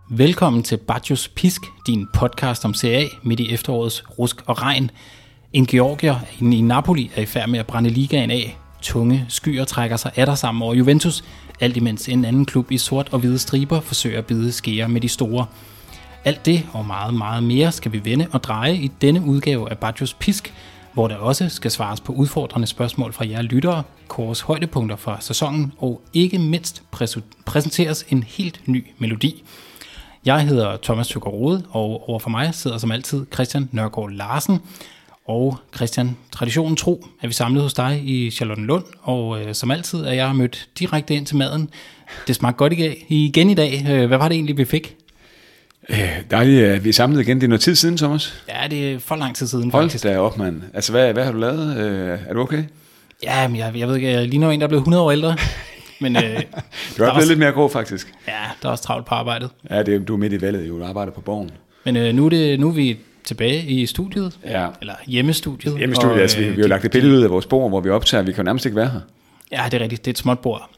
Velkommen til Baccios Pisk, din podcast om Serie A midt i efterårets rusk og regn. En georgier i Napoli er i færd med at brænde ligaen af. Tunge skyer trækker sig atter sammen over Juventus, alt imens en anden klub i sort og hvide striber forsøger at bide skære med de store. Alt det og meget, meget mere skal vi vende og dreje i denne udgave af Baccios Pisk, hvor der også skal svares på udfordrende spørgsmål fra jer lyttere, kåres højdepunkter fra sæsonen og ikke mindst præsenteres en helt ny melodi. Jeg hedder Thomas Thykker-Rode, og overfor mig sidder som altid Christian Nørgaard Larsen. Og Christian, traditionen tro er vi samlet hos dig i Charlottenlund, og som altid er jeg mødt direkte ind til maden. Det smagte godt igen i dag. Hvad var det egentlig, vi fik? Dejligt, at vi er samlet igen. Det er noget tid siden, Thomas. Ja, det er for lang tid siden. Hold da op, mand. Altså, hvad har du lavet? Er du okay? Ja, men jeg ved ikke, jeg ligner en, der er blevet 100 år ældre. Men, du er blevet lidt mere grå, faktisk. Ja, der er også travlt på arbejdet. Ja, du er midt i valget, jo. Du arbejder på Borgen. Men nu er vi tilbage i studiet, ja. Eller hjemmestudiet. Hjemmestudiet, altså vi har jo lagt et billede ud af vores bord, hvor vi optager. Vi kan jo nærmest ikke være her. Ja, det er rigtigt. Det er et småt bord.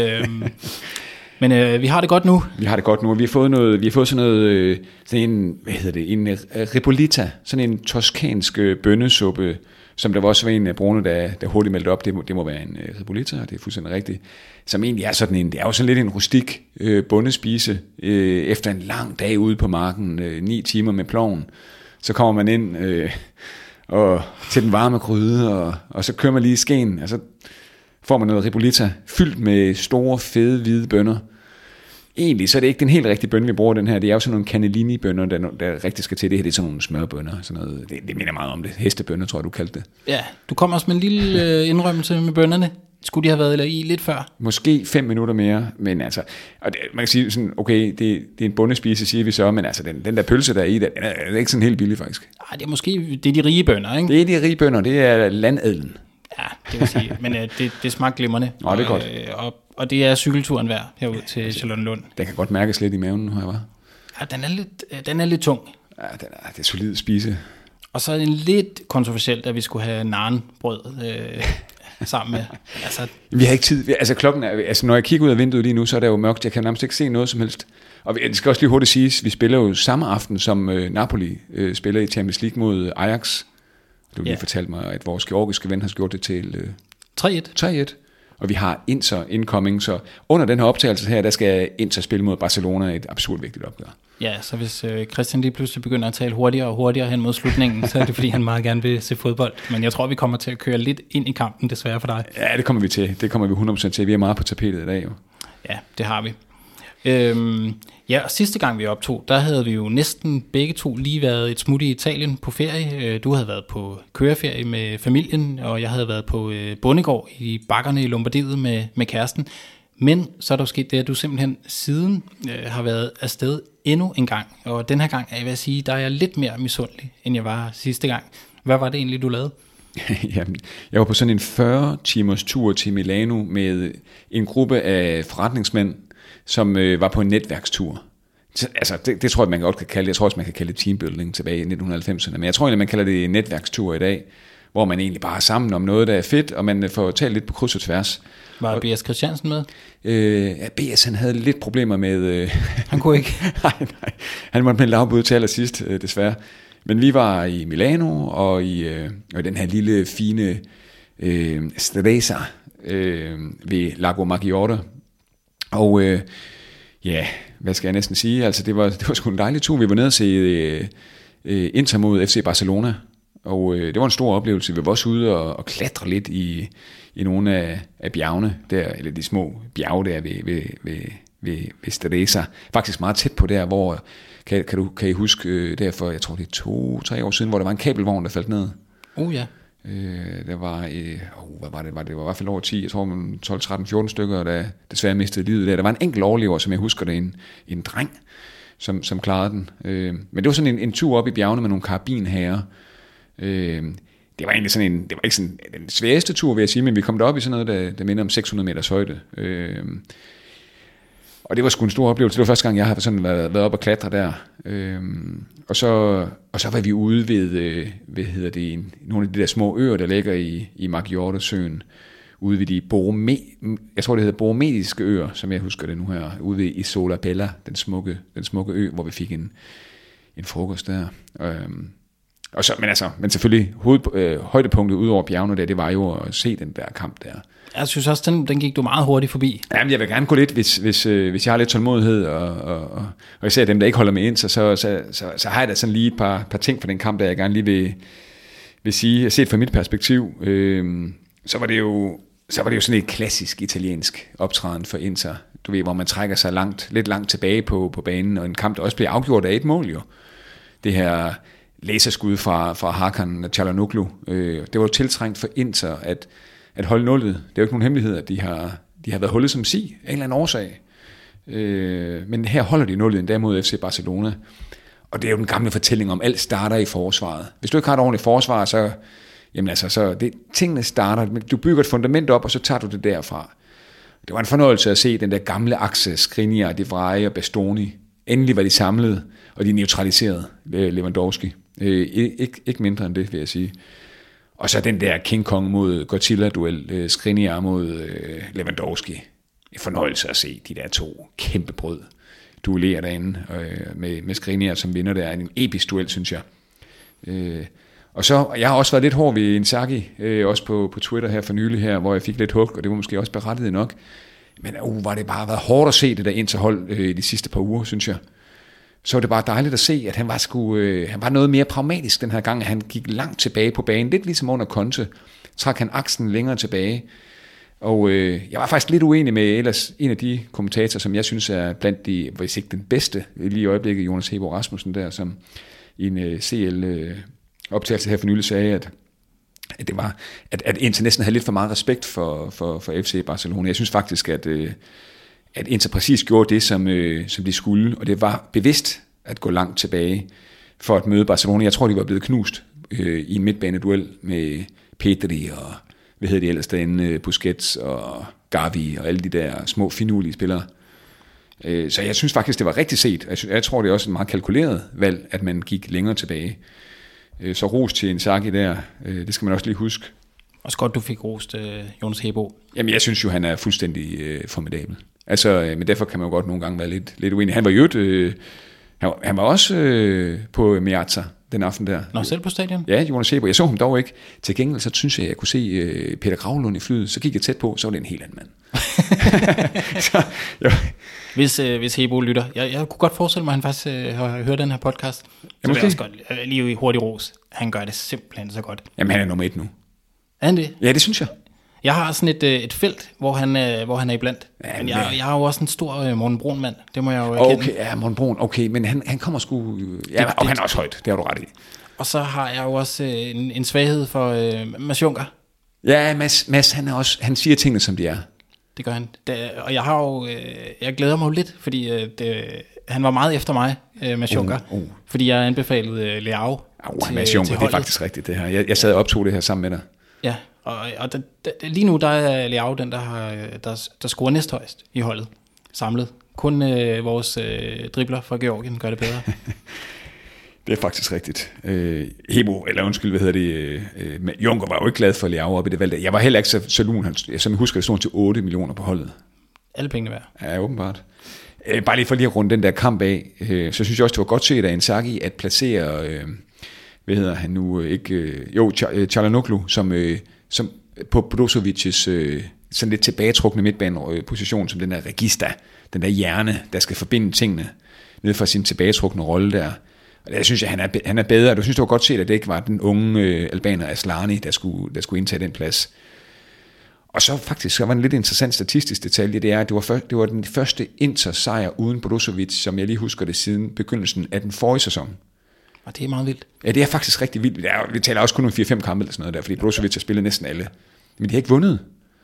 Men vi har det godt nu. Vi har det godt nu, og vi har fået sådan noget, sådan en, en ribollita, sådan en toskansk bønnesuppe, som der var også en af brune, der hurtigt meldte op, det må være en ribollita, og det er fuldstændig rigtigt, som egentlig er sådan en, det er jo sådan lidt en rustik bondespise, efter en lang dag ude på marken, 9 timer med ploven, så kommer man ind og til den varme gryde, og så kører man lige skeen, og så får man noget ribollita, fyldt med store, fede, hvide bønner. Egentlig så er det ikke den helt rigtige bønne, vi bruger den her. Det er jo sådan nogle cannellini-bønner, der rigtig skal til. Det her det er sådan nogle smørbønner. Sådan noget. Det minder meget om det. Hestebønner, tror jeg, du kaldte det. Ja, du kom også med en lille indrømmelse med bønnerne. Skulle de have været i lidt før? Måske 5 minutter mere, men altså, og det, man kan sige sådan, okay, det er en bondespise, siger vi så, men altså, den der pølse, der er i, den er ikke sådan helt billig, faktisk. Nej, det er de rige bønner, ikke? Det er de rige bønner, det er landadlen. Ja, det vil sige, men det smagte glimrende. Nå, det er godt. Og det er cykelturen værd herud til Charlottenlund. Den kan godt mærkes lidt i maven nu, her, hva'? Ja, den er lidt tung. Ja, det er solid spise. Og så er det lidt kontroversielt, at vi skulle have narenbrød sammen med. Altså, vi har ikke tid. Altså klokken er, altså når jeg kigger ud af vinduet lige nu, så er det jo mørkt. Jeg kan nærmest ikke se noget som helst. Og det skal også lige hurtigt siges, vi spiller jo samme aften, som Napoli spiller i Champions League mod Ajax. Du lige fortalte mig, at vores georgiske ven har gjort det til 3-1. Og vi har Inter incoming, så under den her optagelse her, der skal Inter spille mod Barcelona, et absurd vigtigt opgør. Ja, så hvis Christian lige pludselig begynder at tale hurtigere og hurtigere hen mod slutningen, så er det fordi, han meget gerne vil se fodbold. Men jeg tror, vi kommer til at køre lidt ind i kampen, desværre for dig. Ja, det kommer vi til. Det kommer vi 100% til. Vi er meget på tapetet i dag, jo. Ja, det har vi. Ja, og sidste gang vi optog, der havde vi jo næsten begge to lige været et smut i Italien på ferie. Du havde været på køreferie med familien, og jeg havde været på bondegård i bakkerne i Lombardiet med kæresten. Men så er der jo sket det, at du simpelthen siden har været afsted endnu en gang. Og den her gang, jeg vil sige, der er jeg lidt mere misundelig, end jeg var sidste gang. Hvad var det egentlig, du lavede? Jamen, jeg var på sådan en 40 timers tur til Milano med en gruppe af forretningsmænd, som var på en netværkstur. Altså, det tror jeg, man godt kan kalde det. Jeg tror også, man kan kalde det teambuilding tilbage i 1990'erne. Men jeg tror egentlig, man kalder det en netværkstur i dag, hvor man egentlig bare er sammen om noget, der er fedt, og man får talt lidt på kryds og tværs. Var B.S. Christiansen med? Ja, B.S. han havde lidt problemer med... Han kunne ikke? nej. Han måtte med en lavbud til allersidst, desværre. Men vi var i Milano, og i den her lille, fine Stresa ved Lago Maggiore. Og ja, hvad skal jeg næsten sige? Altså, det var sgu en dejlig tur. Vi var nede og se Inter mod FC Barcelona. Og det var en stor oplevelse. Vi var også ude og klatre lidt i nogle af bjergene der, eller de små bjerge der ved Stresa. Faktisk meget tæt på der, hvor kan I huske der jeg tror det er 2-3 år siden, hvor der var en kabelvogn, der faldt ned. Ja. Der var, hvad var det? Det var i hvert fald over 10, jeg tror man 12, 13, 14 stykker, der desværre mistede livet der. Der var en enkelt overlever, som jeg husker det, en dreng, som klarede den. Men det var sådan en tur op i bjergene med nogle karabinherrer. Det var egentlig sådan det var ikke sådan den sværeste tur, vil jeg sige, men vi kom derop i sådan noget, der minder om 600 meters højde. Og det var sgu en stor oplevelse. Det var første gang, jeg har sådan været op og klatre der. Og så var vi ude ved nogle af de der små øer, der ligger i Maggiore-søen, ude ved de jeg tror det hedder Borrometiske øer, som jeg husker det nu her, ude ved Isola Bella, den smukke ø, hvor vi fik en frokost der. Og så, men selvfølgelig højdepunktet ud over bjergene der, det var jo at se den der kamp der. Jeg synes også, den gik du meget hurtigt forbi. Jamen, jeg vil gerne gå lidt, hvis jeg har lidt tålmodighed, og især dem, der ikke holder med ind, så har jeg da sådan lige et par ting for den kamp, der jeg gerne lige vil sige. Set fra mit perspektiv, så var det jo sådan et klassisk italiensk optræden for Inter. Du ved, hvor man trækker sig lidt langt tilbage på banen, og en kamp, der også blev afgjort af et mål jo. Det her laserskud fra Hakan Çalhanoğlu, det var jo tiltrængt for Inter at holde nullet. Det er jo ikke nogen hemmelighed, at de har været hullet som sig af en eller anden årsag. Men her holder de nullet endda mod FC Barcelona. Og det er jo den gamle fortælling om, alt starter i forsvaret. Hvis du ikke har et ordentligt forsvar, tingene starter. Du bygger et fundament op, og så tager du det derfra. Det var en fornøjelse at se den der gamle akse, Skriniar, De Vrij og Bastoni. Endelig var de samlet, og de neutraliserede Lewandowski. Ikke mindre end det, vil jeg sige. Og så den der King Kong mod Godzilla-duel, Skriniar mod Lewandowski. En fornøjelse at se de der to kæmpe brød duellere derinde, med Skriniar som vinder der. En episk duel, synes jeg. Og så, jeg har også været lidt hård ved Inzaghi, også på Twitter her for nylig her, hvor jeg fik lidt hug, og det var måske også berettiget nok. Men var det bare været hårdt at se det der Interhold de sidste par uger, synes jeg. Så var det bare dejligt at se, at han var noget mere pragmatisk den her gang, at han gik langt tilbage på banen, lidt ligesom under Conte, trak han aksen længere tilbage. Og jeg var faktisk lidt uenig med ellers en af de kommentatorer, som jeg synes er blandt de, hvis ikke den bedste, lige i øjeblikket, Jonas Hebo Rasmussen der, som i en CL-optagelse her for nylig sagde, at det var, at Inter næsten havde lidt for meget respekt for FC Barcelona. Jeg synes faktisk, at Inter præcis gjorde det, som de skulle, og det var bevidst at gå langt tilbage for at møde Barcelona. Jeg tror, de var blevet knust i en midtbaneduel med Pedri og hvad hedder de ellers derinde, Busquets og Gavi og alle de der små finurlige spillere. Så jeg synes faktisk, det var rigtig set. Jeg tror, det er også et meget kalkuleret valg, at man gik længere tilbage. Så ros til Inzaghi der, det skal man også lige huske. Også godt, du fik rost Jonas Hebo. Jamen, jeg synes jo, han er fuldstændig formidabel. Altså, men derfor kan man jo godt nogle gange være lidt uenig. Han var jo han var også på Meazza den aften der. Nå, selv på stadion? Ja, Jonas Hebo. Jeg så ham dog ikke. Til gengæld, så synes jeg kunne se Peter Gravlund i flyet. Så gik jeg tæt på, så var det en helt anden mand. Så, jo. Hvis Hebo lytter. Jeg kunne godt forestille mig, at han faktisk har hørt den her podcast. Så det er også godt. Lige i hurtig ros. Han gør det simpelthen så godt. Jamen, han er nummer 1 nu. Er han det? Ja, det synes jeg. Jeg har sådan et felt, hvor han er iblandt. Ja, men jeg har jo også en stor Morten Brun-mand. Det må jeg jo erkende. Okay, ja, Morten Brun. Okay, men han kommer sgu... Ja, og han er også højt. Det har du ret i. Og så har jeg jo også en svaghed for Mads Juncker. Ja, Mads han siger tingene, som de er. Det gør han. Og jeg har jo... jeg glæder mig jo lidt, fordi han var meget efter mig, Mads Juncker. Fordi jeg anbefalede Leao til Mads Juncker, det er faktisk rigtigt det her. Jeg sad og optog det her sammen med dig. Ja, og lige nu der er Leao den, der scorer næsthøjst i holdet samlet. Kun vores dribler fra Georgien gør det bedre. Det er faktisk rigtigt. Hebo, eller undskyld, hvad hedder det? Juncker var jo ikke glad for Leao op i det valg. Jeg var heller ikke så lun. Som jeg husker, det stod til 8 millioner på holdet. Alle pengene værd. Ja, åbenbart. Bare lige for lige at runde den der kamp af, så synes jeg også, det var godt set af Inzaghi at placere... hvad hedder han nu ikke? Çalhanoğlu, som på Brozovic's sådan lidt tilbagetrukne midtbaneposition, som den der regista, den der hjerne, der skal forbinde tingene ned fra sin tilbagetrukne rolle der. Og der synes jeg, han er bedre. Du synes, det var godt set, at det ikke var den unge albaner Asllani, der skulle indtage den plads. Og så faktisk, så var en lidt interessant statistisk detalje, det er, at det var den første Inter-sejr uden Brozovic, som jeg lige husker det siden begyndelsen af den forrige sæson. Og det er meget vildt. Ja, det er faktisk rigtig vildt. Vi taler også kun om 4-5 kampe eller sådan noget der, fordi Brozovic har spillet næsten alle. Men de har ikke vundet.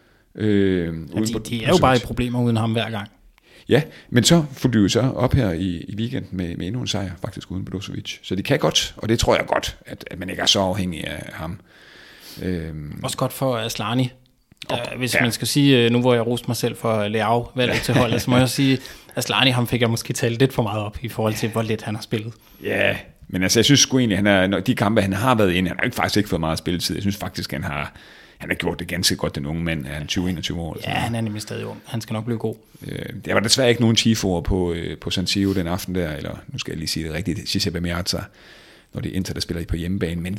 De er jo bare i problemer uden ham hver gang. Ja, men så får de jo så op her i weekend med endnu en sejr, faktisk uden Brozovic. Så de kan godt, og det tror jeg godt, at man ikke er så afhængig af ham. Også godt for Asllani. Hvis man skal sige, nu hvor jeg roste mig selv for Leao valget til holdet, så må jeg sige, at Asllani ham fik jeg måske talt lidt for meget op i forhold til, hvor lidt han har spillet. Ja, men altså jeg synes sgu egentlig, de kampe han har været inde, han har faktisk ikke fået meget spilletid. Jeg synes faktisk, han han har gjort det ganske godt, den unge mand, er han 20-21 år? Ja, han er nemlig stadig ung. Han skal nok blive god. Der var desværre ikke nogen chifoer på San Siro den aften der, eller nu skal jeg lige sige det rigtigt, Giuseppe Meazza, når det er Inter, der spiller på hjemmebane, men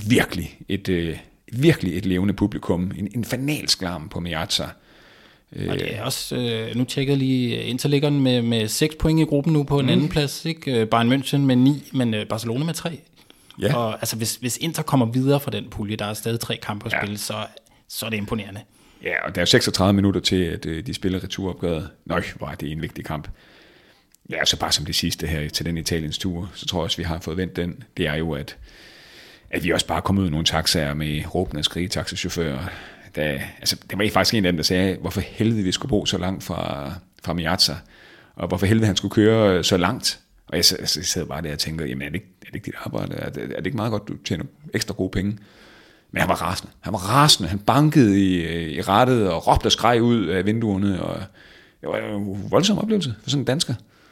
virkelig et levende publikum, en fanalsk larm på Meazza. Og det er også, nu tjekker jeg lige, Inter ligger med 6 point i gruppen nu på en anden plads, ikke? Bayern München med 9, men Barcelona med 3. Ja. Og altså, hvis Inter kommer videre fra den pulje, der er stadig 3 kampe at spille, så er det imponerende. Ja, og der er jo 36 minutter til, at de spiller returopgøret. Nøj, hvor er det en vigtig kamp. Ja, så bare som det sidste her til den Italiens tur, så tror jeg også, vi har fået vendt den. Det er jo, at vi også bare kom ud i nogle taxaer med råbende og skrige taxachauffører. Altså, det var faktisk en af dem, der sagde, hvorfor helvede vi skulle bo så langt fra Meazza, og hvorfor helvede han skulle køre så langt. Og jeg sad bare der og tænkte, jamen er det ikke dit arbejde? Er det ikke meget godt, du tjener ekstra gode penge? Men han var rasende. Han bankede i rattet og råbte og skreg ud af vinduerne. Og det var en voldsom oplevelse for sådan en dansker.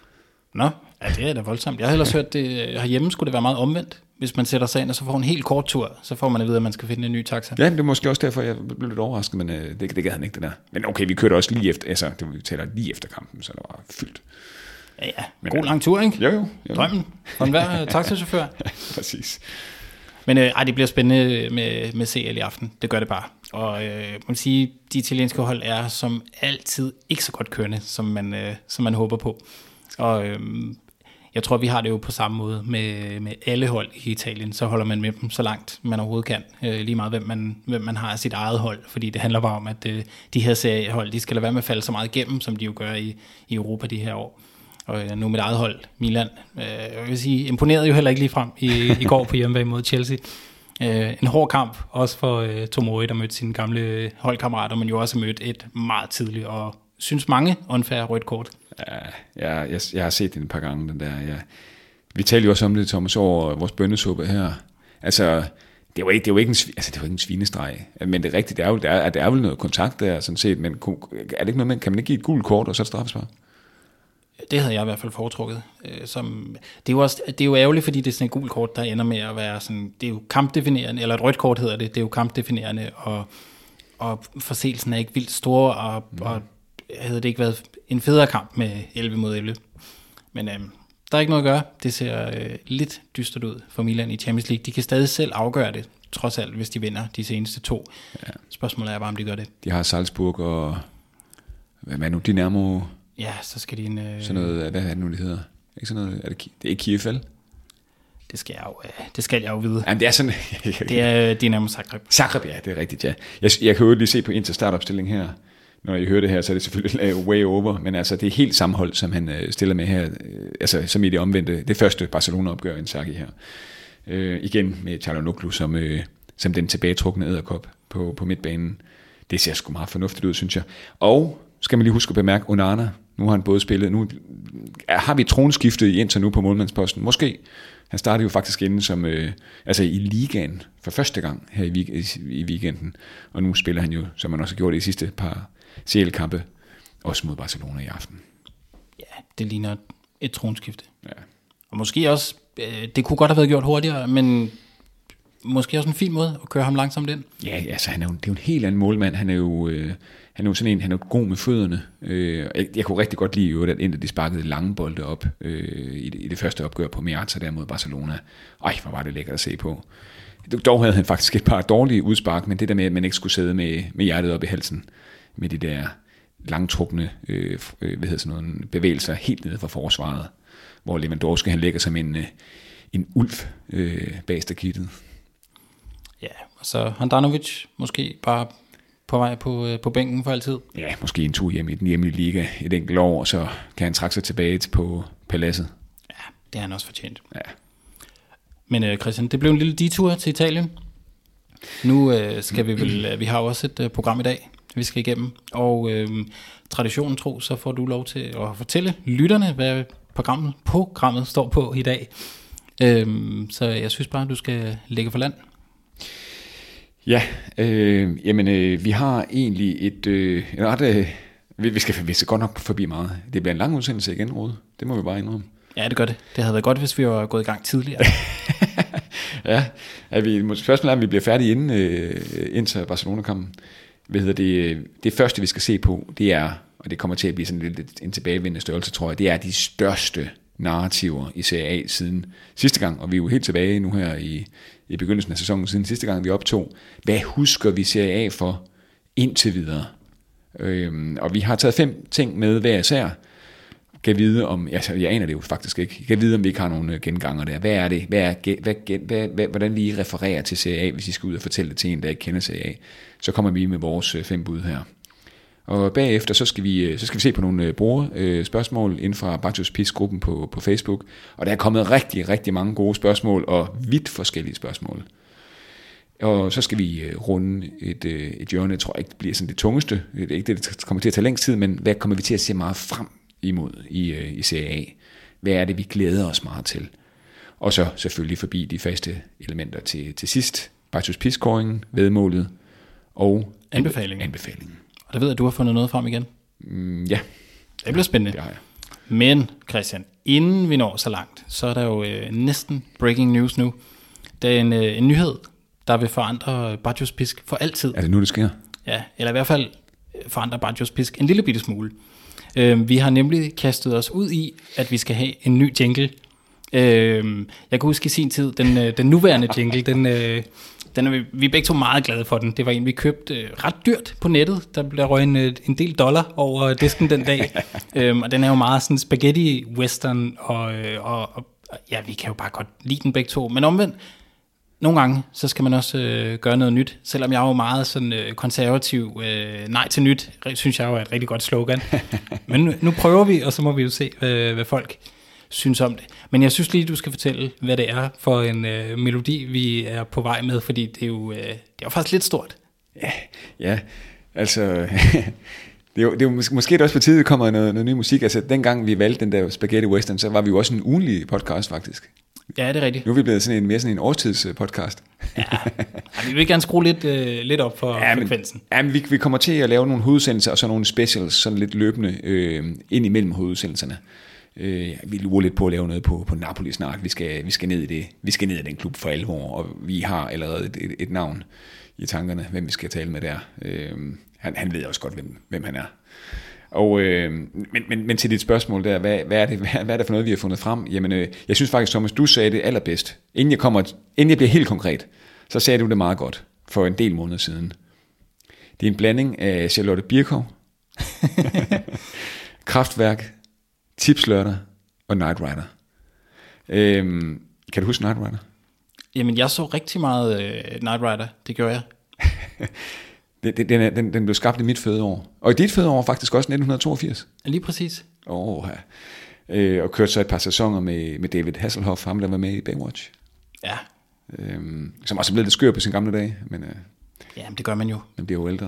Nå, ja, det er da voldsomt. Jeg har ellers hørt, det herhjemme skulle det være meget omvendt. Hvis man sætter sig ind, og så får en helt kort tur, så får man at vide, at man skal finde en ny taxa. Ja, det er måske også derfor, jeg blev lidt overrasket, men det gad han ikke, det der. Men okay, vi kørte også lige efter, altså vi taler lige efter kampen, så det var fyldt. Ja, god lang tur, ikke? Jo. Drømmen for enhver taxachauffør. Ja, præcis. Men det bliver spændende med CL i aften. Det gør det bare. Og man kan sige, de italienske hold er som altid ikke så godt kørende, som man håber på. Og jeg tror, vi har det jo på samme måde med alle hold i Italien. Så holder man med dem så langt man overhovedet kan. Lige meget hvem man har af sit eget hold. Fordi det handler bare om, at de her seriehold, de skal lade være med at falde så meget igennem, som de jo gør i Europa de her år. Og nu med eget hold, Milan, jeg vil sige, imponerede jo heller ikke lige frem i går på hjemmebane mod Chelsea. En hård kamp, også for Tomori, der mødte sine gamle holdkammerater, men jo også mødt et meget tidligt, og synes mange unfair rødt kort. Ja, jeg har set det et par gange, den der. Ja. Vi talte jo også om det, Thomas, over vores bønnesuppe her. Altså, det var ikke en svinestreg, men det er rigtigt, der er vel noget kontakt der, sådan set, men er det ikke noget, kan man ikke give et gult kort, og så et straffespark? Det havde jeg i hvert fald foretrukket. Det er jo ærgerligt, fordi det er sådan et gult kort, der ender med at være sådan, det er jo kampdefinerende, eller et rødt kort hedder det er jo kampdefinerende, og forseelsen er ikke vildt stor, og havde det ikke været en federe kamp med 11 mod 11. Men der er ikke noget at gøre. Det ser lidt dystert ud for Milan i Champions League. De kan stadig selv afgøre det, trods alt, hvis de vinder de seneste 2. Ja. Spørgsmålet er bare, om de gør det. De har Salzburg og hvad nu, Dynamo. Ja, så skal de sådan noget, hvad er det nu, det hedder? Ikke sådan noget, det er ikke Kiev, vel? Det skal jeg jo vide. Jamen, det er sådan... det er Dynamo Zagreb. Zagreb, ja, det er rigtigt, ja. Jeg kan jo lige se på Inter startopstilling her. Når I hører det her, så er det selvfølgelig way over, men altså, det er helt sammenhold, som han stiller med her, altså som i det omvendte, det første Barcelona-opgør, Inzaghi her. Igen med Çalhanoğlu som den tilbagetrukne edderkop på midtbanen. Det ser sgu meget fornuftigt ud, synes jeg. Og skal man lige huske at bemærke, Onana, nu har han både spillet, nu har vi tronskiftet i Inter nu på målmandsposten, måske. Han startede jo faktisk inden som, altså i ligaen for første gang her i weekenden, og nu spiller han jo, som man også har gjort i de sidste par CL-kampe, også mod Barcelona i aften. Ja, det ligner et tronskifte. Ja. Og måske også, det kunne godt have været gjort hurtigere, men måske også en fin måde at køre ham langsomt ind. Ja, altså det er jo en helt anden målmand. Han er jo sådan en, han er jo god med fødderne. Jeg kunne rigtig godt lide, at inden de sparkede lange bolde op i det første opgør på Meazza der mod Barcelona. Ej, hvor var det lækkert at se på. Dog havde han faktisk et par dårlige udspark, men det der med, at man ikke skulle sidde med hjertet op i halsen, med de der langtrukne bevægelser helt nede fra forsvaret, hvor Lewandowski han lægger som en ulv bag stakittet. Ja, og så Handanovic måske bare på vej på bænken for altid. Ja, måske en tur hjem i den hjemlige liga et enkelt år, og så kan han trække sig tilbage på paladset. Ja, det har han også fortjent. Ja. Men Christian, det blev en lille detur til Italien. Nu skal vi har også et program i dag, vi skal igennem, og traditionen tro, så får du lov til at fortælle lytterne, hvad programmet står på i dag. Så jeg synes bare, du skal lægge for land. Ja, vi har egentlig vi skal godt nok forbi meget. Det bliver en lang udsendelse igen, Rode. Det må vi bare indrømme. Ja, det gør det. Det havde været godt, hvis vi var gået i gang tidligere. Ja, spørgsmålet er, om vi bliver færdige inden Barcelona-kampen. Det første, vi skal se på, det er, og det kommer til at blive sådan lidt en tilbagevendende størrelse, tror jeg, det er de største narrativer i Serie A siden sidste gang, og vi er jo helt tilbage nu her i begyndelsen af sæsonen siden sidste gang, vi optog. Hvad husker vi Serie A for indtil videre? Og vi har taget 5 ting med hver især. Kan vide om, jeg aner det jo faktisk ikke, kan vide om vi ikke har nogle genganger der. Hvad er det? Hvordan vi refererer til Serie A, hvis I skal ud og fortælle det til en, der ikke kender Serie A. Så kommer vi med vores 5 bud her. Og bagefter, så skal vi se på nogle brugerspørgsmål inden fra Bartos Pisk-gruppen på Facebook. Og der er kommet rigtig, rigtig mange gode spørgsmål, og vidt forskellige spørgsmål. Og så skal vi runde et hjørne, jeg tror ikke, det bliver sådan det tungeste. Det er ikke det, der kommer til at tage længst tid, men hvad kommer vi til at se meget frem imod i Serie A? Hvad er det, vi glæder os meget til? Og så selvfølgelig forbi de faste elementer til sidst. Bartos Pisk-kåringen, væddemålet og anbefalingen. Og der ved jeg, at du har fundet noget frem igen. Ja. Det bliver spændende. Det har jeg. Men Christian, inden vi når så langt, så er der jo næsten breaking news nu. Der er en nyhed, der vil forandre Bartos Pisk for altid. Er det nu, det sker? Ja, eller i hvert fald forandre Bartos Pisk en lille bitte smule. Vi har nemlig kastet os ud i, at vi skal have en ny jingle. Jeg kan huske i sin tid, den nuværende jingle, vi er begge to meget glade for den. Det var en, vi købte ret dyrt på nettet. Der blev røget en del dollar over disken den dag. Og den er jo meget sådan spaghetti western, og ja, vi kan jo bare godt lide den begge to. Men omvendt, nogle gange, så skal man også gøre noget nyt. Selvom jeg er jo meget sådan konservativ, nej til nyt, synes jeg jo er et rigtig godt slogan. Men nu prøver vi, og så må vi jo se, hvad folk synes om det. Men jeg synes lige, du skal fortælle, hvad det er for en melodi, vi er på vej med, fordi det er jo faktisk lidt stort. Ja, altså... Det er jo måske også på tide, at kommer noget ny musik. Altså, dengang vi valgte den der Spaghetti Western, så var vi jo også en ugenlig podcast, faktisk. Ja, det er rigtigt. Nu er vi blevet mere sådan en årstidspodcast. Ja, vi vil gerne skrue lidt op for frekvensen. Men vi kommer til at lave nogle hovedudsendelser, og så nogle specials, sådan lidt løbende ind imellem hovedudsendelserne. Vi lurer lidt på at lave noget på Napoli snart. Vi skal ned i det. Vi skal ned i den klub for alvor, og vi har allerede et navn i tankerne, hvem vi skal tale med der. Han ved også godt, hvem han er. Og, men til dit spørgsmål der, hvad er det for noget, vi har fundet frem? Jamen, jeg synes faktisk, Thomas, du sagde det allerbedst. Inden jeg bliver helt konkret, så sagde du det meget godt for en del måneder siden. Det er en blanding af Charlotte Birkow, Kraftværk, Tipslørdag og Knight Rider. Kan du huske Knight Rider? Jamen, jeg så rigtig meget Knight Rider. Det gjorde jeg. Den blev skabt i mit fødeår. Og i dit fødeår faktisk også 1982. Lige præcis. Ja. Og kørte så et par sæsoner med David Hasselhoff, ham der var med i Baywatch. Ja. Som også er blevet lidt skør på sin gamle dage. Men, jamen, det gør man jo. Man bliver jo ældre.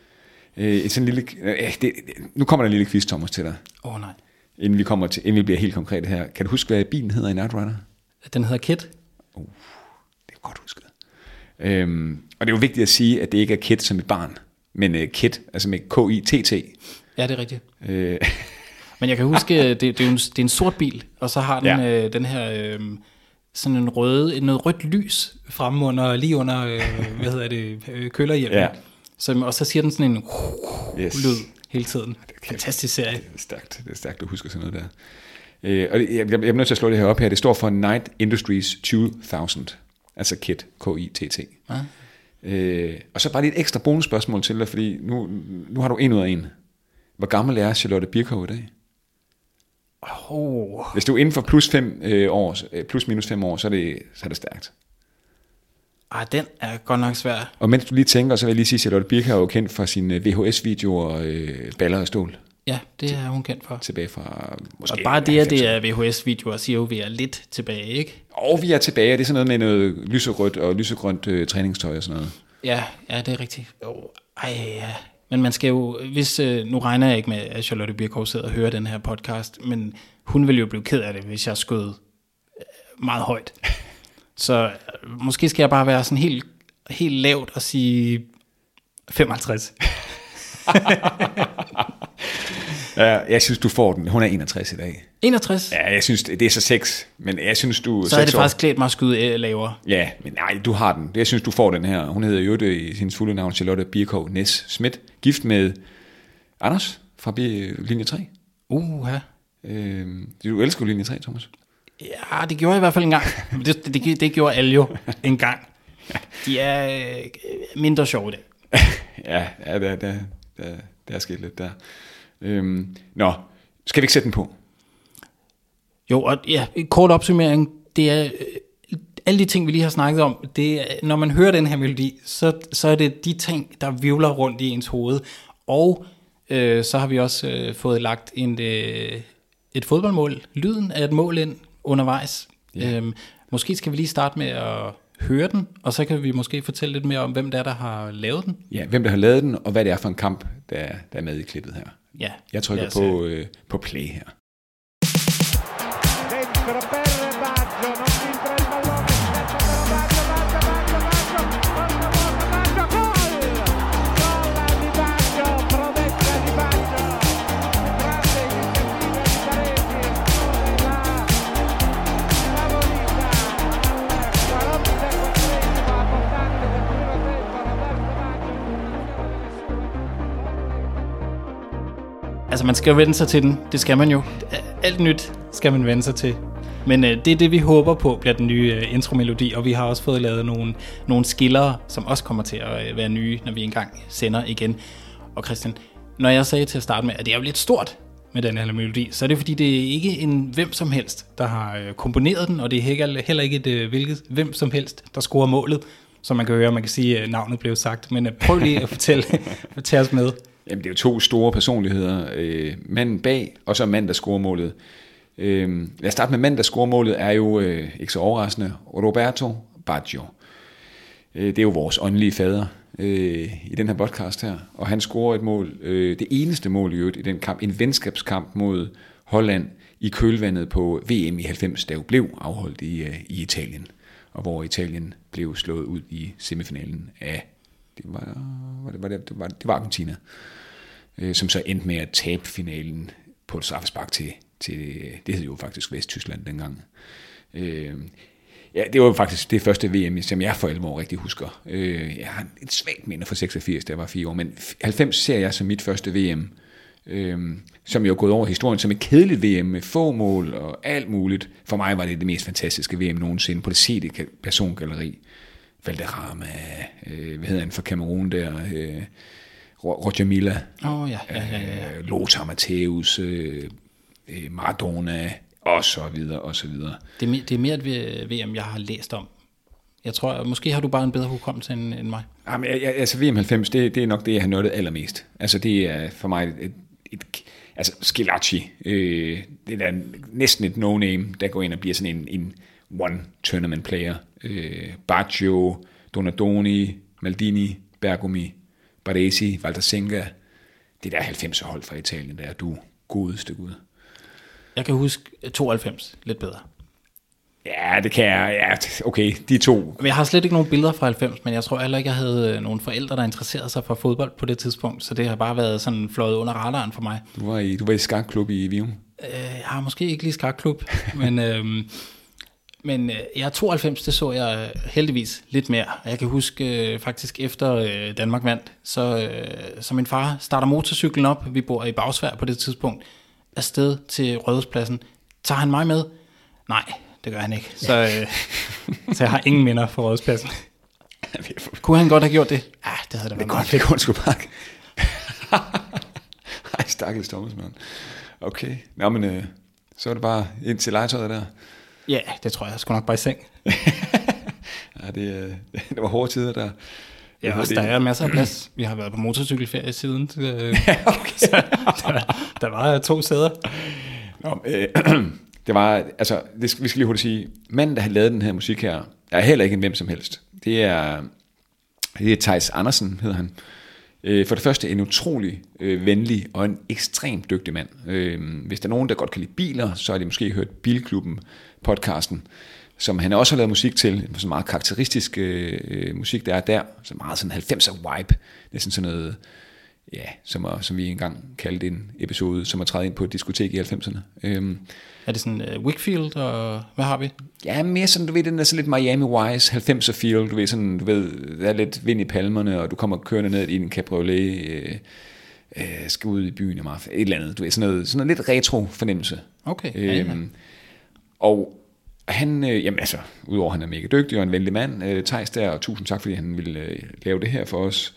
Nu kommer der en lille quiz, Thomas, til dig. Nej. Inden vi bliver helt konkrete her. Kan du huske, hvad bilen hedder i Knight Rider? Den hedder Kid. Det er godt husket. Og det er jo vigtigt at sige, at det ikke er Kid som et barn, men Kid, altså med K-I-T-T. Ja, det er rigtigt. Men jeg kan huske, det er en sort bil, og så har den den her sådan noget rødt lys fremme lige under kølerhjelmen. Ja. Og så siger den sådan en lyd hele tiden. Fantastisk serie. Det er stærkt, du husker sådan noget der. Og jeg er nødt til at slå det her op her. Det står for Knight Industries 2000. Altså KIT, K-I-T-T. Og så bare lige et ekstra bonusspørgsmål til dig, fordi nu har du 1 ud af 1. Hvor gammel er Charlotte Birkow i dag? Hvis du er inden for plus minus 5 år, så er det stærkt. Den er godt nok svær. Og mens du lige tænker, så vil jeg lige sige, at Charlotte Birkow er jo kendt for sine VHS-videoer, baller og stål. Ja, det er hun kendt for. Tilbage fra... Måske og bare det, at det er VHS-videoer, siger jo, at vi er lidt tilbage, ikke? Og vi er tilbage, det er sådan noget med noget lyserødt og lysegrønt træningstøj og sådan noget. Ja, det er rigtigt. Ja. Men man skal jo... nu regner jeg ikke med, at Charlotte Birkow sidder og hører den her podcast, men hun ville jo blive ked af det, hvis jeg skød meget højt. Så måske skal jeg bare være sådan helt lavt og sige 55. Ja, jeg synes, du får den. Hun er 61 i dag. 61? Ja, jeg synes, det er så 6. Men jeg synes, du... Så er det faktisk klædt mig at skyde lavere. Ja, men nej, du har den. Jeg synes, du får den her. Hun hedder jo det i sin fulde navn, Charlotte Birkov Næs Schmidt. Gift med Anders fra linje 3. Du elsker linje 3, Thomas. Ja, det gjorde jeg i hvert fald en gang. Det gjorde alle jo en gang. De er mindre sjove det. Ja, der er sket lidt der. Nå, skal vi ikke sætte den på? Jo, og ja, kort opsummering, det er alle de ting, vi lige har snakket om, det er, når man hører den her melodi, så er det de ting, der vivler rundt i ens hoved. Og så har vi også fået lagt et fodboldmål, lyden af et mål ind undervejs. Ja. Måske skal vi lige starte med at høre den, og så kan vi måske fortælle lidt mere om, hvem der har lavet den. Ja, hvem der har lavet den, og hvad det er for en kamp, der er med i klippet her. Ja. Jeg trykker på play her. Altså, man skal jo vende sig til den. Det skal man jo. Alt nyt skal man vende sig til. Men det er det, vi håber på, bliver den nye intromelodi. Og vi har også fået lavet nogle skillere, som også kommer til at være nye, når vi engang sender igen. Og Christian, når jeg sagde til at starte med, at det er jo lidt stort med den her melodi, så er det fordi, det er ikke en hvem som helst, der har komponeret den. Og det er heller ikke et hvem som helst, der scorer målet. Som man kan høre, man kan sige, at navnet blev sagt. Men prøv lige at fortælle os med. Jamen, det er jo to store personligheder. Manden bag, og så manden, der scorer målet. Lad os starte med manden, der scorer målet, er jo ikke så overraskende, Roberto Baggio. Det er jo vores åndelige fader i den her podcast her. Og han scorer et mål, det eneste mål i øvrigt i den kamp, en venskabskamp mod Holland i kølvandet på VM i 90, der jo blev afholdt i Italien. Og hvor Italien blev slået ud i semifinalen af det var Argentina, som så endte med at tabe finalen på et straffespark til det hed jo faktisk Vesttyskland dengang. Ja, det var jo faktisk det første VM, som jeg for alvor rigtig husker. Jeg har et svagt minde fra 86, der var 4 år, men 90 ser jeg som mit første VM, som jo er gået over historien som et kedeligt VM med få mål og alt muligt. For mig var det mest fantastiske VM nogensinde på det CD persongalleri. Valderrama, hvad hedder han for Cameroon der, Roger Milla, ja. Lothar Matthäus, Maradona, og så videre, og så videre. Det er mere et VM, jeg har læst om. Jeg tror, måske har du bare en bedre hukommelse end mig. Jamen, altså VM 90, det er nok det, jeg har nørdet allermest. Altså det er for mig altså Schillaci, det er næsten et no-name, der går ind og bliver sådan en one tournament player. Baggio, Donadoni, Maldini, Bergomi, Baresi, Walter Senga. Det der 90'er hold fra Italien, der er du godeste gud. Jeg kan huske 92 lidt bedre. Ja, det kan jeg. Ja, okay, de to. Jeg har slet ikke nogen billeder fra 90, men jeg tror heller ikke, jeg havde nogle forældre, der interesserede sig for fodbold på det tidspunkt, så det har bare været sådan fløjet under radaren for mig. Du var i skakklub i Vium? Jeg har måske ikke lige skakklub, men 92, det så jeg heldigvis lidt mere. Jeg kan huske faktisk efter Danmark vandt, så min far starter motorcyklen op, vi bor i Bagsværd på det tidspunkt, afsted til Rådhuspladsen. Tager han mig med? Nej, det gør han ikke. Så jeg har ingen minder fra Rådhuspladsen. Kunne han godt have gjort det? Ja, det havde da været meget fedt. Det kunne han sgu bare. Ej, stakkels Thomas, man. Okay, nå, men så er det bare ind til legetøjet der. Ja, det tror jeg sgu nok bare i seng. Ja, det var hårde tider der. Ja, også der er masser af plads. Vi har været på motorcykelferie siden. Okay. Der var 2 sæder. Nå, det var, altså, vi skal lige hurtigt sige, manden, der har lavet den her musik her, er heller ikke en hvem som helst. Det er Theis Andersen, hedder han. For det første en utrolig venlig og en ekstremt dygtig mand. Hvis der er nogen, der godt kan lide biler, så har de måske hørt Bilklubben-podcasten, som han også har lavet musik til, sådan meget karakteristisk musik, der er der, så meget sådan 90'er vibe, næsten sådan noget som vi engang kaldte en episode, som at træde ind på et diskotek i 90'erne. Er det sådan Wakefield, og hvad har vi? Ja, mere sådan, du ved, den der så lidt Miami-wise 90'er feel, du ved, sådan, du ved, der er lidt vind i palmerne, og du kommer kørende ned i en cabriolet, skal ud i byen om aftenen, et eller andet, du ved, sådan noget lidt retro fornemmelse. Okay. Og han, udover han er mega dygtig og en venlig mand, Theis der, og tusind tak, fordi han ville lave det her for os,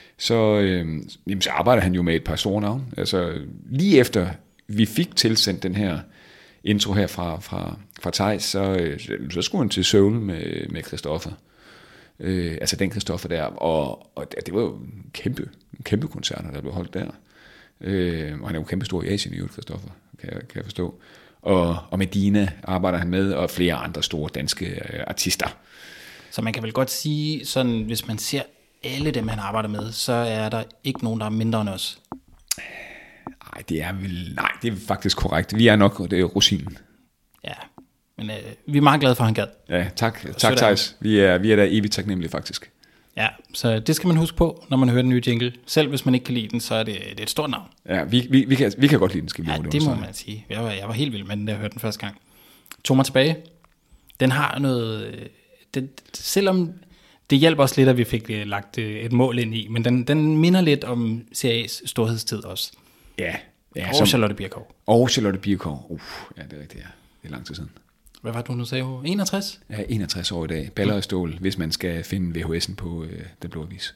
så arbejder han jo med et par store navne. Altså, lige efter vi fik tilsendt den her intro her fra Theis, så skulle han til Seoul med Christoffer. Altså den Christoffer der, og det var jo en kæmpe koncerter, der blev holdt der. Og han er jo kæmpe stor i Asien i øvrigt, Christoffer, kan jeg forstå. Og Medina arbejder han med, og flere andre store danske artister. Så man kan vel godt sige, sådan, hvis man ser alle dem, han arbejder med, så er der ikke nogen, der er mindre end os. Nej, det er faktisk korrekt. Vi er nok rosinen. Ja, men vi er meget glade for, at han gad. Ja, tak Theis. Vi er da evigt taknemmelige, faktisk. Ja, så det skal man huske på, når man hører den nye jingle. Selv hvis man ikke kan lide den, så er det et stort navn. Ja, vi kan godt lide den, skal vi det må man sige. Jeg var helt vild med den, da jeg hørte den første gang. Tog mig tilbage. Den har noget... selvom det hjælper os lidt, at vi fik lagt et mål ind i, men den minder lidt om CA's storhedstid også. Ja. Og Charlotte Birkow. Ja, det er rigtigt, ja. Det er lang tid siden. Hvad var det, du nu sagde? 61? Ja, 61 år i dag. Baller og stål, hvis man skal finde VHS'en på Den Blå Avis.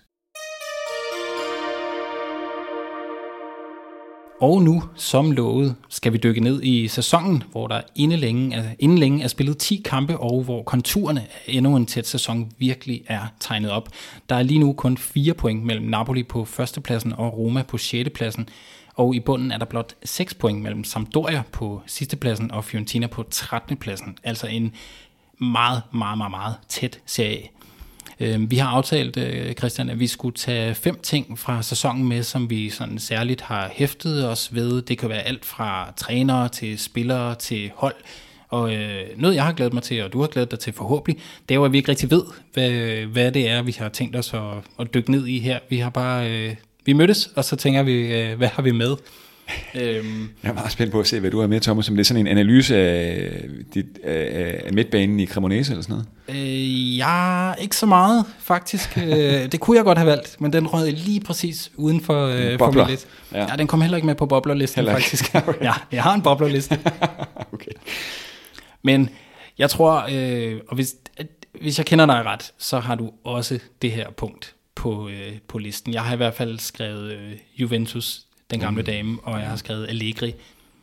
Og nu, som lovet, skal vi dykke ned i sæsonen, hvor der inden længe er spillet 10 kampe, og hvor konturerne af endnu en tæt sæson virkelig er tegnet op. Der er lige nu kun 4 point mellem Napoli på førstepladsen og Roma på 6. pladsen. Og i bunden er der blot 6 point mellem Sampdoria på sidste pladsen og Fiorentina på 13. pladsen. Altså en meget, meget, meget, meget tæt serie. Vi har aftalt, Christian, at vi skulle tage 5 ting fra sæsonen med, som vi sådan særligt har hæftet os ved. Det kan være alt fra trænere til spillere til hold. Og noget, jeg har glædet mig til, og du har glædet dig til forhåbentlig, det er jo, at vi ikke rigtig ved, hvad det er, vi har tænkt os at dykke ned i her. Vi har bare... Vi mødtes, og så tænker vi, hvad har vi med? Jeg er meget spændt på at se, hvad du har med, Thomas. Om det er sådan en analyse af midtbanen i Cremonese eller sådan noget? Ja, ikke så meget, faktisk. Det kunne jeg godt have valgt, men den rød lige præcis uden for min liste. Ja, den kom heller ikke med på boblerlisten, faktisk. Ja, jeg har en boblerliste. Okay. Men jeg tror, og hvis jeg kender dig ret, så har du også det her punkt på listen. Jeg har i hvert fald skrevet Juventus, den gamle dame, og jeg har skrevet Allegri.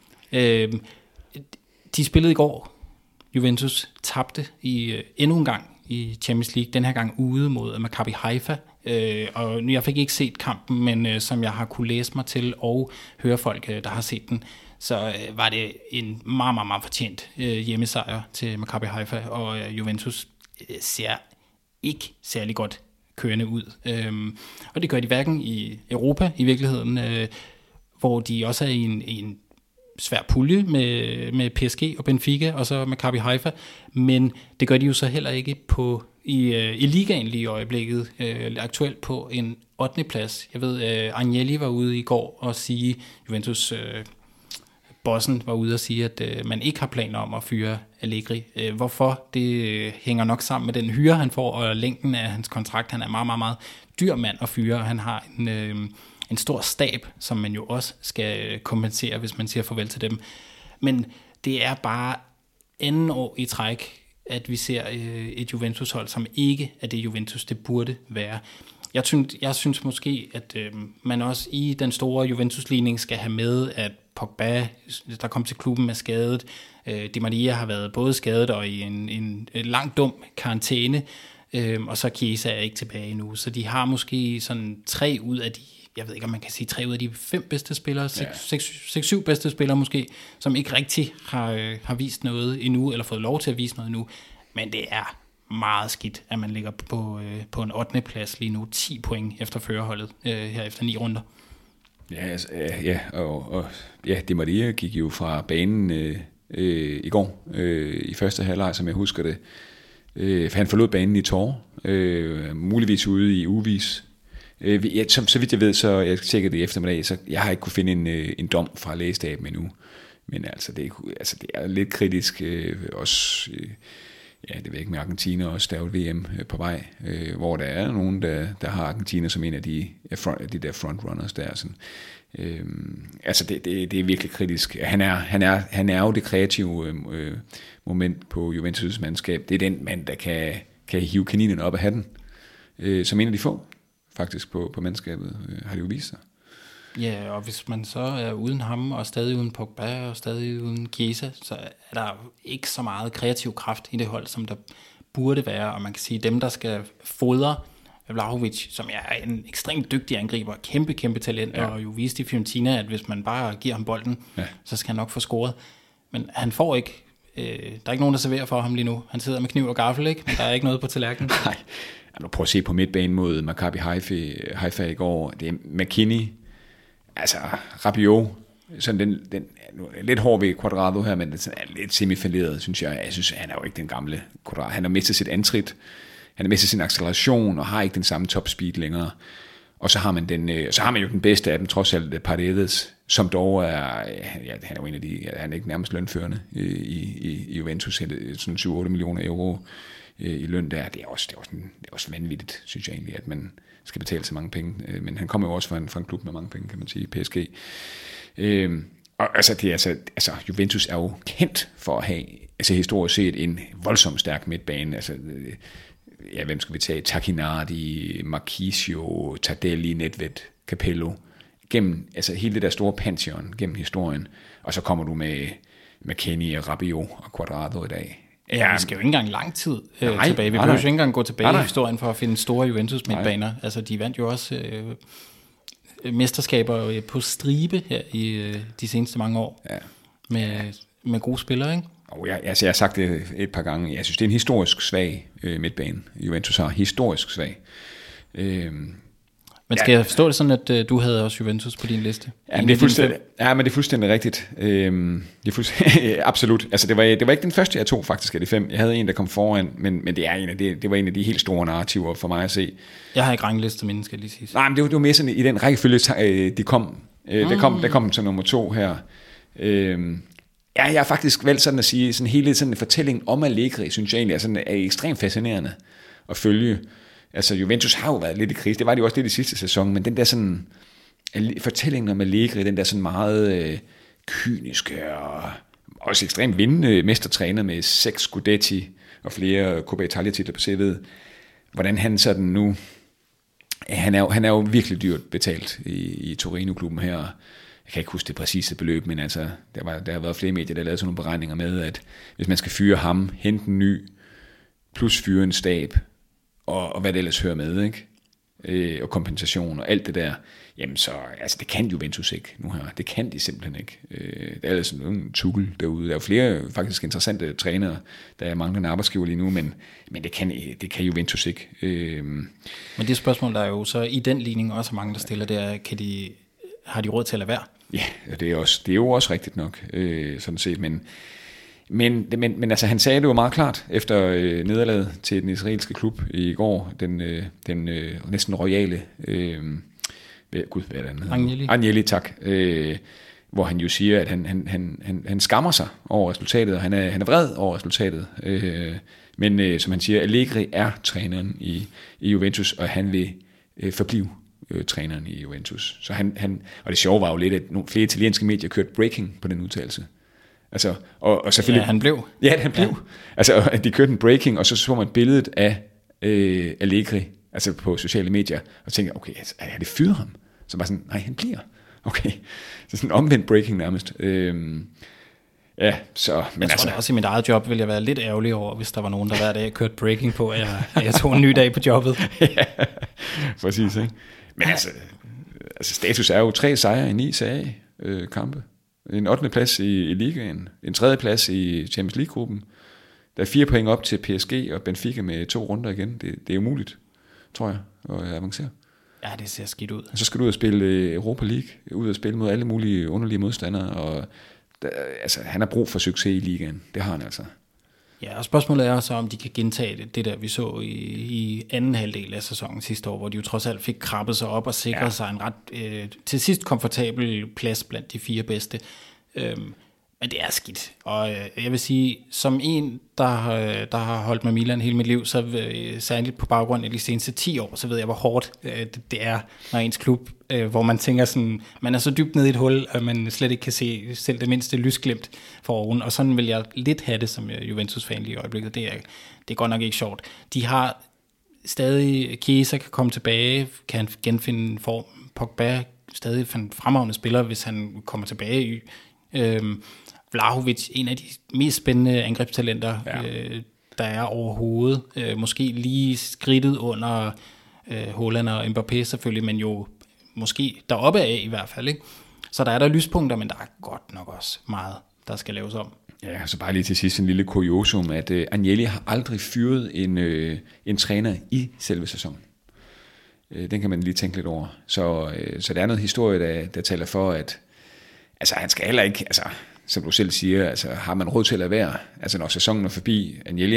De spillede i går. Juventus tabte endnu en gang i Champions League, den her gang ude mod Maccabi Haifa. Og jeg fik ikke set kampen, men som jeg har kunne læse mig til og høre folk, der har set den, så var det en meget, meget, meget fortjent hjemmesejr til Maccabi Haifa, og Juventus ser ikke særlig godt kørende ud. Og det gør de hverken i Europa i virkeligheden, hvor de også er i en svær pulje med PSG og Benfica og så Maccabi Haifa, men det gør de jo så heller ikke i ligaen lige i øjeblikket, aktuelt på en 8. plads. Jeg ved, Agnelli var ude i går og sige, Juventus bossen var ude og sige, at man ikke har planer om at fyre Allegri. Hvorfor? Det hænger nok sammen med den hyre, han får, og længden af hans kontrakt. Han er meget, meget, meget dyr mand at fyre. Han har en stor stab, som man jo også skal kompensere, hvis man siger farvel til dem. Men det er bare anden år i træk, at vi ser et Juventus-hold, som ikke er det Juventus, det burde være. Jeg synes måske, at man også i den store Juventus-ligning skal have med, at Pogba, der kom til klubben, er skadet. Di Maria har været både skadet og i en langt dum karantæne, og så Chiesa er ikke tilbage endnu. Så de har måske sådan 3 ud af de, jeg ved ikke, om man kan sige 3 ud af de 5 bedste spillere, 6-7 bedste spillere måske, som ikke rigtig har vist noget endnu, eller fået lov til at vise noget endnu. Men det er meget skidt, at man ligger på en 8. plads lige nu, 10 point efter førerholdet her efter 9 runder. Di Maria gik jo fra banen i går i første halvleg, som jeg husker det. Han forlod banen i tårer, muligvis ude i uvis. Så vidt jeg ved, så jeg tjekkede det i eftermiddag, så jeg har ikke kunne finde en dom fra lægestaben endnu. Men altså, det er lidt kritisk, også, ja, det ved jeg ikke med Argentina, også der er jo VM på vej, hvor der er nogen, der har Argentina som en af de der frontrunners der. Sådan. Altså, det er virkelig kritisk. Han er jo det kreative moment på Juventus' mandskab. Det er den mand, der kan hive kaninerne op af hatten, som en af de få, faktisk, på mandskabet, har det jo vist sig. Ja, og hvis man så er uden ham, og stadig uden Pogba, og stadig uden Chiesa, så er der ikke så meget kreativ kraft i det hold, som der burde være. Og man kan sige, dem, der skal fodre Vlahovic, som er en ekstremt dygtig angriber, kæmpe talent, ja. Og jo viste i Fiorentina, at hvis man bare giver ham bolden, så skal han nok få scoret. Men han får ikke, der er ikke nogen, der serverer for ham lige nu. Han sidder med kniv og gaffel, ikke? Men der er ikke noget på tallerkenen. Nej, nu prøv at se på midtbanen mod Maccabi Haifa i går. Det er McKinney, altså Rabiot, sådan den lidt hård ved Cuadrado her, men det er lidt semifalderet, synes jeg. Jeg synes, han er jo ikke den gamle Cuadrado. Han har mistet sit antrit, han har mistet sin acceleration, og har ikke den samme topspeed længere. Og så har man jo den bedste af dem, trods alt Paredes, som dog er, han er jo en af de, han er ikke nærmest lønførende i Juventus, sådan 7-8 millioner euro i løn der. Det er også vanvittigt, synes jeg egentlig, at man skal betale så mange penge. Men han kommer jo også fra en klub med mange penge, kan man sige, PSG. Og altså, Juventus er jo kendt for at have, altså historisk set, en voldsomt stærk midtbane. Altså, ja, hvem skal vi tage? Tacchinardi, Marchisio, Tardelli, Nedved, Capello. Gennem, altså hele det der store pantheon gennem historien. Og så kommer du med McKennie, Rabiot og Cuadrado i dag. Ja, vi skal jo ikke engang lang tid tilbage. Vi behøver jo ikke engang gå tilbage i historien for at finde store Juventus-midtbaner. Altså, de vandt jo også mesterskaber på stribe her i de seneste mange år. Ja. Med gode spillere, ikke? Og jeg har sagt det et par gange. Jeg synes, det er en historisk svag midtbane. Juventus har historisk svag. Men skal jeg forstå det sådan, at du havde også Juventus på din liste? Ja, men det er fuldstændig rigtigt. Absolut. Altså, det var ikke den første, jeg tog faktisk af de 5. Jeg havde en, der kom foran, men det var en af de helt store narrativer for mig at se. Jeg har ikke ranglistet mine, skal jeg lige sige. Nej, men det var mere sådan i den rækkefølge, de kom. Der kom til nummer 2 her. Jeg har faktisk valgt sådan at sige, sådan hele sådan en fortælling om Allegri, synes jeg egentlig er ekstremt fascinerende at følge. Altså, Juventus har jo været lidt i krise. Det var det jo også lidt i sidste sæson, men den der sådan fortællingen om Allegri, den der sådan meget kyniske og også ekstremt vindende mestertræner med 6 Scudetti og flere Coppa Italia-titler på CV'et. Hvordan han sådan nu, han er jo virkelig dyrt betalt i Torino-klubben her. Jeg kan ikke huske det præcise beløb, men altså, der har været flere medier, der har lavet sådan nogle beregninger med, at hvis man skal fyre ham, hente en ny, plus fyre en stab, og hvad det ellers hører med, ikke? Og kompensation og alt det der, jamen så, altså det kan Juventus ikke nu her. Det kan de simpelthen ikke. Der er sådan en Tuchel derude. Der er jo flere faktisk interessante trænere, der er manglende arbejdsgiver lige nu, men det kan Juventus ikke. Men det spørgsmål, der er jo så i den ligning også mange, der stiller, det er, har de råd til at lade være? Ja, det er jo også rigtigt nok, sådan set, men altså, han sagde det jo meget klart efter nederlaget til den israelske klub i går, den næsten royale, hvad er det? Agnelli, tak. Hvor han jo siger, at han skammer sig over resultatet, og han er vred over resultatet. Men som han siger, Allegri er træneren i Juventus, og han vil forblive træneren i Juventus. Så og det sjove var jo lidt, at nogle flere italienske medier kørte breaking på den udtalelse. Altså, og selvfølgelig, ja, han blev. Ja, han blev. Ja. Altså, de kørte en breaking, og så man billedet af Allegri, altså på sociale medier, og tænkte, okay, altså, er det fyret ham? Så var sådan, nej, han bliver. Okay. Så sådan en omvendt breaking nærmest. Ja, så... Men jeg tror også i mit eget job ville jeg være lidt ærgerlig over, hvis der var nogen, der hver dag kørte breaking på, at jeg tog en ny dag på jobbet. Ja, præcis, ikke? Men altså status er jo 3 sejre i 9 kampe. En 8. plads i ligaen, en 3. plads i Champions League-gruppen. Der er 4 point op til PSG og Benfica med 2 runder igen. Det er umuligt, tror jeg, at avancere. Ja, det ser skidt ud. Og så skal du ud og spille Europa League, ud og spille mod alle mulige underlige modstandere, og altså, han har brug for succes i ligaen. Det har han altså. Ja, og spørgsmålet er så, om de kan gentage det der, vi så i anden halvdel af sæsonen sidste år, hvor de jo trods alt fik krabbet sig op og sikret sig en ret til sidst komfortabel plads blandt de 4 bedste. Men det er skidt, og jeg vil sige, som en, der har holdt med Milan hele mit liv, så særligt på baggrund af de seneste 10 år, så ved jeg, hvor hårdt det er, når ens klub, hvor man tænker sådan, man er så dybt nede i et hul, at man slet ikke kan se selv det mindste lysglimt for oven, og sådan vil jeg lidt have det som Juventus-fan lige i øjeblikket. Det er godt nok ikke sjovt. De har stadig, Chiesa kan komme tilbage, kan genfinde form, Pogba stadig fremragende spiller, hvis han kommer tilbage i Vlahovic, en af de mest spændende angrebstalenter, der er overhovedet. Måske lige skridtet under Haaland og Mbappé selvfølgelig, men jo måske deroppe af i hvert fald. Ikke? Så der er der lyspunkter, men der er godt nok også meget, der skal laves om. Ja, så bare lige til sidst en lille kuriosum, at Agnelli har aldrig fyret en træner i selve sæsonen. Den kan man lige tænke lidt over. Så der er noget historie, der taler for, at altså, han skal heller ikke, altså, som du selv siger, altså, har man råd til at være, altså når sæsonen er forbi, Agnelli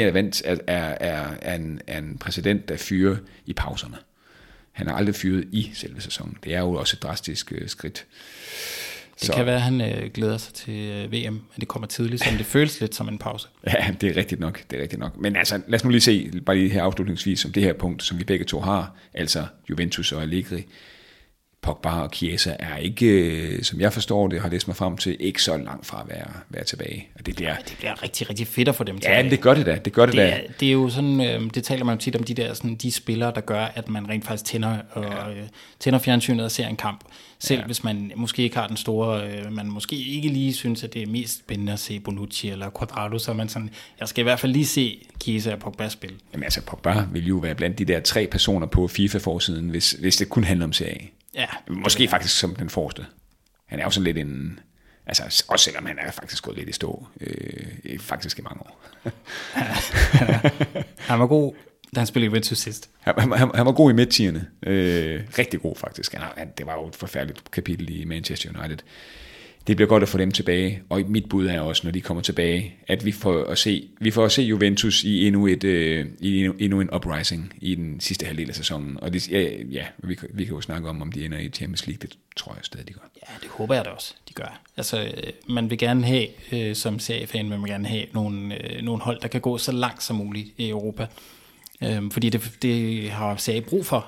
er en præsident, der fyrer i pauserne. Han har aldrig fyret i selve sæsonen. Det er jo også et drastisk skridt. Det kan være, at han glæder sig til VM, at det kommer tidligt, så det føles lidt som en pause. Ja, det er rigtigt nok. Men altså, lad os nu lige se, bare lige her afslutningsvis, om det her punkt, som vi begge to har, altså Juventus og Allegri. Pogba og Chiesa er ikke, som jeg forstår det, har læst mig frem til, ikke så langt fra at være tilbage. Og det bliver rigtig, rigtig fedt at få dem tilbage. Ja, det gør det da. Det er jo sådan, det taler man jo tit om de spillere, der gør, at man rent faktisk tænder fjernsynet og ser en kamp. Selv hvis man måske ikke har den store, man måske ikke lige synes, at det er mest spændende at se Bonucci eller Cuadrado, så man sådan, jeg skal i hvert fald lige se Chiesa og Pogba spille. Jamen altså, Pogba vil jo være blandt de der 3 personer på FIFA-forsiden, hvis det kun handler om serie. Ja, måske faktisk som den forreste. Han er jo sådan lidt en, altså også selvom han er faktisk gået lidt i stå, faktisk i mange år. Han var god, da han spillede i Juventus sidst. Han var god i midttierne. Rigtig god faktisk. Det var jo et forfærdeligt kapitel i Manchester United. Det bliver godt at få dem tilbage, og mit bud er også, når de kommer tilbage, at vi får at se Juventus i endnu en uprising i den sidste halvdel af sæsonen. Og vi kan jo snakke om de ender i Champions League, det tror jeg stadig, de gør. Ja, det håber jeg da også, de gør. Altså, man vil gerne have, som seriefan, man vil gerne have nogle hold, der kan gå så langt som muligt i Europa. Fordi det har serie brug for.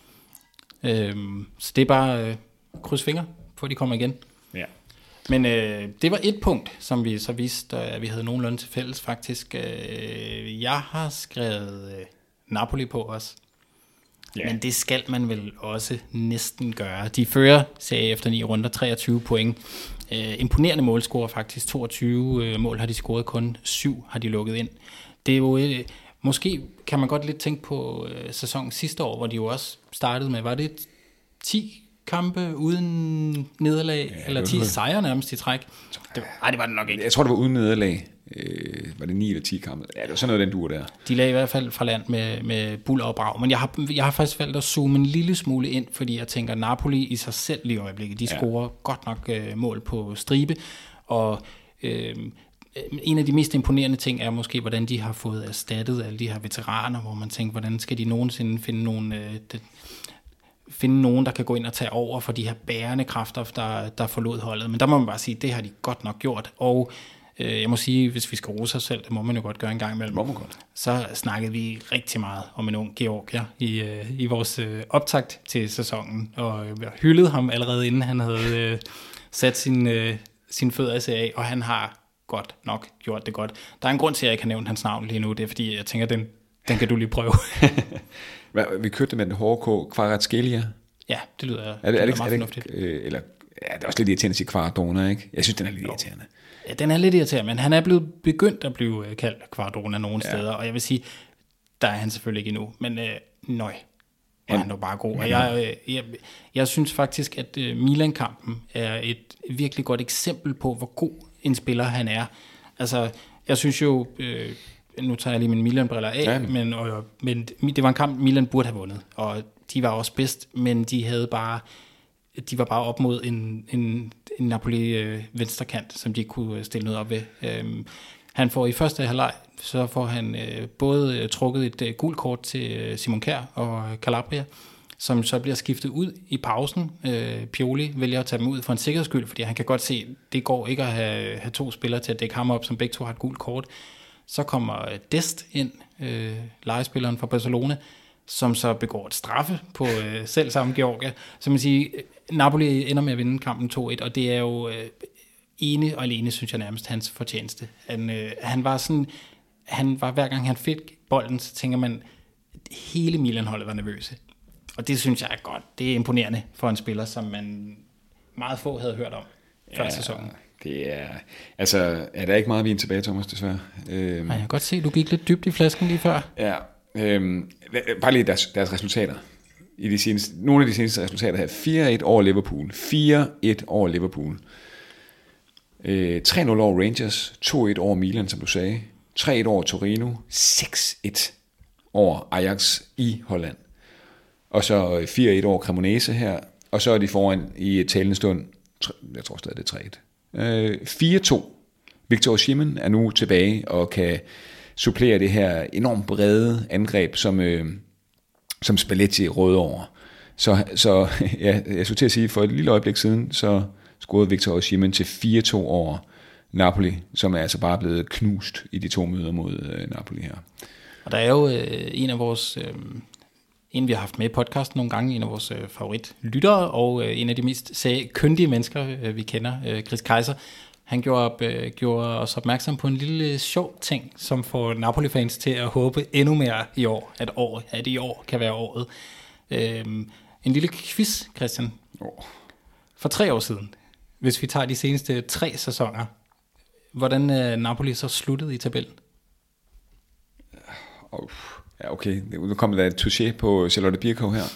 Så det er bare kryds fingre, for de kommer igen. Ja. Men det var et punkt, som vi så vidste, at vi havde nogenlunde til fælles faktisk. Jeg har skrevet Napoli på os. Yeah. Men det skal man vel også næsten gøre. De fører serie efter 9 runder, 23 point. Imponerende målscorer faktisk. 22 mål har de scoret, kun 7 har de lukket ind. Det er jo... Måske kan man godt lidt tænke på sæsonen sidste år, hvor de jo også startede med, var det 10 kampe uden nederlag, eller 10 sejre nærmest i træk? Nej, det var det nok ikke. Jeg tror, det var uden nederlag. Var det 9 eller 10 kampe? Ja, det var sådan noget, den duer der. De lagde i hvert fald fra land med buller og brag, men jeg har faktisk valgt at zoome en lille smule ind, fordi jeg tænker, Napoli i sig selv lige i øjeblikket, de scorer godt nok mål på stribe, og en af de mest imponerende ting er måske, hvordan de har fået erstattet alle de her veteraner, hvor man tænker, hvordan skal de nogensinde finde nogen, der kan gå ind og tage over for de her bærende kræfter, der forlod holdet. Men der må man bare sige, det har de godt nok gjort. Og jeg må sige, hvis vi skal rose os selv, det må man jo godt gøre en gang imellem. Må man godt. Så snakkede vi rigtig meget om en ung georgier i vores optakt til sæsonen, og hyldede ham allerede inden han havde sat sin fødder i Serie A, og han har godt nok gjort det godt. Der er en grund til, at jeg ikke har nævnt hans navn lige nu, det er fordi, jeg tænker, den kan du lige prøve. Vi kørte med den hårde Kvaratskhelia. Ja, det lyder meget fornuftigt. Det er også lidt irriterende at sige Kvaradona, ikke? Jeg synes, den er lidt irriterende. Ja, den er lidt irriterende, men han er begyndt at blive kaldt Kvaradona nogle steder, og jeg vil sige, der er han selvfølgelig ikke endnu, men han er bare god. Og jeg synes faktisk, at Milan-kampen er et virkelig godt eksempel på, hvor god en spiller han er. Altså, jeg synes jo, nu tager jeg lige mine Milan-briller af, men det var en kamp, Milan burde have vundet, og de var også bedst, men de var bare op mod en Napoli venstrekant, som de kunne stille noget op ved. Han får i første halvleg, så får han både trukket et gult kort til Simon Kjær og Calabria, som så bliver skiftet ud i pausen. Pioli vælger at tage dem ud for en sikkerheds skyld, fordi han kan godt se, at det går ikke at have to spillere til at dække ham op, som begge to har et gult kort. Så kommer Dest ind, legespilleren fra Barcelona, som så begår et straffe på selv samme Georgia. Så man siger, Napoli ender med at vinde kampen 2-1, og det er jo ene og alene, synes jeg nærmest, hans fortjeneste. Han var hver gang han fik bolden, så tænker man, hele Milan-holdet var nervøse. Og det synes jeg er godt. Det er imponerende for en spiller, som man meget få havde hørt om før sæsonen. Det er, altså, er der ikke meget vin tilbage, Thomas, desværre? Jeg kan godt se, du gik lidt dybt i flasken lige før. Ja, bare lige deres resultater. Nogle af de seneste resultater her. 4-1 over Liverpool. 4-1 over Liverpool. 3-0 over Rangers. 2-1 over Milan, som du sagde. 3-1 over Torino. 6-1 over Ajax i Holland. Og så 4-1 over Cremonese her. Og så er de foran i talende stund. Jeg tror stadig, det er 3-1. 4-2. Victor Osimhen er nu tilbage og kan supplere det her enormt brede angreb, som Spalletti råder over. Så ja, jeg skulle til at sige, for et lille øjeblik siden, så scorede Victor Osimhen til 4-2 over Napoli, som er altså bare blevet knust i de 2 møder mod Napoli her. Og der er jo en af vores... en vi har haft med i podcasten nogle gange, en af vores favoritlyttere, og en af de mest kyndige mennesker, vi kender, Chris Kaiser. Han gjorde os opmærksom på en lille sjov ting, som får Napoli-fans til at håbe endnu mere i år, at i år kan være året. En lille quiz, Christian. For 3 år siden, hvis vi tager de seneste 3 sæsoner, hvordan er Napoli så sluttet i tabellen? Ja, okay. Nu kommer der et touché på Charlotte Birkow her.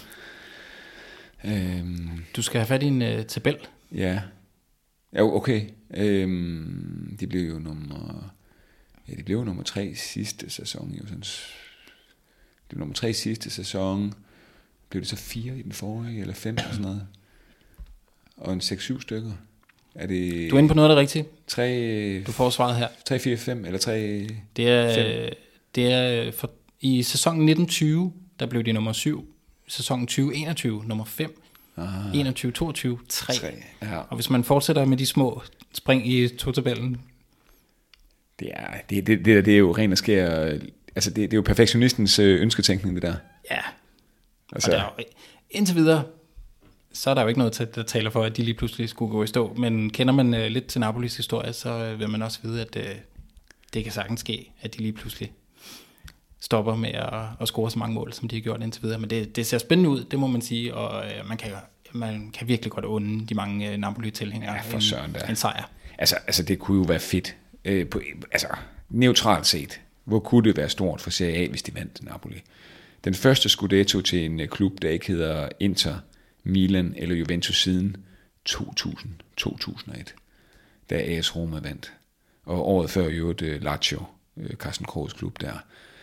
Du skal have fat i en tabel. Ja, okay. De blev jo nummer 3 sidste sæson. Det blev nummer 3 sidste sæson. Blev det så 4 i den forrige, eller 5 og sådan noget? Og en 6-7 stykker. Er det... Du er inde på noget af det rigtige. 3... Du får svaret her. 3, 4, 5 eller 3... Det er for, i sæsonen 1920, der blev de nummer 7. Sæsonen 2021, nummer 5. 21-22, 3. Ja. Og hvis man fortsætter med de små spring i tabellen. Det er jo ren og skær. Altså det er jo perfektionistens ønsketænkning, det der. Ja. Altså. Og der er, indtil videre, så er der jo ikke noget, der taler for, at de lige pludselig skulle gå i stå. Men kender man lidt til Napolis historie, så vil man også vide, at det kan sagtens ske, at de lige pludselig stopper med at score så mange mål, som de har gjort indtil videre. Men det ser spændende ud, det må man sige, og man kan virkelig godt unde de mange Napoli-tilhængere en sejr. Altså det kunne jo være fedt. Neutralt set, hvor kunne det være stort for Serie A, hvis de vandt Napoli? Den første Scudetto til en klub, der ikke hedder Inter, Milan eller Juventus siden 2001, da AS Roma vandt. Og året før jo Lazio, Carsten Krogs klub der.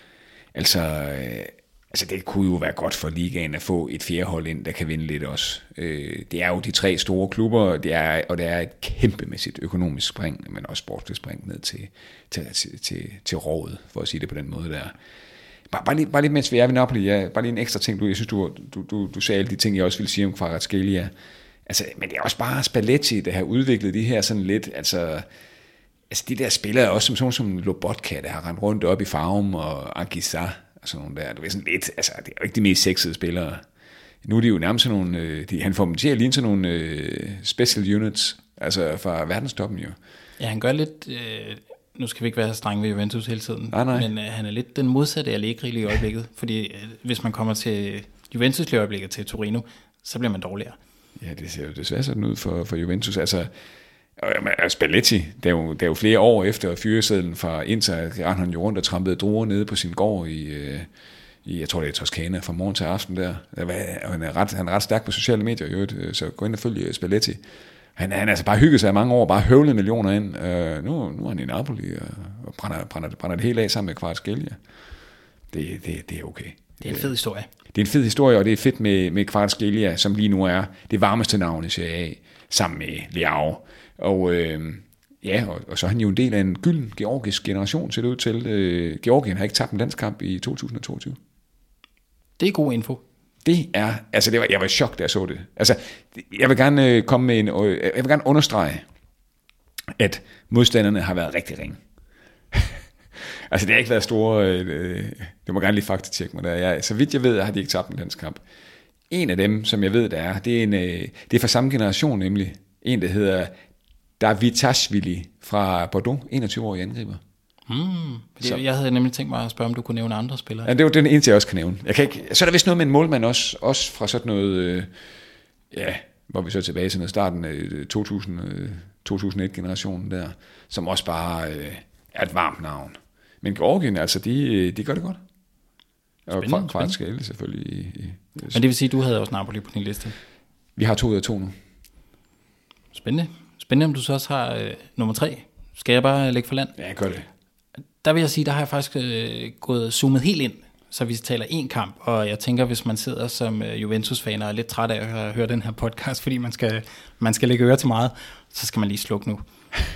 Altså det kunne jo være godt for ligaen at få et fjerde hold ind, der kan vinde lidt også. Det er jo de 3 store klubber, og det er et kæmpemæssigt økonomisk spring, men også sportsligt spring ned til rådet, for at sige det på den måde der. Bare lige mens vi er ved Napoli, bare lige en ekstra ting, jeg synes, du sagde alle de ting, jeg også ville sige om Kvaratskhelia. Altså, men det er også bare Spalletti, der har udviklet de her sådan lidt, altså de der spillere også som Lobotka, der har rendt rundt op i Farum og Anguissa og sådan nogle der. Du ved sådan lidt, altså det er jo ikke de mest sexede spillere. Nu er de jo nærmest sådan nogle, han får dem til at ligne sådan nogle special units, altså fra verdenstoppen jo. Ja, han gør lidt, nu skal vi ikke være strenge ved Juventus hele tiden, nej. Men han er lidt den modsatte af Allegri i øjeblikket, fordi hvis man kommer til Juventus i øjeblikket til Torino, så bliver man dårligere. Ja, det ser jo desværre sådan ud for Juventus, altså. Spalletti, der er jo flere år efter fyresedlen fra Inter, rendte han jo rundt og trampede druer nede på sin gård i jeg tror det er Toscana, fra morgen til aften der. Han er ret stærk på sociale medier i øvrigt, så gå ind og følge Spalletti. Han altså bare hygget sig i mange år, bare høvlet millioner ind. Nu er han i Napoli og brænder det hele af sammen med Kvaratskhelia. Det er okay. Det er en fed historie. Det er en fed historie, og det er fedt med Kvaratskhelia, som lige nu er det varmeste navn i Serie A, sammen med Leao. Og Ja, og så er han jo en del af en gylden georgisk generation, ser det ud til. Georgien har ikke tabt en landskamp i 2022. Det er god info. Det er, altså jeg var i chok, da jeg så det. Altså, jeg vil gerne komme med jeg vil gerne understrege, at modstanderne har været rigtig ringe. Altså, det har ikke været store, det må gerne lige faktatjekke mig der. Så vidt jeg ved, har de ikke tabt en landskamp. En af dem, som jeg ved, det er fra samme generation, nemlig en, der hedder Davitashvili fra Bordeaux, 21-årig angriber. Jeg havde nemlig tænkt mig at spørge, om du kunne nævne andre spillere. Ja, det var den eneste, jeg også kan nævne. Så er der vist noget med en målmand også fra sådan noget, hvor vi så er tilbage til noget starten af 2001-generationen der, som også bare er et varmt navn. Men Georgien, altså, de gør det godt. Og Kvartskale selvfølgelig. Men det vil sige, at du havde også Napoli på din liste? Vi har 2 ud af 2 nu. Spændende. Spændende, om du så også har nummer 3. Skal jeg bare lægge for land? Ja, gør det. Der vil jeg sige, der har jeg faktisk gået zoomet helt ind, så vi taler én kamp, og jeg tænker, hvis man sidder som Juventus-fan og er lidt træt af at høre den her podcast, fordi man skal lægge øre til meget, så skal man lige slukke nu.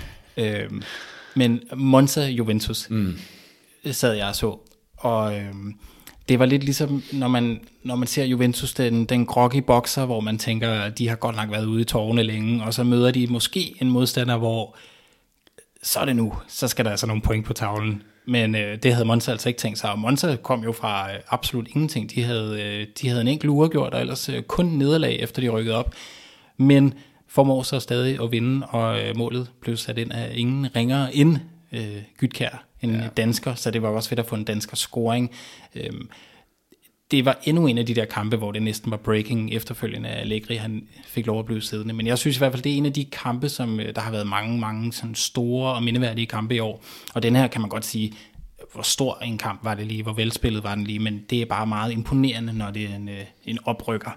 Men Monza-Juventus sad jeg og så, og det var lidt ligesom, når man ser Juventus, den groggy bokser, hvor man tænker, de har godt nok været ude i tårne længe, og så møder de måske en modstander, hvor så er det nu, så skal der altså nogle point på tavlen. Men det havde Monza altså ikke tænkt sig, og Monza kom jo fra absolut ingenting. De havde en enkelt uafgjort, og ellers kun nederlag, efter de rykkede op. Men formår så stadig at vinde, og målet blev sat ind af ingen ringere end Gytkjær, en dansker, så det var også fedt at få en dansker scoring. Det var endnu en af de der kampe, hvor det næsten var breaking efterfølgende af Allegri, han fik lov at blive siddende. Men jeg synes i hvert fald, det er en af de kampe, som der har været mange sådan store og mindeværdige kampe i år. Og den her kan man godt sige, hvor stor en kamp var det lige, hvor velspillet var den lige, men det er bare meget imponerende, når det er en oprykker,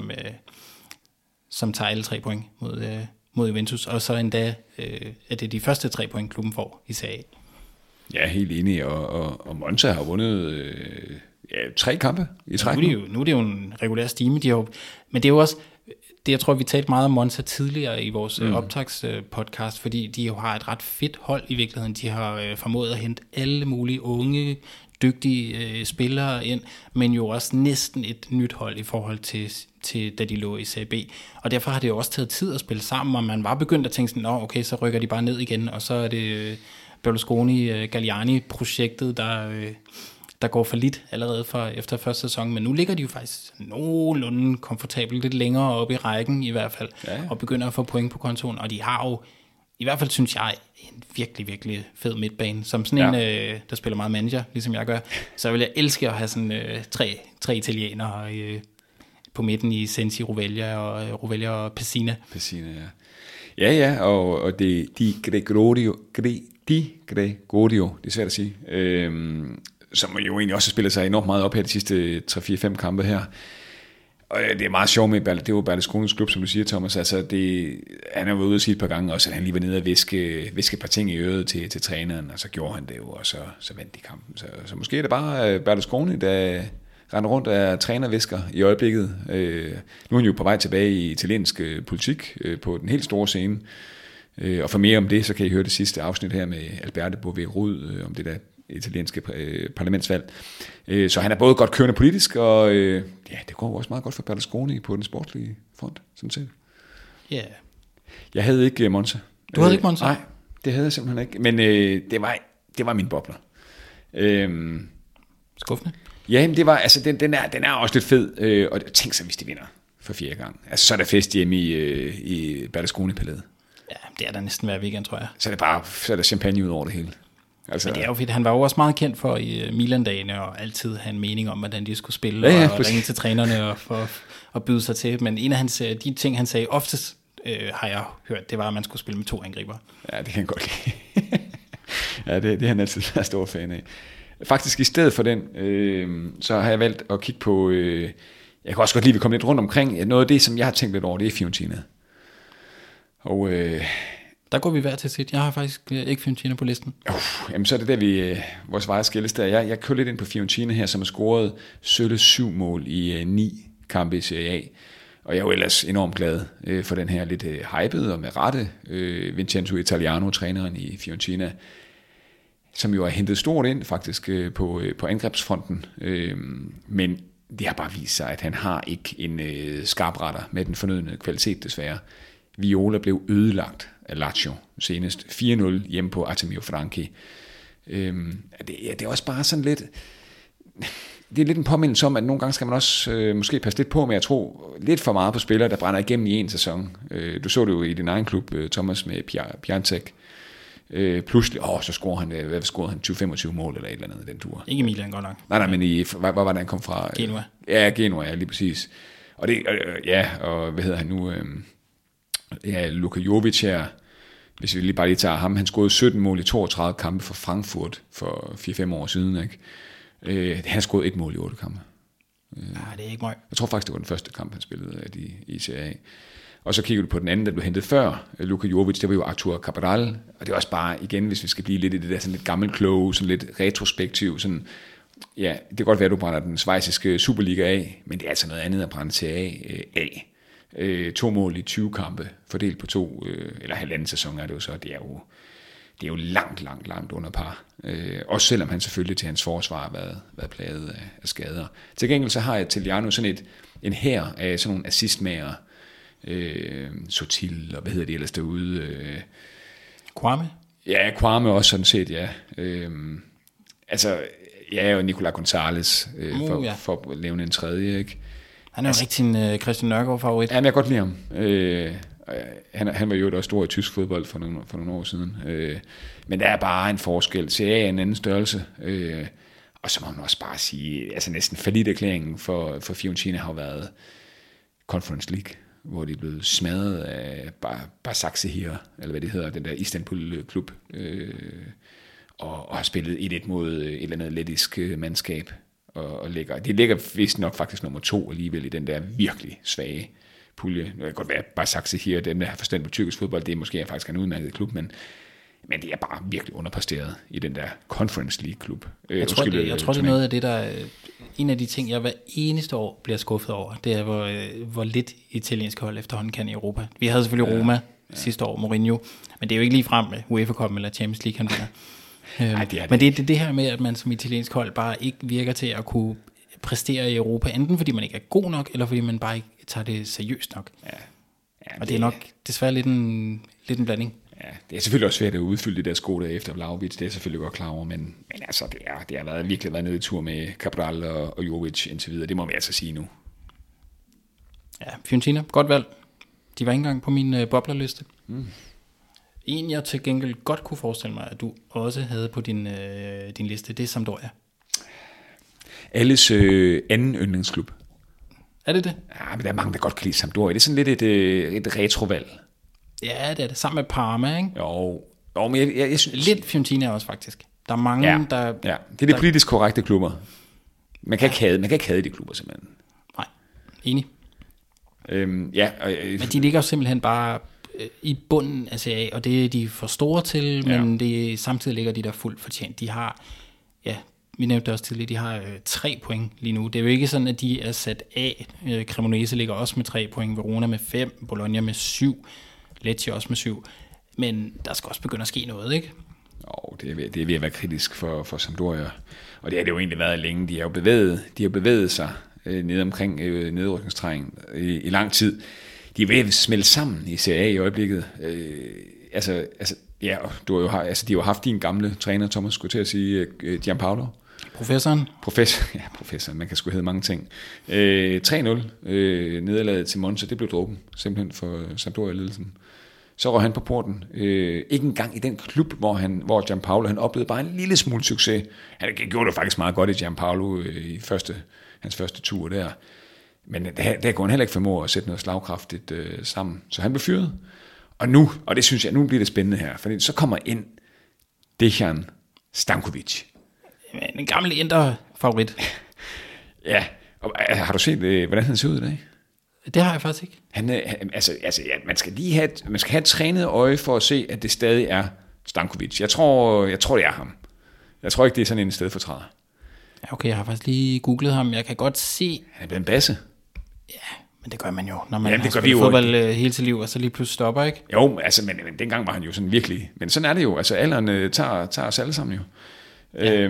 som tager alle 3 point mod Juventus. Og så endda er det de første 3 point, klubben får i Serie A. Ja, helt enig, og Monza har vundet 3 kampe i træk. Nu er det jo en regulær stime, men det er jo også, det jeg tror, vi talte meget om Monza tidligere i vores optagspodcast, fordi de jo har et ret fedt hold i virkeligheden. De har formået at hente alle mulige unge, dygtige spillere ind, men jo også næsten et nyt hold i forhold til da de lå i Serie B. Og derfor har det jo også taget tid at spille sammen, og man var begyndt at tænke sådan, okay, så rykker de bare ned igen, og så er det Berlusconi-Galliani-projektet, der går for lidt allerede efter første sæson, men nu ligger de jo faktisk nogenlunde komfortabelt lidt længere oppe i rækken i hvert fald, og begynder at få point på kontoen, og de har jo, i hvert fald synes jeg, en virkelig, virkelig fed midtbane, som sådan en, der spiller meget manager, ligesom jeg gør, så vil jeg elske at have sådan 3 italienere på midten i Sensi, Rovella og Pessina. Pessina, ja. Ja, og det Di Gregorio, det er svært at sige, som jo egentlig også har spillet sig enormt meget op her de sidste 3-4-5 kampe her. Og det er meget sjovt med, det er jo Berlusconis klub, som du siger, Thomas. Altså, han har været ude at sige et par gange også, at han lige var nede og viske et par ting i øret til træneren, og så gjorde han det jo, og så vandt de kampen. Så måske er det bare Berlusconi, der render rundt af trænervisker i øjeblikket. Nu er han jo på vej tilbage i italiensk politik på den helt store scene. Og for mere om det, så kan I høre det sidste afsnit her med Alberto Boveri om det der italienske parlamentsvalg. Så han er både godt kørende politisk, og det går også meget godt for Berlusconi på den sportslige front, sådan set. Ja. Yeah. Jeg havde ikke Monza. Du havde ikke Monza? Nej, det havde jeg simpelthen ikke. Men det var min bobler. Skuffende? Ja, men det var, altså den er også lidt fed, og tænk så, hvis de vinder for 4 gang. Altså så er der fest hjemme i Berlusconi-palæet. Ja, det er der næsten hver weekend, tror jeg. Så er der champagne ud over det hele. Altså, men det er jo fedt. Han var jo også meget kendt for i Milan-dagene og altid have en mening om, hvordan de skulle spille, og ringe til trænerne og for at byde sig til. Men en af de ting, han sagde oftest, har jeg hørt, det var, at man skulle spille med 2 angriber. Ja, det kan han godt lide. Ja, det er han altid en stor fan af. Faktisk i stedet for den, så har jeg valgt at kigge på, jeg kan også godt lide, at vi kommer lidt rundt omkring, noget af det, som jeg har tænkt lidt over, det er Fiorentina. Og der går vi hver til sit. Jeg har faktisk ikke Fiorentina på listen. Jamen så er det der, vores veje skilles der. Jeg kører lidt ind på Fiorentina her, som har scoret 7 mål i 9 kampe i Serie A. Og jeg er jo ellers enormt glad for den her lidt hypede og med rette Vincenzo Italiano, træneren i Fiorentina, som jo har hentet stort ind faktisk på angrebsfronten. Men det har bare vist sig, at han har ikke en skarpretter med den fornødne kvalitet desværre. Viola blev ødelagt af Lazio senest 4-0 hjemme på Artemio Franchi. Det er også bare sådan lidt... Det er lidt en påmindelse om, at nogle gange skal man også måske passe lidt på med at tro lidt for meget på spillere, der brænder igennem i en sæson. Du så det jo i din egen klub, Thomas, med Piatek. Pludselig, så scorer han 20-25 mål eller et eller andet den tur. Ikke Milan godt nok. Nej, men hvor var det, han kom fra? Genua. Ja, Genua, ja, lige præcis. Og det, og hvad hedder han nu? Luka Jovic her, hvis vi bare lige tager ham, han scorede 17 mål i 32 kampe for Frankfurt for 4-5 år siden, ikke? Han scorede 1 mål i 8 kampe. Det er ikke meget. Jeg tror faktisk, det var den første kamp, han spillede i Serie A. Og så kigger du på den anden, der blev hentet før, Luka Jovic, det var jo Artur Cabral, og det er også bare, igen, hvis vi skal blive lidt i det der sådan lidt gammelkloge, sådan lidt retrospektiv, sådan, ja, det kan godt være, at du brænder den schweiziske Superliga af, men det er altså noget andet at brænde Serie A af. 2 mål i 20 kampe, fordelt på 2, eller halvanden sæson er det jo så, det er jo langt under par. Også selvom han selvfølgelig til hans forsvar har været plaget af skader. Til gengæld så har Italiano sådan en hær af sådan nogle assistmager, Sotil, og hvad hedder det ellers derude? Kwame? Ja, Kwame også sådan set, ja. Og Nicolas Gonzalez, for at nævne en tredje, ikke? Han er jo rigtig en Christian Nørgaard-favorit. Ja, men jeg kan godt lide ham. Han var jo også stor i tysk fodbold for nogle år siden. Men der er bare en forskel. Serie A er en anden størrelse. Og så må man også bare sige, altså næsten falliterklæringen for Fiorentina har været Conference League, hvor de er blevet smadret af Başakşehir, eller hvad det hedder, den der Istanbul-klub, og har spillet 1-1 mod et eller andet lettisk mandskab. De ligger vist nok faktisk nummer 2 alligevel i den der virkelig svage pulje. Det kan godt være, at Başakşehir, den der har forstand på tyrkisk fodbold, det er måske faktisk en udmærket klub, men det er bare virkelig underpræsteret i den der Conference League-klub. Jeg tror, det er noget af det, der en af de ting, jeg hver eneste år bliver skuffet over, det er, hvor lidt italiensk hold efterhånden kan i Europa. Vi havde selvfølgelig Roma sidste år, Mourinho, men det er jo ikke lige frem med UEFA-koppen eller Champions League, han vinder. Men det er det her med, at man som italiensk hold bare ikke virker til at kunne præstere i Europa, enten fordi man ikke er god nok, eller fordi man bare ikke tager det seriøst nok. Og det er nok desværre lidt en blanding. Ja, det er selvfølgelig også svært at udfylde det der sko der efter Vlahovic, det er selvfølgelig godt klar over, men altså det har virkelig været nede i tur med Cabral og Jovic indtil videre, det må vi altså sige nu. Ja, Fiorentina, godt valg. De var ikke engang på min boblerliste. En, jeg til gengæld godt kunne forestille mig, at du også havde på din liste, det er Sampdoria. Alles anden yndlingsklub. Er det det? Ja, men der er mange, der godt kan lide Sampdoria. Det er sådan lidt et retrovalg. Ja, det er det. Sammen med Parma, ikke? Jo, men jeg synes... Lidt Fiorentina også, faktisk. Der er mange, der... Ja, det er de politisk korrekte klubber. Man kan ikke have de klubber, simpelthen. Nej, enig. Men de ligger simpelthen bare i bunden af Serie A, og det er de for store til, men samtidig ligger de der fuldt fortjent. De har, vi nævnte det også tidligere, de har 3 point lige nu. Det er jo ikke sådan, at de er sat af. Cremonese ligger også med 3 point, Verona med 5, Bologna med 7, Lecce også med 7. Men der skal også begynde at ske noget, ikke? Det er ved at være kritisk for Sampdoria. Og det har det jo egentlig været længe. De har jo bevæget sig ned omkring nedrykningsterræn i lang tid. De er ved at smelte sammen i Serie A i øjeblikket. De har jo haft din gamle træner, Thomas, skulle til at sige, Gianpaolo. Professoren, man kan sgu hedde mange ting. 3-0 nederlaget til Monza, det blev dråben, simpelthen for Sampdoria-ledelsen. Så røg han på porten. Ikke engang i den klub, hvor Gianpaolo, han oplevede bare en lille smule succes. Han gjorde det faktisk meget godt i Gianpaolo i hans første tur der. Men der kunne han heller ikke formå at sætte noget slagkraftigt sammen. Så han blev fyret. Og det synes jeg, nu bliver det spændende her. For så kommer ind Dejan Stankovic. En gammel Inter-favorit. Ja, og har du set, hvordan han ser ud i dag? Det har jeg faktisk ikke. Man skal have et trænet øje for at se, at det stadig er Stankovic. Jeg tror, det er ham. Jeg tror ikke, det er sådan en stedfortræder. Ja, okay, jeg har faktisk lige googlet ham. Jeg kan godt se... Han er blevet en basse. Ja, Men det gør man jo, når man Jamen, har spillet fodbold hele sit liv, og så lige pludselig stopper, ikke? Jo, altså, men dengang var han jo sådan virkelig... Men sådan er det jo. Altså, alderen tager os alle sammen jo. Ja.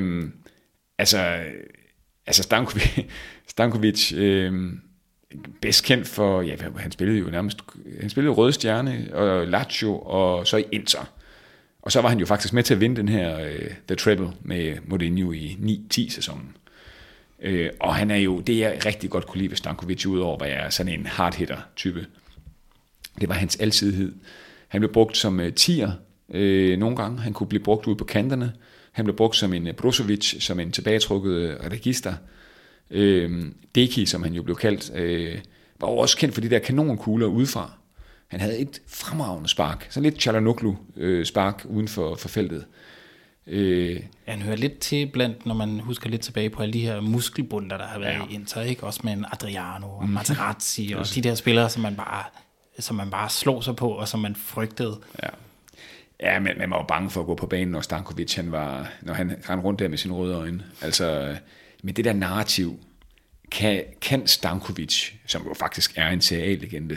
Stankovic... bedst kendt for... Ja, han spillede jo nærmest... Han spillede Røde Stjerne og Lazio, og så i Inter. Og så var han jo faktisk med til at vinde den her The Treble med Mourinho i 9-10 sæsonen. Og han er jo, det jeg rigtig godt kunne lide ved Stankovic, udover at jeg er sådan en hardhitter-type, det var hans alsidighed. Han blev brugt som tier nogle gange, han kunne blive brugt ude på kanterne, han blev brugt som en Brozovic, som en tilbagetrukket register. Deki, som han jo blev kaldt, var også kendt for de der kanonkugler udefra. Han havde et fremragende spark, så lidt Çalhanoğlu spark uden for feltet. Han hører lidt til blandt, når man husker lidt tilbage på alle de her muskelbunder, der har været i Inter, ikke? Også med en Adriano og Materazzi og de der spillere, som man bare slog sig på, og som man frygtede. Ja, men man var jo bange for at gå på banen, når Stankovic, når han rendte rundt der med sine røde øjne. Altså, med det der narrativ, kan Stankovic, som jo faktisk er en Serie A-legende,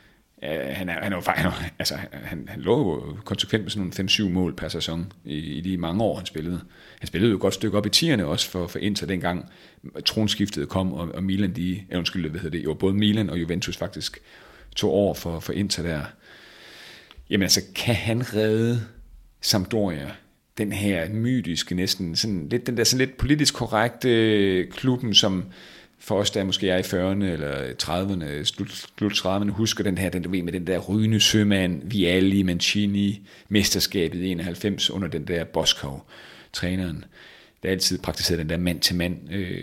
han lå jo konsekvent med sådan nogle 5-7 mål per sæson i de mange år, han spillede. Han spillede jo et godt stykke op i 10'erne også for Inter dengang tronskiftet kom, og Milan, både Milan og Juventus faktisk tog over for Inter der. Jamen altså, kan han redde Sampdoria, den her mytiske, næsten sådan lidt, den der sådan lidt politisk korrekte klubben, som for os, der måske er i 40'erne eller 30'erne, slut 30'erne, husker den her, du ved, med den der Rygende Sømand, Vialli, Mancini, mesterskabet i 91 under den der Boskov, træneren, der altid praktiserede den der mand-til-mand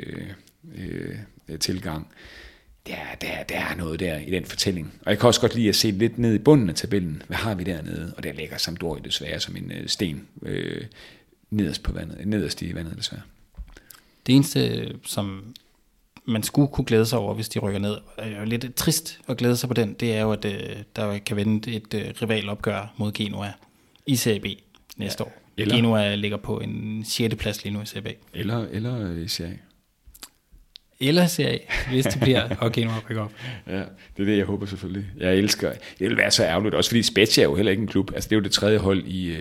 tilgang. Der er noget der i den fortælling. Og jeg kan også godt lide at se lidt ned i bunden af tabellen. Hvad har vi dernede? Og der ligger Sampdoria desværre som en sten nederst i vandet desværre. Det eneste, som man skulle kunne glæde sig over, hvis de rykker ned, er jo lidt trist at glæde sig på den, det er jo, at der kan vente et rivalopgør mod Genoa i Serie B næste år. Genoa ligger på en 6. plads lige nu i Serie B. Eller i Serie A. Eller Serie A, hvis det bliver, og Genoa rykker op. Ja, det er det, jeg håber selvfølgelig. Jeg elsker, det vil være så ærgerligt, også fordi Spezia er jo heller ikke en klub, altså det er jo det tredje hold i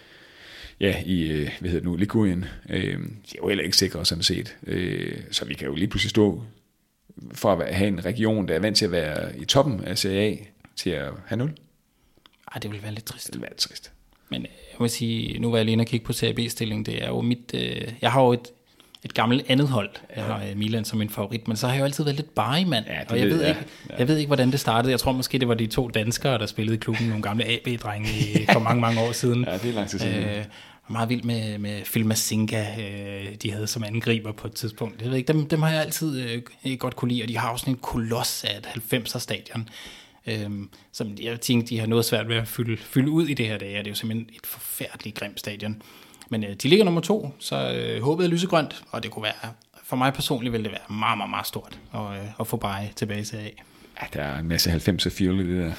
Ligurien. De er jo heller ikke sikre sådan set. Så vi kan jo lige pludselig stå for at have en region, der er vant til at være i toppen af Serie A, til at have 0. Ej, det vil være lidt trist. Det vil være trist. Men jeg må sige, nu var jeg lige inde og kigge på Serie B-stillingen, det er jo mit... jeg har jo et gammelt andet hold. Jeg har Milan som min favorit, men så har jeg jo altid været lidt Bari-mand, og jeg ved ikke, hvordan det startede. Jeg tror måske, det var de 2 danskere, der spillede i klubben, nogle gamle AB-drenge for mange år siden. Ja, det er lang tid siden. Meget vild med Phil Masinga, de havde som angriber på et tidspunkt. Jeg ved ikke, dem har jeg altid godt kunne lide, og de har også sådan en koloss af et 90'er stadion, som jeg tænkte, de har noget svært ved at fylde ud i det her dag. Det er jo simpelthen et forfærdeligt grimt stadion. Men de ligger nummer 2, så håbet er lysegrønt, og det kunne være, for mig personligt ville det være meget, meget, meget stort at få Bari tilbage til af. Ja, der er en masse 90'er fjol i det der.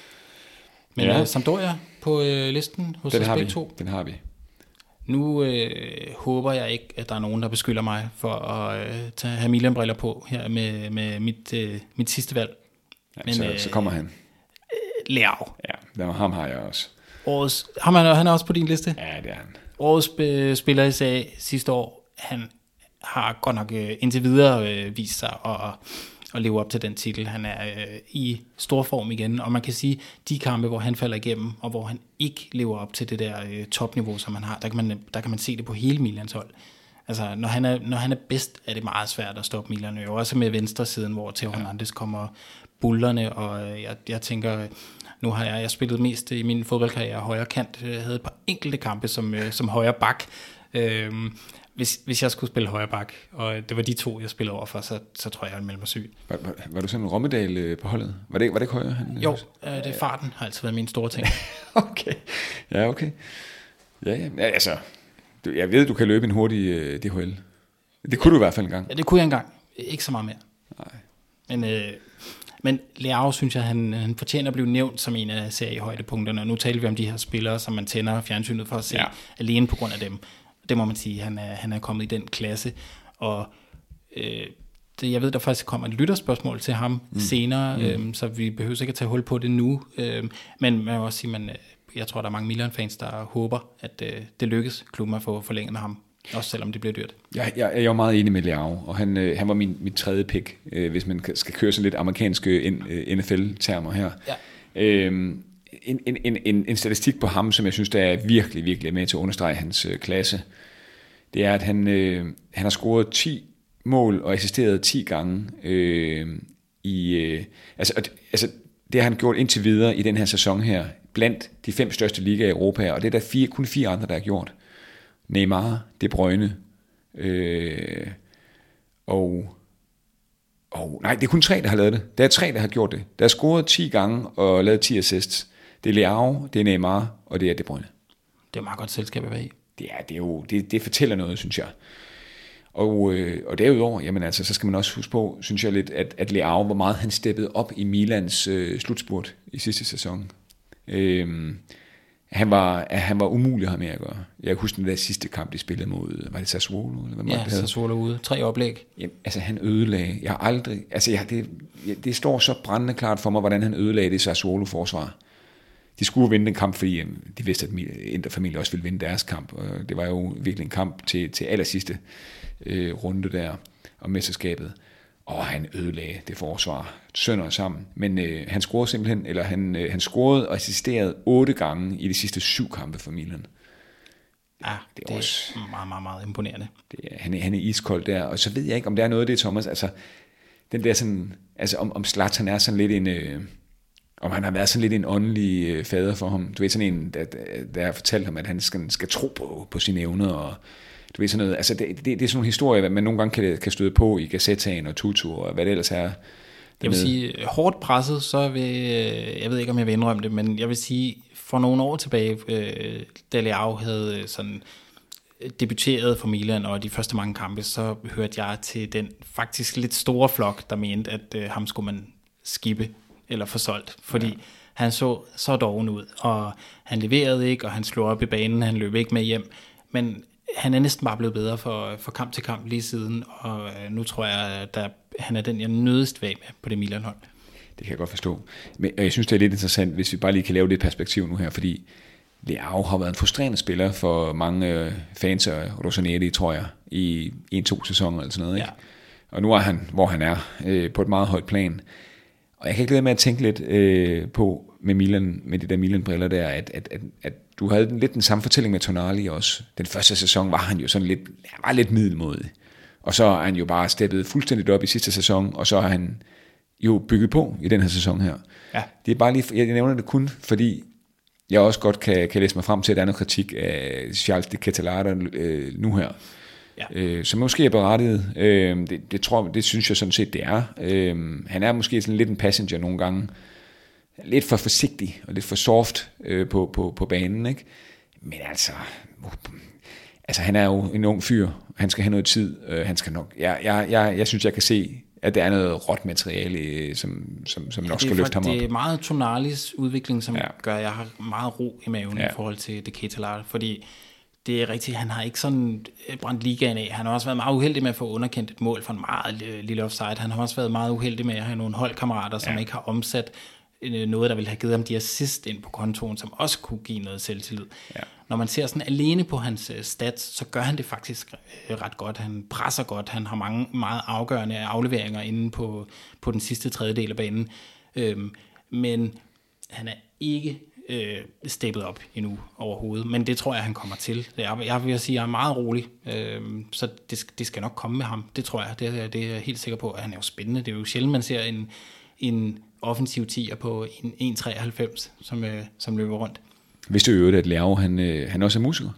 Men Sampdoria på listen hos os begge to. Den har vi. Nu håber jeg ikke, at der er nogen, der beskylder mig for at have Milan-briller på her med mit sidste valg. Ja, men, så kommer han. Leao. Ja, ham har jeg også. Han er også på din liste? Ja, det er han. Årets spiller i SAA sidste år, han har godt nok indtil videre vist sig at leve op til den titel. Han er i stor form igen, og man kan sige, de kampe, hvor han falder igennem, og hvor han ikke lever op til det der topniveau, som han har, der kan man se det på hele Milans hold. Altså, når han er bedst, er det meget svært at stoppe Milan. Jo også med venstre siden, hvor Theo Hernandez kommer bullerne, og jeg tænker, nu har jeg spillet mest i min fodboldkarriere højre kant. Jeg havde et par enkelte kampe som højre bak. Hvis jeg skulle spille højre bak, og det var de 2, jeg spillede over for, så tror jeg ville melde mig syg. Var du sådan en Rommedal på holdet? Var det ikke højre? Jo, det er farten har altid været min store ting. Okay. Ja, okay. Ja, altså, jeg ved, du kan løbe en hurtig DHL. Det kunne du i hvert fald en gang. Ja, det kunne jeg engang. Ikke så meget mere. Nej. Men Leao, synes jeg, han fortjener at blive nævnt som en af seriehøjdepunkterne. Og nu taler vi om de her spillere, som man tænder fjernsynet for at se alene på grund af dem. Det må man sige, han er kommet i den klasse. Og jeg ved, der faktisk kommer et lytterspørgsmål til ham senere, så vi behøver ikke at tage hul på det nu. Men man må også sige, jeg tror, der er mange Milan-fans, der håber, at det lykkes klubben at få forlænget med ham. Også selvom det bliver dyrt. Jeg er jo meget enig med Leao, og han var mit tredje pick, hvis man skal køre sådan lidt amerikanske NFL-termer her. Ja. En statistik på ham, som jeg synes, der er virkelig, virkelig med til at understrege hans klasse, det er, at han har scoret 10 mål og assisteret 10 gange det har han gjort indtil videre i den her sæson her, blandt de 5 største ligaer i Europa, og det er der kun 4 andre, der har gjort. Neymar, De Bruyne, nej, det er kun 3, der har lavet det. Der er 3, der har gjort det. Der har scoret 10 gange og lavet 10 assists. Det er Leao, det er Neymar, og det er De Bruyne. Det er meget godt selskab at være i. Det fortæller noget, synes jeg. Og derudover, jamen altså, så skal man også huske på, synes jeg lidt, at Leao, hvor meget han steppede op i Milans slutspurt i sidste sæson. Han var umulig at have med at gøre. Jeg husker den der sidste kamp, de spillede mod, var det Sassuolo? Eller hvad det Sassuolo ude. 3 oplæg. Jamen, altså han ødelagde. Det står så brændende klart for mig, hvordan han ødelagde det Sassuolo-forsvar. De skulle vinde den kamp, fordi de vidste, at Inter-familie også ville vinde deres kamp. Og det var jo virkelig en kamp til allersidste runde der om mesterskabet. Og han ødelagde det forsvar sønder sammen. Men han scorede simpelthen, eller han scorede og assisterede 8 gange i de sidste 7 kampe for Milan. Ja, det er også meget, meget, meget imponerende. Han er iskold der, og så ved jeg ikke, om der er noget af det, Thomas, altså den der sådan, altså om Zlatan er sådan lidt en, om han har været sådan lidt en åndelig fader for ham. Du ved, sådan en, der har fortalt ham, at han skal tro på sine evner, og du ved sådan noget, altså det er sådan nogle historier, man nogle gange kan støde på i Gazettaen og Tutu, og hvad det ellers er. Jeg vil sige, hårdt presset, så jeg ved ikke, om jeg vil indrømme det, men jeg vil sige, for nogle år tilbage, da Leao havde sådan debuteret for Milan, og de første mange kampe, så hørte jeg til den faktisk lidt store flok, der mente, at ham skulle man skippe eller få solgt, fordi han så doven ud, og han leverede ikke, og han slog op i banen, han løb ikke med hjem, men han er næsten bare blevet bedre for kamp til kamp lige siden, og nu tror jeg, at han er den, jeg nødest væk med på det Milan-hold. Det kan jeg godt forstå. Men jeg synes, det er lidt interessant, hvis vi bare lige kan lave det perspektiv nu her, fordi Leao har været en frustrerende spiller for mange fans af Rossoneri, tror jeg, i 1-2 sæsoner eller sådan noget. Ikke? Ja. Og nu er han, hvor han er, på et meget højt plan. Og jeg kan ikke lade med at tænke lidt på med Milan, med de der Milan-briller der, at du havde lidt den samme fortælling med Tonali også. Den første sæson var han jo sådan lidt middelmådig. Og så er han jo bare steppet fuldstændigt op i sidste sæson, og så har han jo bygget på i den her sæson her. Ja. Det er bare lige, jeg nævner det kun, fordi jeg også godt kan læse mig frem til, at der er noget kritik af Charles de Ketelare nu her. Ja. Som måske er berettiget. Det synes jeg sådan set, det er. Han er måske sådan lidt en passenger nogle gange. Lidt for forsigtig og lidt for soft på banen, ikke? Men altså han er jo en ung fyr. Han skal have noget tid. Han skal nok. Jeg synes, jeg kan se, at der er noget råt materiale, som nok skal løfte ham op. Det er meget Tonalis udvikling, som gør, at jeg har meget ro i maven i forhold til De Ketelare, fordi det er rigtigt, han har ikke sådan brændt ligaen af. Han har også været meget uheldig med at få underkendt et mål for en meget lille offside. Han har også været meget uheldig med at have nogle holdkammerater, som ikke har omsat noget, der ville have givet ham de assist ind på kontoen, som også kunne give noget selvtillid. Ja. Når man ser sådan alene på hans stats, så gør han det faktisk ret godt. Han presser godt. Han har mange meget afgørende afleveringer inde på den sidste tredjedel af banen. Men han er ikke steppet op endnu overhovedet. Men det tror jeg, han kommer til. Jeg vil sige, at jeg er meget rolig. Så det skal nok komme med ham. Det tror jeg. Det er jeg helt sikker på. At han er jo spændende. Det er jo sjældent, man ser en offensiv 10'er på 1,93, som løber rundt. Vidste du jo, at Leao, han også er musiker?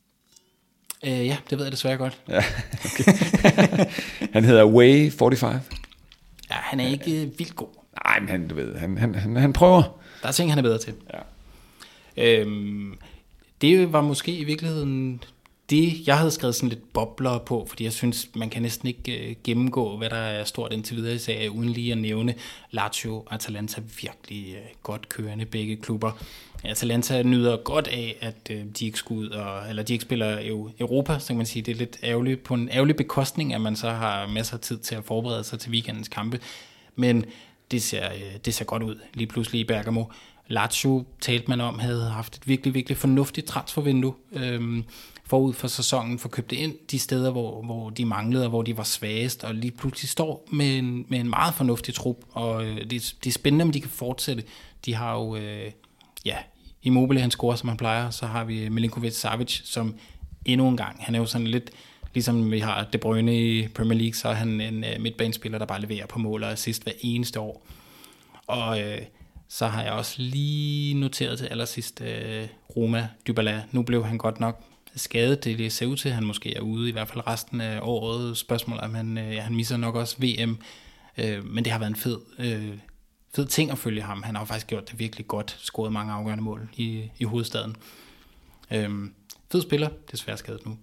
Ja, det ved jeg desværre godt. Ja, okay. Han hedder Way 45. Ja, han er ikke vildt god. Nej, men han prøver. Der er ting, han er bedre til. Ja. Det var måske i virkeligheden Jeg havde skrevet sådan lidt bobler på, fordi jeg synes, man kan næsten ikke gennemgå, hvad der er stort indtil videre i serien, uden lige at nævne Lazio og Atalanta virkelig godt kørende, begge klubber. Atalanta nyder godt af, at de ikke skal ud, eller de ikke spiller Europa, så kan man sige, det er lidt ærgerligt, på en ærgerlig bekostning, at man så har masser af tid til at forberede sig til weekendens kampe. Men det ser godt ud, lige pludselig i Bergamo. Lazio, talte man om, havde haft et virkelig, virkelig fornuftigt transfervindue forud for sæsonen, for købte ind de steder, hvor de manglede, og hvor de var svagest, og lige pludselig står med en meget fornuftig trup, og det er spændende, om de kan fortsætte. De har jo, Immobile, han scorer, som han plejer, så har vi Milinkovic-Savic, som endnu en gang, han er jo sådan lidt, ligesom vi har De Bruyne i Premier League, så er han en midtbanespiller, der bare leverer på mål og assist hver eneste år. Og så har jeg også lige noteret til allersidst Roma Dybala. Nu blev han godt nok skadet. Det ser ud til, at han måske er ude i hvert fald resten af året. Spørgsmålet om han misser nok også VM. Men det har været en fed ting at følge ham. Han har jo faktisk gjort det virkelig godt. Scoret mange afgørende mål i hovedstaden. Fed spiller. Desværre skadet nu.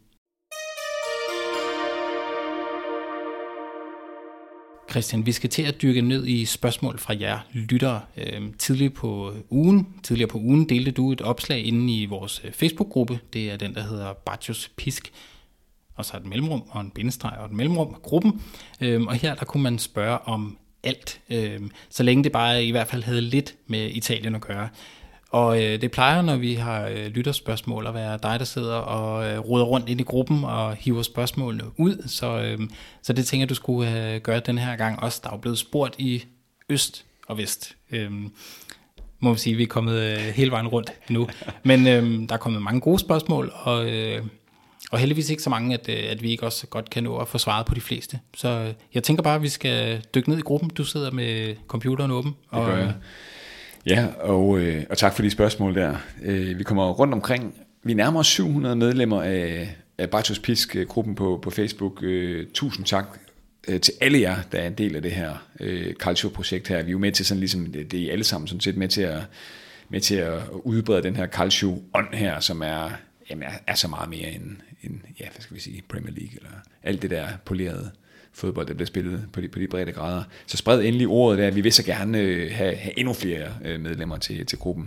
Christian, vi skal til at dykke ned i spørgsmål fra jer lyttere. Tidligere på ugen delte du et opslag inde i vores Facebook-gruppe. Det er den, der hedder Baccios Pisk. Og så et mellemrum og en bindestreg og et mellemrum af gruppen. Og her der kunne man spørge om alt, så længe det bare i hvert fald havde lidt med Italien at gøre. Og det plejer, når vi har lytterspørgsmål, at være dig, der sidder og roder rundt ind i gruppen og hiver spørgsmålene ud. Så det tænker jeg, du skulle gøre den her gang også. Der er jo blevet spurgt i øst og vest. Må vi sige, vi er kommet hele vejen rundt nu. Men der er kommet mange gode spørgsmål, og heldigvis ikke så mange, at vi ikke også godt kan nå at få svaret på de fleste. Så jeg tænker bare, at vi skal dykke ned i gruppen. Du sidder med computeren åben. Det gør jeg. Ja, og tak for de spørgsmål der. Vi kommer rundt omkring. Vi nærmer os 700 medlemmer af Baccios Pisk-gruppen på Facebook. Tusind tak til alle jer, der er en del af det her Calcio-projekt her. Vi er jo med til sådan ligesom, det er alle sammen sådan set med til at udbrede den her Calcio-ånd her, som er så meget mere end hvad skal vi sige, Premier League, eller alt det der polerede fodbold, der bliver spillet på de brede grader. Så spred endelig ordet der. Vi vil så gerne have endnu flere medlemmer til gruppen.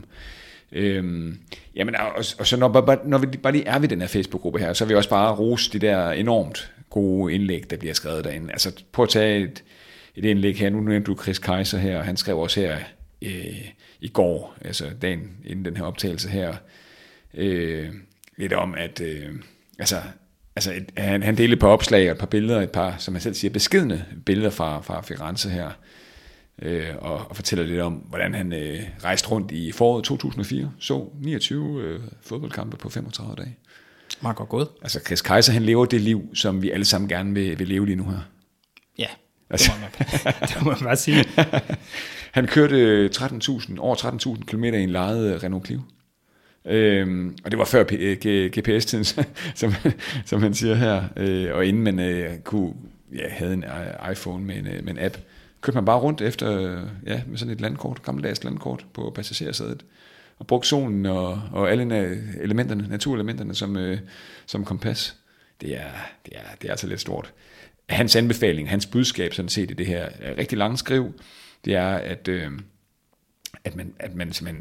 Og så når vi bare lige er ved den her Facebook-gruppe her, så vil vi også bare rose de der enormt gode indlæg, der bliver skrevet derinde. Altså prøv at tage et indlæg her. Nu nævnte du Chris Kaiser her, og han skrev også her i går, altså dagen inden den her optagelse her, lidt om, at han delte et par opslag og et par billeder, et par, som jeg selv siger, beskedne billeder fra Firenze her, og fortæller lidt om, hvordan han rejste rundt i foråret 2004, så 29 fodboldkampe på 35 dage. Meget godt gået. Altså Chris Kaiser, han lever det liv, som vi alle sammen gerne vil leve lige nu her. Ja, det må man bare sige. Han kørte over 13.000 km i en lejet Renault Clio. Og det var før GPS-tiden, som han siger her, og inden man havde en iPhone med en app, kørte man bare rundt efter med sådan et landkort, gammeldags landkort på passagersædet, og brugte solen og alle naturelementerne som kompas. Det er altså lidt stort. Hans anbefaling, hans budskab sådan set i det her rigtig lange skriv, det er at man simpelthen,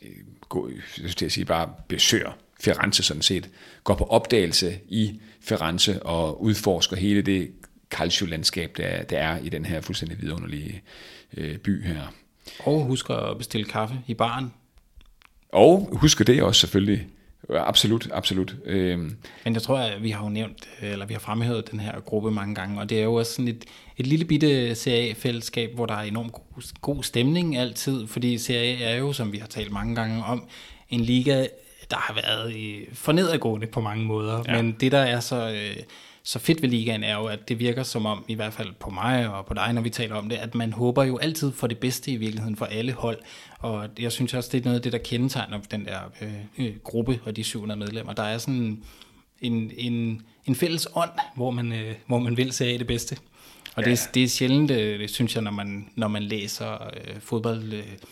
bare besøger Firenze sådan set, går på opdagelse i Firenze og udforsker hele det calcio-landskab, der er i den her fuldstændig vidunderlige by her. Og husk at bestille kaffe i baren. Og husk det også selvfølgelig. Absolut. Men jeg tror, at vi har jo nævnt, eller vi har fremhævet den her gruppe mange gange, og det er jo også sådan et lille bitte CA-fællesskab, hvor der er enormt god stemning altid, fordi CA er jo, som vi har talt mange gange om, en liga, der har været for nedadgående på mange måder, men det der er så fedt ved ligaen er jo, at det virker som om, i hvert fald på mig og på dig, når vi taler om det, at man håber jo altid for det bedste i virkeligheden for alle hold. Og jeg synes også, det er noget af det, der kendetegner den der gruppe og de 700 medlemmer. Der er sådan en fælles ånd, hvor man vil se det bedste. Og det er sjældent, det synes jeg, når man læser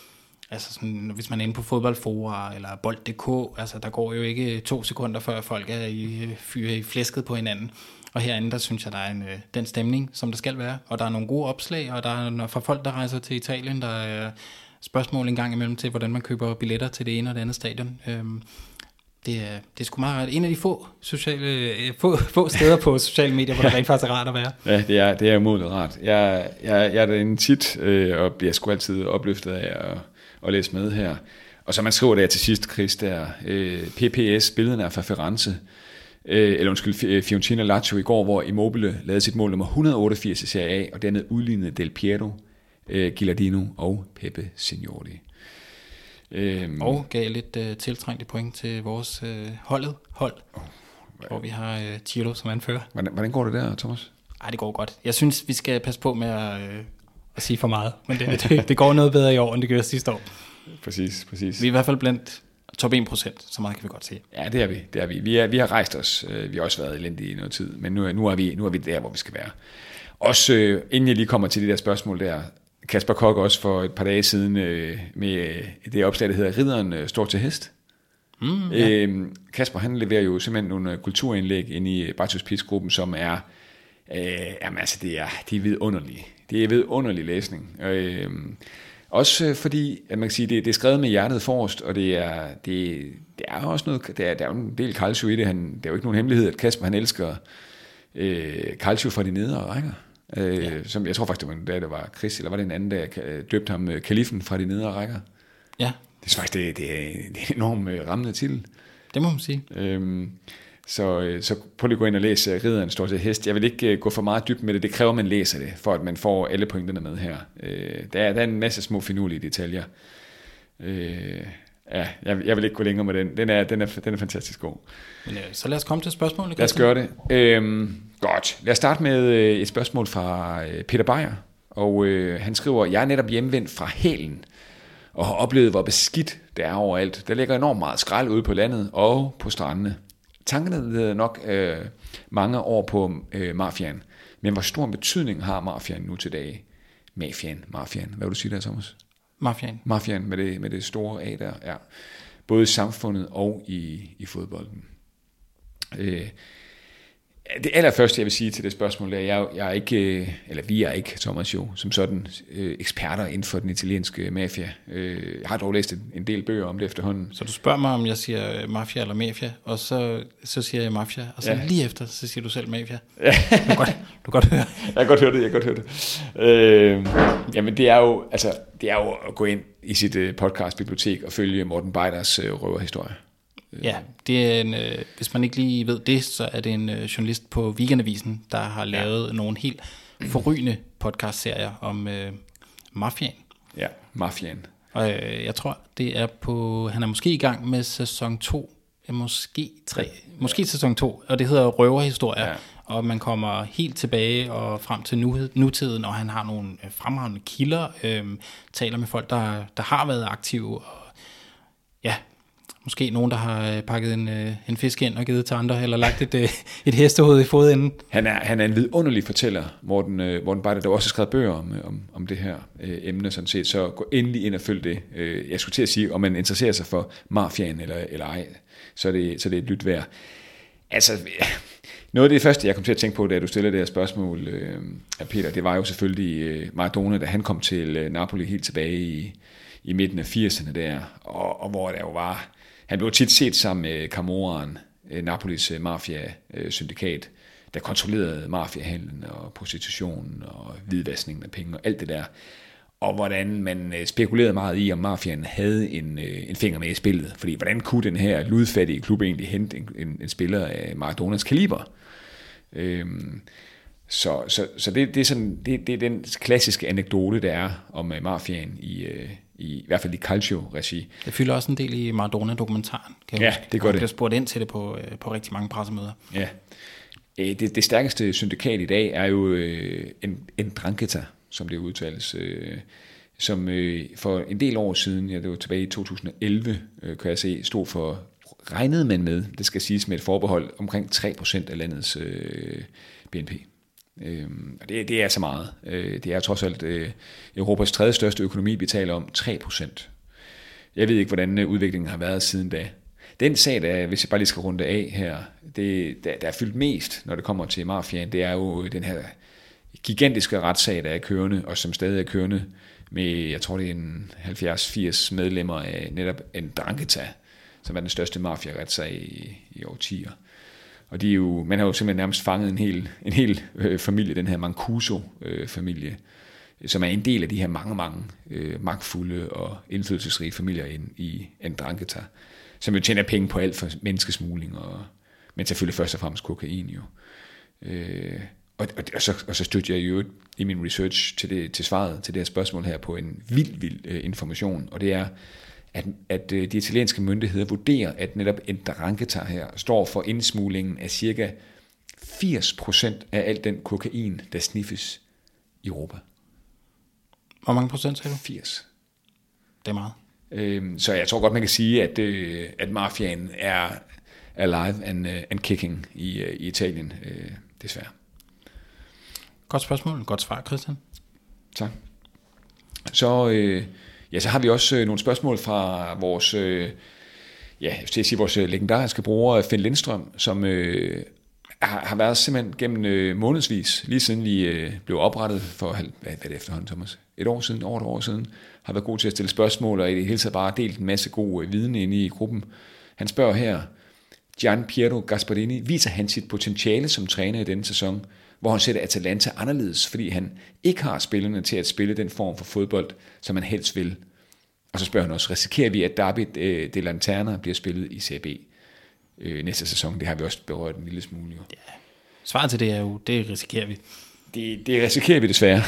Altså sådan, hvis man er inde på fodboldfora eller bold.dk, altså der går jo ikke 2 sekunder, før folk er i flæsket på hinanden. Og herinde, der synes jeg, der er den stemning, som der skal være. Og der er nogle gode opslag, og der er for folk, der rejser til Italien, der er spørgsmål en gang imellem til, hvordan man køber billetter til det ene og det andet stadion. Det er sgu meget rart. En af de få steder på sociale medier, hvor det rent faktisk er rart at være. Ja, det er umådeligt rart. Jeg er derinde tit, og bliver sgu altid opløftet af at læse med her. Og så man skriver der til sidst, Chris, der PPS, billederne er fra Firenze, Fiorentina Lazio i går, hvor Immobile lavede sit mål nummer 188 i Serie A, og dermed udlignede Del Piero, Gilardino og Pepe Signori. Og gav lidt tiltrængte point til vores hold, hvor vi har Chilo som anfører. Hvordan går det der, Thomas? Ej, det går godt. Jeg synes, vi skal passe på med at sige for meget, men det går noget bedre i år, end det gjorde sidste år. Præcis. Vi er i hvert fald blandt top 1%, så meget kan vi godt se. Ja, det er vi. Vi har rejst os. Vi har også været elendige i noget tid, men nu er vi der, hvor vi skal være. Også inden jeg lige kommer til det der spørgsmål der, Kasper Koch også for et par dage siden med det opslag, der hedder Ridderen står til hest. Ja. Kasper, han leverer jo simpelthen nogle kulturindlæg ind i Bartos Pis-gruppen, som er, altså det er vidunderlige. Det er vidunderlig læsning. Også fordi, at man kan sige, det er skrevet med hjertet forrest, og det er også noget, der er jo en del calcio i det. Det er jo ikke nogen hemmelighed, at Kasper han elsker calcio fra de nedre rækker. Som jeg tror faktisk, det var Chris, eller var det en anden, der døbte ham Kalifen fra de nedre rækker. Ja. Det er faktisk det er en enorm rammende titel. Det må man sige. Så prøv lige at gå ind og læse Ridderen står til hest. Jeg vil ikke gå for meget dybt med det. Det kræver, at man læser det, for at man får alle pointerne med her. Der er en masse små finurlige detaljer. Jeg vil ikke gå længere med den. Den er fantastisk god. Men, så lad os komme til spørgsmålet. Lad os gøre det. Godt. Lad os starte med et spørgsmål fra Peter Beyer. Og han skriver, jeg er netop hjemvendt fra Hælen og har oplevet, hvor beskidt det er overalt. Der ligger enormt meget skrald ude på landet og på strandene. Tankerne er nok mange år på mafiaen. Men hvor stor betydning har mafiaen nu til dage? Mafiaen. Hvad vil du sige der, Thomas? Mafiaen med det store A der. Ja. Både i samfundet og i fodbolden. Det allerførste, jeg vil sige til det spørgsmål, er, jeg er ikke, eller vi er ikke, Thomas jo, som sådan eksperter inden for den italienske mafia. Jeg har dog læst en del bøger om det efterhånden. Så du spørger mig, om jeg siger mafia eller mafia, og så siger jeg mafia, og så lige efter, så siger du selv mafia. Ja. Du kan godt høre. Jeg kan godt høre det. Jamen det er jo at gå ind i sit podcastbibliotek og følge Morten Beiders røverhistorie. Ja, det er hvis man ikke lige ved det, så er det en journalist på Weekendavisen, der har lavet nogle helt forrygende podcastserier om mafiaen. Ja, mafiaen. Og jeg tror, det er han er måske i gang med sæson 2, måske 3, måske sæson 2, og det hedder Røverhistorier, og man kommer helt tilbage og frem til nutiden, og han har nogle fremragende kilder, taler med folk, der har været aktive, og ja, måske nogen, der har pakket en fisk ind og givet til andre, eller lagt et hestehoved i fodenden. Han er en vidunderlig fortæller, Morten Beider, der også har skrevet bøger om det her emne sådan set. Så gå endelig ind og følg det. Jeg skulle til at sige, om man interesserer sig for mafiaen eller ej, så er det et lyt værd. Altså, noget af det første, jeg kom til at tænke på, da du stillede det her spørgsmål af Peter, det var jo selvfølgelig Maradona, da han kom til Napoli helt tilbage i midten af 80'erne der, og hvor der jo var... Han blev tit set sammen med Camorraen, Napolis mafia-syndikat, der kontrollerede mafiahandlen og prostitutionen og hvidvaskningen af penge og alt det der. Og hvordan man spekulerede meget i, om mafiaen havde en finger med i spillet. Fordi hvordan kunne den her ludfattige klub egentlig hente en spiller af Maradonas kaliber? Så det er sådan, det er den klassiske anekdote, der er om mafiaen i hvert fald i calcio-regi. Det fylder også en del i Maradona-dokumentaren. Kan jeg huske. Det gør det. Jeg bliver spurgt ind til det på rigtig mange pressemøder. Ja. Det stærkeste syndikat i dag er jo en Drangheta, som det udtales, som for en del år siden, det var tilbage i 2011, kan jeg se, stod for, regnede man med, det skal siges med et forbehold, omkring 3% af landets BNP. Og det er så meget. Det er trods alt Europas tredje største økonomi, vi taler om 3%. Jeg ved ikke, hvordan udviklingen har været siden da. Den sag, der, hvis jeg bare lige skal runde af her, der er fyldt mest, når det kommer til mafiaen, det er jo den her gigantiske retssag, der er kørende, og som stadig er kørende, med, jeg tror det er en 70-80 medlemmer af netop Ndrangheta, som er den største mafia-retssag i årtier. Og de er jo, man har jo simpelthen nærmest fanget en hel familie, den her Mancuso-familie, som er en del af de her mange magtfulde og indflydelsesrige familier i Ndrangheta, som jo tjener penge på alt for menneskesmugling, men selvfølgelig først og fremmest kokain jo. Og så stødte jeg jo i min research til svaret til det her spørgsmål her på en vild information, og det er, at de italienske myndigheder vurderer, at netop Ndrangheta her står for indsmuglingen af cirka 80% af al den kokain, der sniffes i Europa. Hvor mange procent sagde du? 80. Det er meget. Så jeg tror godt, man kan sige, at mafiaen er alive and kicking i Italien, desværre. Godt spørgsmål. Godt svar, Christian. Tak. Så har vi også nogle spørgsmål fra vores, vores legendariske bruger, Finn Lindstrøm, som har været simpelthen gennem månedsvis, lige siden vi blev oprettet for, hvad er det efterhånden, Thomas? Over et år siden, har været god til at stille spørgsmål, og i det hele taget bare delt en masse god viden inde i gruppen. Han spørger her, Gian Piero Gasparini, viser han sit potentiale som træner i denne sæson, hvor han sætter Atalanta anderledes, fordi han ikke har spillerne til at spille den form for fodbold, som han helst vil. Og så spørger han også, risikerer vi, at Derby de Lanterna bliver spillet i CB næste sæson? Det har vi også berørt en lille smule. Jo. Ja. Svaret til det er jo, det risikerer vi. Det risikerer vi desværre.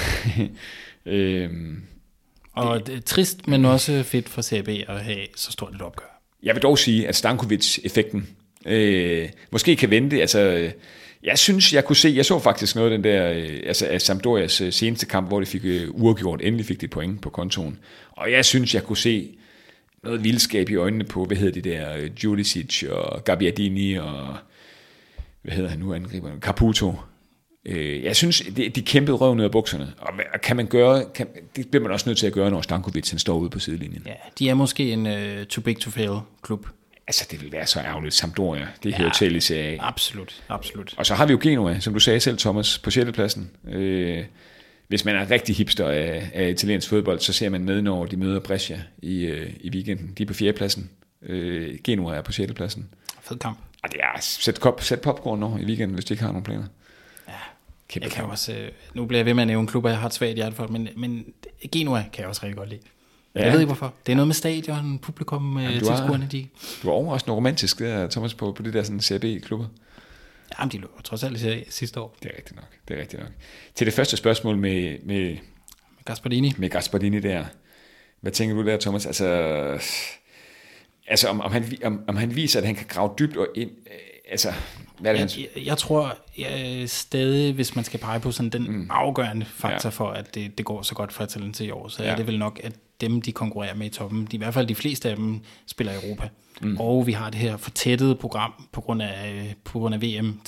Og det er trist, men også fedt for CB at have så stort et opgør. Jeg vil dog sige, at Stankovic-effekten måske kan vente. Altså, jeg så faktisk noget af den der, af Sampdorias seneste kamp, hvor de fik uafgjort, endelig fik de point på kontoen. Og jeg synes, jeg kunne se noget vildskab i øjnene på, Judicic og Gabbiadini og, angriberne, Caputo. Jeg synes, de kæmpede røven ud af bukserne, og kan man gøre, det bliver man også nødt til at gøre, når Stankovic han står ude på sidelinjen. Ja, de er måske en too big to fail klub. Altså, det vil være så ærgerligt. Sampdoria, det hører til i CA. Absolut. Og så har vi jo Genoa, som du sagde selv, Thomas, på 6. pladsen. Hvis man er rigtig hipster af italiensk fodbold, så ser man med, når de møder Brescia i weekenden. De er på 4. pladsen. Genoa er på 6. pladsen. Fed kamp. Og det er sæt popcorn når i weekenden, hvis de ikke har nogen planer. Ja, jeg kan også, nu bliver jeg ved med at nævne klubber, jeg har et svagt hjerte for, men Genoa kan jeg også rigtig godt lide. Ja. Jeg ved ikke hvorfor. Det er noget med stadion, publikum, tilskuerne. Du var overraskende romantisk der, Thomas, på de der sådan CB-klubber. Jamen, de lå trods alt i sidste år. Det er rigtigt nok. Til det første spørgsmål med Gasparini. Med Gasparini der. Hvad tænker du der, Thomas? Altså om han viser, at han kan grave dybt og ind. Hvad er det, jeg tror stadig, hvis man skal pege på sådan den afgørende faktor for, at det går så godt for Atalanta i år, så er det vel nok, at dem, de konkurrerer med i toppen, i hvert fald de fleste af dem, spiller i Europa. Og vi har det her fortættede program på grund af VM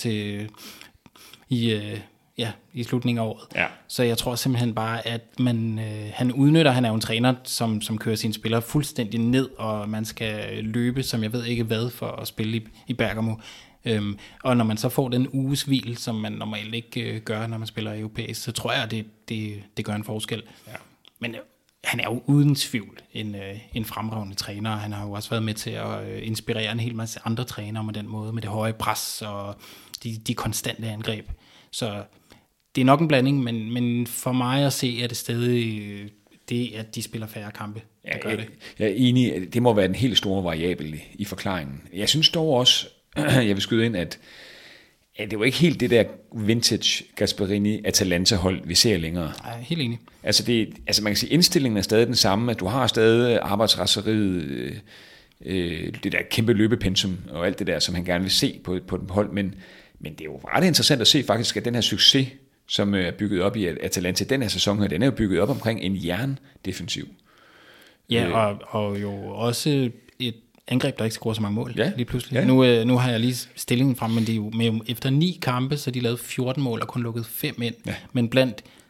i slutningen af året. Ja. Så jeg tror simpelthen bare, at han udnytter, han er jo en træner, som kører sine spillere fuldstændig ned, og man skal løbe, som jeg ved ikke hvad, for at spille i Bergamo. Og når man så får den uges hvil, som man normalt ikke gør, når man spiller europæisk, så tror jeg, at det gør en forskel. Ja. Men han er jo uden tvivl en fremragende træner, han har jo også været med til at inspirere en hel masse andre trænere med den måde, med det høje pres og de konstante angreb. Så det er nok en blanding, men for mig at se, er det stadig det, at de spiller færre kampe, der gør det. Jeg er enig, det må være den helt store variabel i forklaringen. Jeg synes dog også, jeg vil skyde ind, at det var ikke helt det der vintage Gasparini Atalanta-hold, vi ser længere. Nej, helt enig. Altså man kan sige, indstillingen er stadig den samme, at du har stadig arbejdsraseriet, det der kæmpe løbepensum og alt det der, som han gerne vil se på et hold, men det er jo ret interessant at se faktisk, at den her succes, som er bygget op i Atalanta den her sæson her, den er jo bygget op omkring en jerndefensiv. Ja, og jo også et angreb, der ikke scorer så mange mål lige pludselig. Ja. Nu har jeg lige stillingen frem, men det er jo efter 9 kampe, så de lavede 14 mål og kun lukket 5 ind. Ja. Men blandt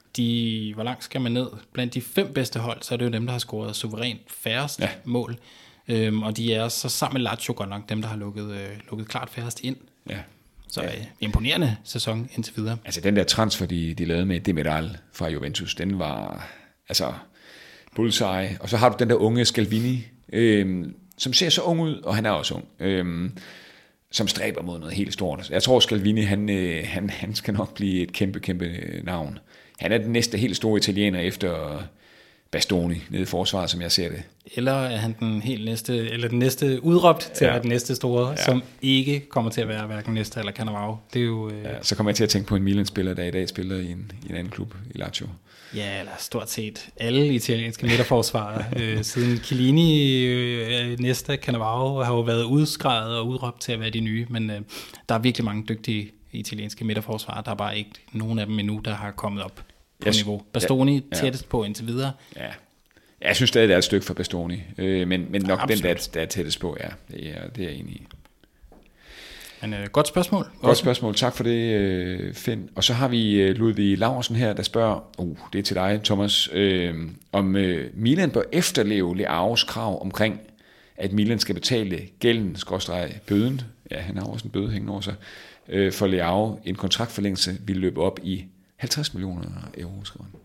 hvor langt skal man ned? Blandt de 5 bedste hold, så er det jo dem, der har scoret suverænt færrest mål. Og de er så sammen med Lazio godt nok dem, der har lukket klart færrest ind. Ja. Så imponerende sæson indtil videre. Altså den der transfer, de lavede med Demiral fra Juventus, den var altså bullseye. Og så har du den der unge Scalvini, som ser så ung ud, og han er også ung, som stræber mod noget helt stort. Jeg tror, Scalvini, han skal nok blive et kæmpe navn. Han er den næste helt store italiener efter Bastoni nede i forsvaret, som jeg ser det. Eller er han den næste udråbt til at være den næste store, som ikke kommer til at være hverken næste eller Cannavaro. Det er jo, så kommer jeg til at tænke på en Milan-spiller, der i dag spiller i en anden klub, i Lazio. Ja, eller stort set alle italienske midterforsvarere. Siden Chiellini, Nesta, Cannavaro har jo været udskrevet og udråbt til at være de nye, men der er virkelig mange dygtige italienske midterforsvarere. Der er bare ikke nogen af dem endnu, der har kommet op på niveau. Bastoni tættest på indtil videre. Ja. Jeg synes stadig, det er et stykke for Bastoni, men nok absolut. Den, der er tættest på, det er jeg enig i. Men godt spørgsmål. Godt spørgsmål, tak for det, Finn. Og så har vi Ludvig Laursen her, der spørger, det er til dig, Thomas, om Milan bør efterleve Leaos krav omkring, at Milan skal betale gælden, bøden, han har også en bøde hængende over sig, for Leao. En kontraktforlængelse vil løbe op i 50 millioner euro, skriver han.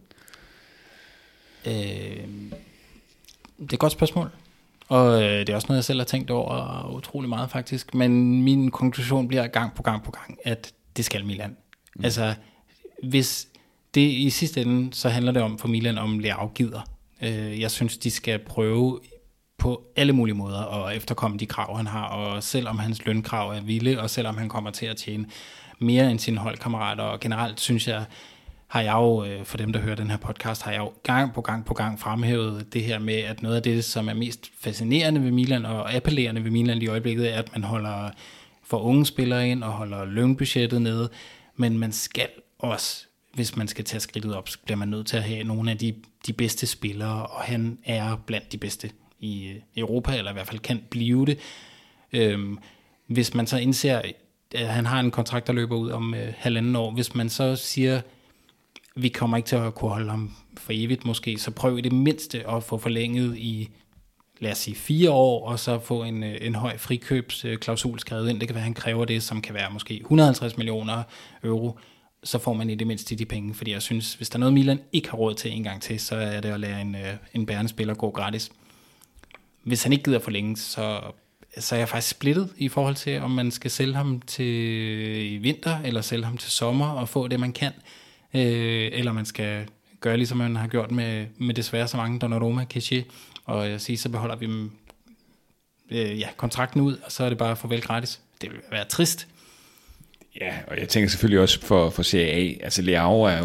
Det er et godt spørgsmål. Og det er også noget, jeg selv har tænkt over utrolig meget faktisk. Men min konklusion bliver gang på gang, at det skal Milan. Altså, hvis det i sidste ende, så handler det om for Milan, om Leao gider. Jeg synes, de skal prøve på alle mulige måder at efterkomme de krav, han har. Og selvom hans lønkrav er vilde, og selvom han kommer til at tjene mere end sine holdkammerater, og generelt synes jeg, har jeg jo, for dem der hører den her podcast, har jeg jo gang på gang fremhævet det her med, at noget af det, som er mest fascinerende ved Milan og appellerende ved Milan i øjeblikket, er, at man holder for unge spillere ind og holder lønbudgettet nede, men man skal også, hvis man skal tage skridtet op, så bliver man nødt til at have nogle af de bedste spillere, og han er blandt de bedste i Europa, eller i hvert fald kan blive det. Hvis man så indser, at han har en kontrakt, der løber ud om 1,5 år, hvis man så siger, vi kommer ikke til at kunne holde ham for evigt måske, så prøv i det mindste at få forlænget i, lad os sige, 4 år, og så få en høj frikøbsklausul skrevet ind. Det kan være, han kræver det, som kan være måske 150 millioner euro, så får man i det mindste de penge, fordi jeg synes, hvis der er noget, Milan ikke har råd til en gang til, så er det at lade en bærende spiller gå gratis. Hvis han ikke gider forlænge, så er jeg faktisk splittet i forhold til, om man skal sælge ham til i vinter, eller sælge ham til sommer, og få det, man kan. Eller man skal gøre ligesom man har gjort med desværre så mange Donnarumma, Kessie, og sige, så beholder vi dem kontrakten ud, og så er det bare farvel gratis. Det vil være trist. Ja, og jeg tænker selvfølgelig også for Serie A, altså Leao er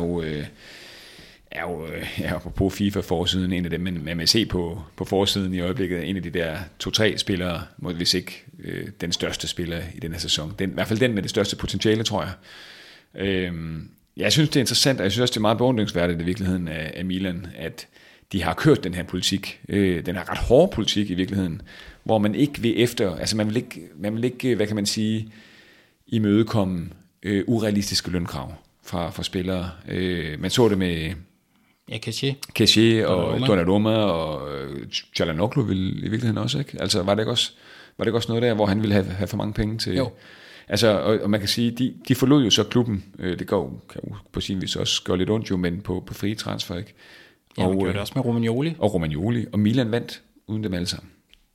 jo på FIFA-forsiden en af dem, men man vil se på forsiden i øjeblikket, en af de der 2-3 spillere, hvis ikke den største spiller i den her sæson. I hvert fald den med det største potentiale, tror jeg. Jeg synes, det er interessant, og jeg synes også, det er meget beundringsværdigt i virkeligheden af Milan, at de har kørt den her politik, den her ret hårde politik i virkeligheden, hvor man ikke vil altså man vil ikke, hvad kan man sige, imødekomme urealistiske lønkrav fra spillere. Man så det med Kessie og Donnarumma og Çalhanoğlu i virkeligheden også, ikke? Altså var det ikke også noget der, hvor han ville have for mange penge til? Jo. Altså, og man kan sige, de forlod jo så klubben. Det kan jo på sin vis også gøre lidt ondt jo, men på frie transfer, ikke? Ja, man gjorde det også med Romagnoli. Og Milan vandt uden dem alle sammen.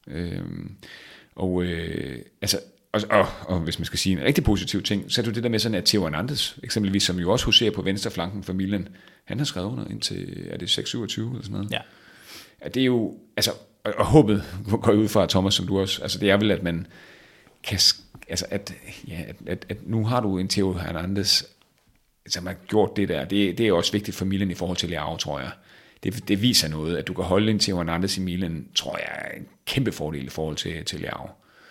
Og hvis man skal sige en rigtig positiv ting, så er det jo det der med sådan, at Theo Hernandez, eksempelvis, som jo også huserer på venstreflanken for Milan, han har skrevet under indtil, er det 6-27 eller sådan noget? Ja. At det er jo, altså, og håbet går ud fra, Thomas, som du også, altså det er vel, at man kan, altså at nu har du en Theo Hernandez, som har gjort det der, det er også vigtigt for Milan i forhold til Leao, tror jeg. Det viser noget, at du kan holde en Theo Hernandez i Milan, tror jeg er en kæmpe fordel i forhold til Leao.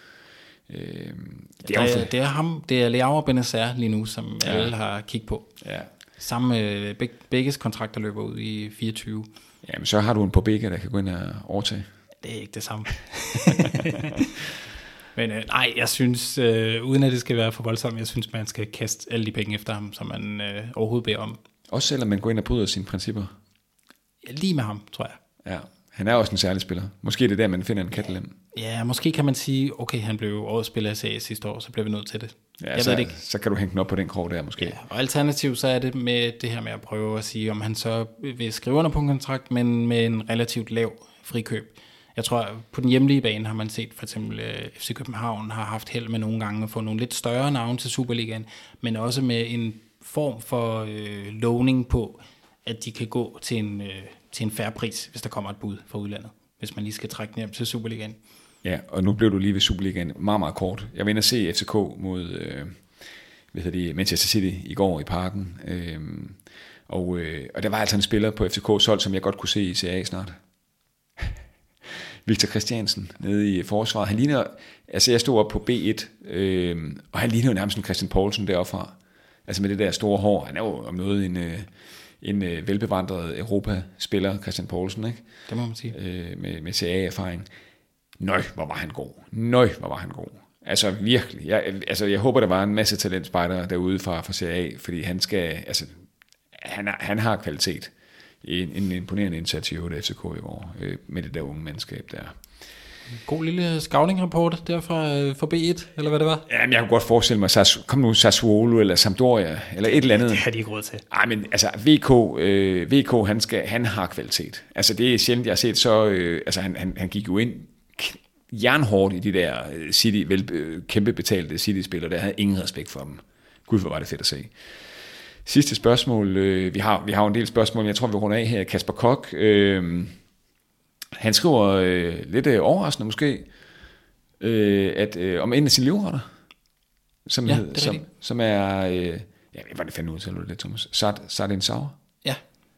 Det er ham, det er Leao og Benacer lige nu, som alle har kigget på. Ja. Samme begges kontrakter løber ud i 24. Ja, men så har du en på begge, der kan gå ind og overtage. Det er ikke det samme. Men nej, jeg synes, uden at det skal være for voldsomt, jeg synes, man skal kaste alle de penge efter ham, som man overhovedet beder om. Også selvom man går ind og bryder sine principper. Lige med ham, tror jeg. Ja, han er også en særlig spiller. Måske er det der, man finder en kattelem. Ja, måske kan man sige, okay, han blev årets spiller i serie sidste år, så bliver vi nødt til det. Ja, jeg ved det ikke. Så kan du hænge den op på den krog der måske. Ja, og alternativt så er det med det her med at prøve at sige, om han så vil skrive under på en kontrakt, men med en relativt lav frikøb. Jeg tror, på den hjemlige bane har man set, for eksempel FC København har haft held med nogle gange at få nogle lidt større navne til Superligaen, men også med en form for lovning på, at de kan gå til en fair pris, hvis der kommer et bud fra udlandet, hvis man lige skal trække den hjem til Superligaen. Ja, og nu blev du lige ved Superligaen meget, meget kort. Jeg var inde at se FCK mod Manchester City i går i Parken, og der var altså en spiller på FCK solgt, som jeg godt kunne se i CA snart. Victor Christiansen nede i forsvaret. Han ligner, altså jeg stod op på B1, og han ligner jo nærmest en Christian Poulsen deroppe fra. Altså med det der store hår. Han er jo om noget en velbevandret Europa-spiller, Christian Poulsen, ikke? Det må man sige. Med CA-erfaring. Nøj, hvor var han god. Altså virkelig. Jeg håber, der var en masse talentspejdere derude fra CA, fordi han har kvalitet. En imponerende indsats i FCK i år, med det der unge mandskab der. God lille scouting-rapport der fra B1, eller hvad det var? Jamen, jeg kunne godt forestille mig, kom nu Sassuolo eller Sampdoria, eller et eller andet. Det har de ikke råd til. Ej, men altså, VK han har kvalitet. Altså, det er sjældent, jeg har set så, han gik jo ind jernhårdt i de der kæmpe betalte City-spillere, der havde ingen respekt for dem. Gud, hvor var det fedt at se. Sidste spørgsmål, vi har jo en del spørgsmål, jeg tror, vi runder af her. Kasper Koch, han skriver lidt overraskende måske, at om en af sine livretter, som er, hvad det fandt ud til, det Thomas, Sardin Sauer. Ja.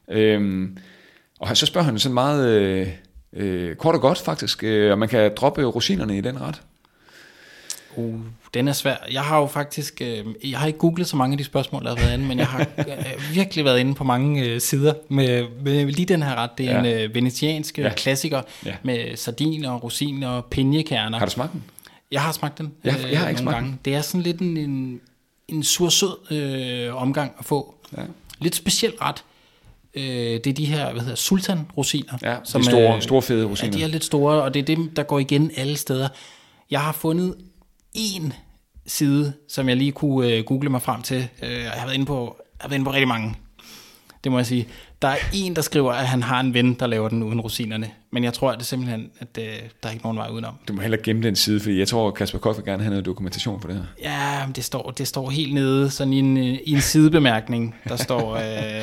Og så spørger han sådan meget kort og godt faktisk, om man kan droppe rosinerne i den ret. Den er svær. Jeg har jo faktisk, jeg har ikke googlet så mange af de spørgsmål, der har været inde, men jeg har virkelig været inde på mange sider med lige den her ret. Det er en venetiansk klassiker med sardiner, rosiner, pinjekerner. Har du smagt den? Jeg har smagt den. Jeg har ikke smagt den. Det er sådan lidt en sur-sød omgang at få. Ja. Lidt speciel ret. Det er de her, sultan-rosiner. Ja, som de store fede rosiner. Ja, de er lidt store, og det er dem, der går igen alle steder. Jeg har fundet en side, som jeg lige kunne google mig frem til. Jeg har været inde på rigtig mange. Det må jeg sige. Der er en, der skriver, at han har en ven, der laver den uden rosinerne. Men jeg tror, at det simpelthen, at der er ikke nogen vej udenom. Du må hellere gemme den side, fordi jeg tror, at Kasper Koch vil gerne have noget dokumentation for det her. Ja, men det står helt nede, sådan i en sidebemærkning. Der står...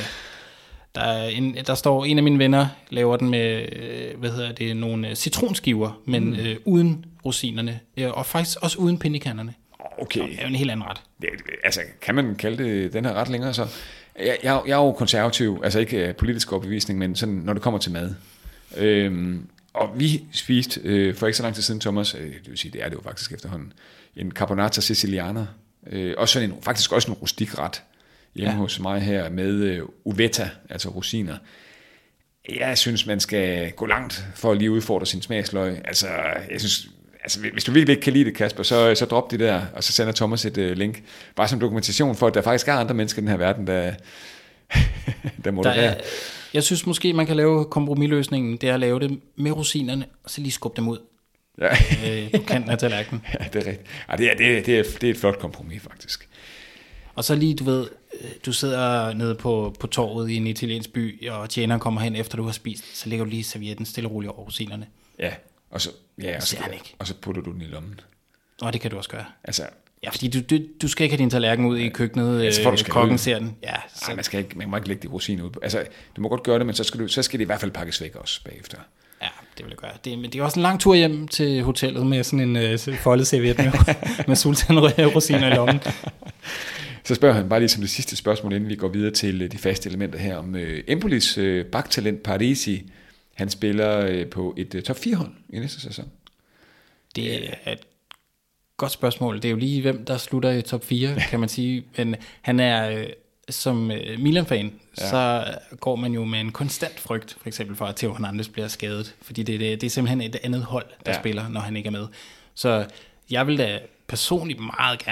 Der står, en af mine venner laver den med, nogle citronskiver, men uden rosinerne, og faktisk også uden pinjekernerne. Okay. Det er jo en helt anden ret. Altså, kan man kalde det den her ret længere så? Jeg er jo konservativ, altså ikke politisk overbevisning, men sådan, når det kommer til mad. Og vi spiste for ikke så lang tid siden, Thomas, det vil sige, det er det jo faktisk efterhånden, en carbonata siciliana, og sådan faktisk også en rustik ret, hjemme hos mig her med uvetta, altså rosiner. Jeg synes, man skal gå langt for at lige udfordre sin smagsløg. Altså, jeg synes, hvis du virkelig ikke kan lide det, Kasper, så drop det der, og så sender Thomas et link. Bare som dokumentation for, at der faktisk er andre mennesker i den her verden, der modererer. Jeg synes måske, man kan lave kompromisløsningen, det er at lave det med rosinerne, og så lige skubbe dem ud. Ja. På kanten af tallerkenen. Ja, det er rigtigt. Ja, det er et flot kompromis, faktisk. Og så lige, du sidder nede på torvet i en italiensk by, og tjeneren kommer hen efter du har spist, så lægger du lige servietten stille og roligt over rosinerne. Ja, og så putter du den i lommen. Og det kan du også gøre. Altså, ja, fordi du skal ikke have din tallerken ud i køkkenet, kokken ser den. Ja, så. Nej, man må ikke lægge de rosiner ud. Altså, du må godt gøre det, men så skal det i hvert fald pakkes væk også bagefter. Ja, det vil jeg gøre. Men det er også en lang tur hjem til hotellet med sådan en foldet serviet med sultanrosiner i lommen. Så spørger han bare lige som det sidste spørgsmål, inden vi går videre til de faste elementer her, om Empolis baktalent Parisi. Han spiller på et top 4-hold i næste sæson. Det er et godt spørgsmål. Det er jo lige, hvem der slutter i top 4, kan man sige. Men han er som Milan-fan, så går man jo med en konstant frygt, for eksempel for, at Theo Hernandez bliver skadet. Fordi det er simpelthen et andet hold, der spiller, når han ikke er med. Så jeg vil da personligt meget gerne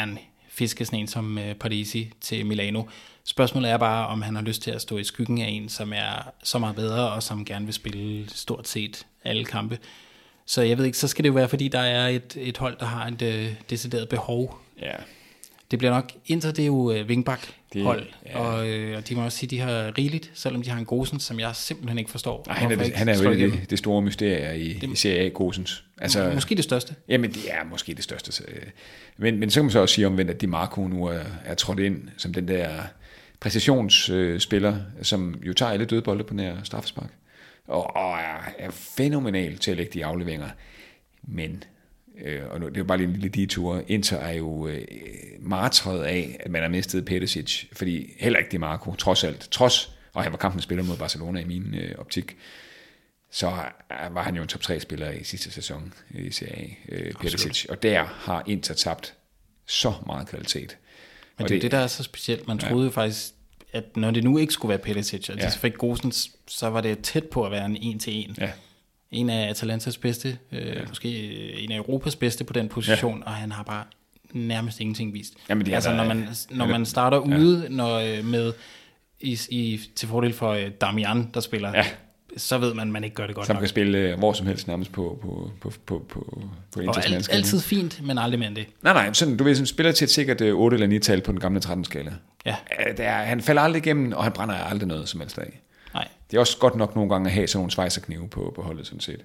fiske sådan en som Parisi til Milano. Spørgsmålet er bare, om han har lyst til at stå i skyggen af en, som er så meget bedre, og som gerne vil spille stort set alle kampe. Så jeg ved ikke, så skal det jo være, fordi der er et hold, der har et decideret behov. Ja. Det bliver nok, Inter det er jo wingback-hold, ja. og de må også sige, de har rigeligt, selvom de har en Gosens, som jeg simpelthen ikke forstår. Nej, han er jo det store mysterie i Serie A, Gosens. Altså, måske det største. Jamen, det er måske det største. Men så kan man så også sige omvendt, at Di Marco nu er trådt ind som den der præcisionsspiller, som jo tager alle dødbolde på nær straffespark, og er fænomenal til at lægge de afleveringer. Men og nu, det er jo bare lige en lille detur. Inter er jo martret af, at man har mistet Perisic, fordi heller ikke Di Marco, og han var kampens spiller mod Barcelona i min optik, så var han jo en top 3 spiller i sidste sæson i Serie A, Perisic, og der har Inter tabt så meget kvalitet. Men det er det, der er så specielt. Man troede jo faktisk, at når det nu ikke skulle være Perisic, og de fik Gosens, så var det tæt på at være en 1-1. Ja. En af Atalantas bedste, måske en af Europas bedste på den position, og han har bare nærmest ingenting vist. Jamen, altså når man starter ude med til fordel for Damian, der spiller, så ved man ikke gør det godt som nok. Kan spille hvor som helst nærmest på Inters mandskab. Altid fint, men aldrig mere end det. Nej, sådan, du ved, som spiller til et sikkert 8 eller 9-tal på den gamle 13-skala. Ja. Han falder aldrig igennem, og han brænder aldrig noget som helst af. Nej. Det er også godt nok nogle gange at have sådan nogle svejserknive på holdet, sådan set.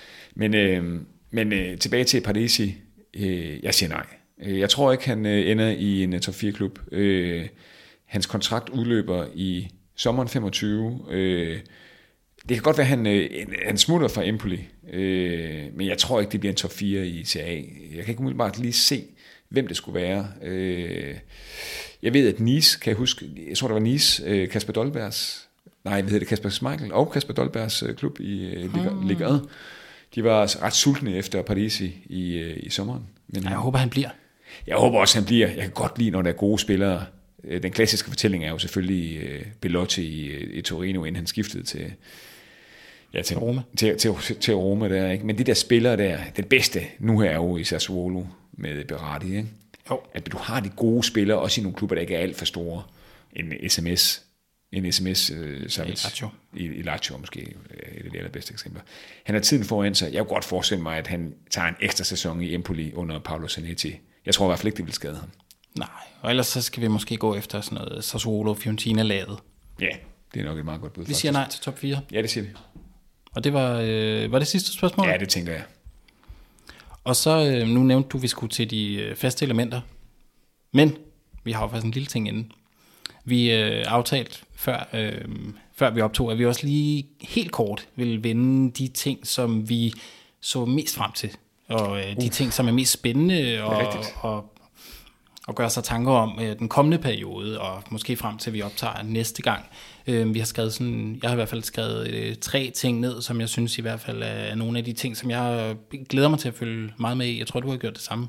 Men tilbage til Parisi. Jeg siger nej. Jeg tror ikke, han ender i en top 4-klub. Hans kontrakt udløber i sommeren 25. Det kan godt være, han smutter fra Empoli. Men jeg tror ikke, det bliver en top 4 i Serie A. Jeg kan ikke umiddelbart lige se, hvem det skulle være. Jeg ved, at Nice, kan jeg huske, jeg tror, det var Nice, Kasper Dolbergs, Kasper Schmeichel og Kasper Dolbergs klub i Ligue 1. De var ret sultne efter Parisi i sommeren. Men jeg håber, han bliver. Jeg håber også, han bliver. Jeg kan godt lide, når der er gode spillere. Den klassiske fortælling er jo selvfølgelig Belotti i Torino, inden han skiftede til Roma. Til Roma der, ikke? Men de der spillere der, den bedste nu her er jo i Sassuolo med Berardi, ikke? Jo. At du har de gode spillere, også i nogle klubber, der ikke er alt for store. En SMS i Lazio måske et af de allerbedste eksempler. Han har tiden foran sig. Jeg kunne godt forestille mig, at han tager en ekstra sæson i Empoli under Paolo Zanetti. Jeg tror i hvert fald ikke, det vil skade ham. Nej, og ellers så skal vi måske gå efter sådan noget Sassuolo-Fiorentina-laget. Ja, det er nok et meget godt bud. Vi siger nej til top 4. Ja, det siger vi. Og det var det sidste spørgsmål? Ja, det tænker jeg. Og så, nu nævnte du, at vi skulle til de faste elementer. Men vi har jo faktisk en lille ting inden. Vi aftalt før vi optog, at vi også lige helt kort vil vende de ting, som vi så mest frem til. Og de ting, som er mest spændende og gøre sig tanker om den kommende periode, og måske frem til, at vi optager næste gang. Vi har skrevet jeg har i hvert fald skrevet 3 ting ned, som jeg synes i hvert fald er nogle af de ting, som jeg glæder mig til at følge meget med i. Jeg tror, du har gjort det samme.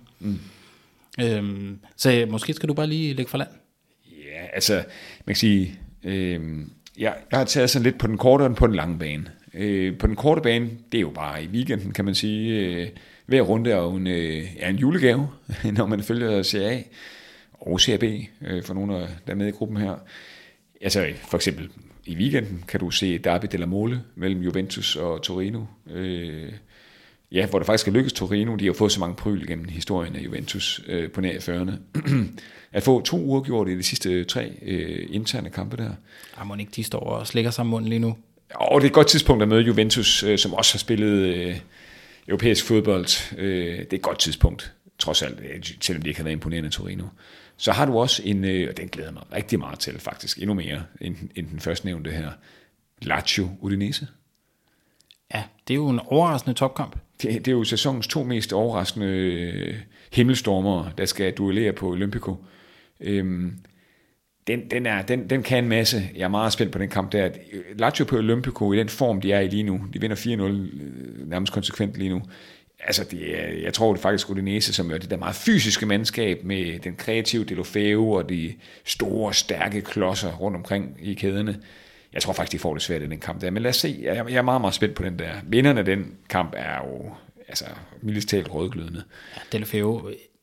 Så måske skal du bare lige lægge for land. Ja, altså, man kan sige, jeg har taget sådan lidt på den korte og på den lange bane. På den korte bane, det er jo bare i weekenden, kan man sige. Hver runde er en julegave, når man følger Serie A og CRB, for nogle, der er med i gruppen her. Altså, for eksempel i weekenden kan du se Derby della Mole mellem Juventus og Torino. Hvor det faktisk er lykkes Torino. De har jo fået så mange pryl gennem historien af Juventus på nær 40'erne. At få 2 uafgjorte i de sidste 3 interne kampe der. Må ikke de står og slikker sammen munden lige nu? Og det er et godt tidspunkt at møde Juventus, som også har spillet europæisk fodbold. Det er et godt tidspunkt, trods alt, selvom de ikke har været imponerende Torino. Så har du også og den glæder mig rigtig meget til faktisk, endnu mere end den første nævnte her, Lazio Udinese. Ja, det er jo en overraskende topkamp. Det er jo sæsonens 2 mest overraskende himmelstormere, der skal duellere på Olympico. Den kan en masse. Jeg er meget spændt på den kamp der. Lazio på Olympico i den form, de er i lige nu. De vinder 4-0 nærmest konsekvent lige nu. Altså, jeg tror det er faktisk Udinese, som er det der meget fysiske mandskab med den kreative Deulofeu og de store, stærke klodser rundt omkring i kæderne. Jeg tror faktisk, de får det svært i den kamp der. Men lad os se. Jeg er meget, meget spændt på den der. Vinderne af den kamp er jo mildest talt rødglødende. Ja, Deulofeu,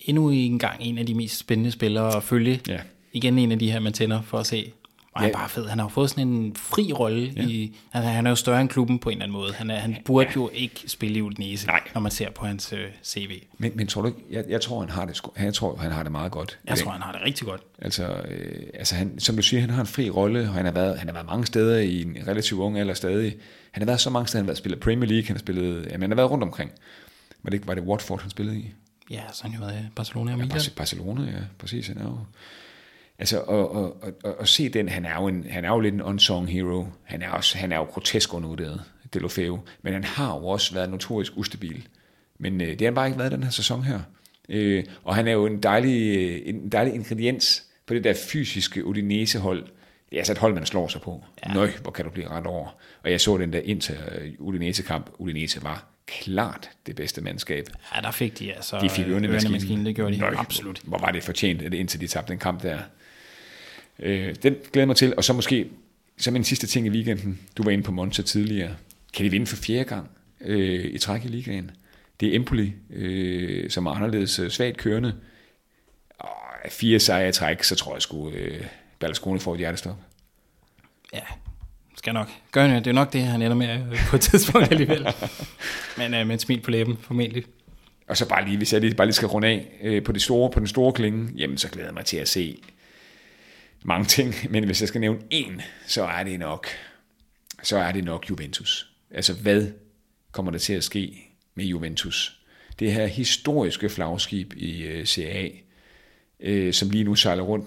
endnu en gang en af de mest spændende spillere at følge. Ja. Igen en af de her, man tænder for at se. Og han er bare fed. Han har jo fået sådan en fri rolle. I, han er jo større end klubben på en eller anden måde. Han burde jo ikke spille i Udinese, når man ser på hans CV. Men tror du ikke, jeg tror, han har det meget godt. Jeg tror, han har det rigtig godt. Altså han, som du siger, han har en fri rolle, og han har været mange steder i en relativt ung alder stadig. Han har været så mange steder, han har spillet Premier League, han har været rundt omkring. Var det Watford, han spillede i? Ja, så han jo været i Barcelona og Milan. Barcelona, ja, præcis. Han er jo... Altså, og se den, han er jo lidt en unsung hero. Han er jo grotesk undervurderet, Deulofeu. Men han har jo også været notorisk ustabil. Men det har han bare ikke været den her sæson her. Og han er jo en dejlig ingrediens på det der fysiske Udinese-hold. Det er altså et hold, man slår sig på. Ja. Nøj, hvor kan du blive ret over. Og jeg så den der Inter-Udinese-kamp. Udinese var klart det bedste mandskab. Ja, der fik de altså... De fik ørnemaskinen. Det gjorde de. Nøj, absolut. Hvor var det fortjent, at indtil de tabte den kamp der. Den glæder mig til. Og så måske, som en sidste ting i weekenden, du var inde på Monza tidligere. Kan de vinde for 4. gang i træk i ligaen? Det er Empoli, som er anderledes svagt kørende. Og 4 sejre i træk, så tror jeg sgu, Berlusconi får et hjertestop. Ja, skal nok. Gør det. Det er nok det, han ender med på et tidspunkt alligevel. Men med et smil på læben, formentlig. Og så bare lige, hvis jeg bare lige skal runde af på den store klinge, jamen så glæder jeg mig til at se mange ting. Men hvis jeg skal nævne en, så er det nok Juventus. Altså hvad kommer der til at ske med Juventus? Det her historiske flagskib i CA, som lige nu sejler rundt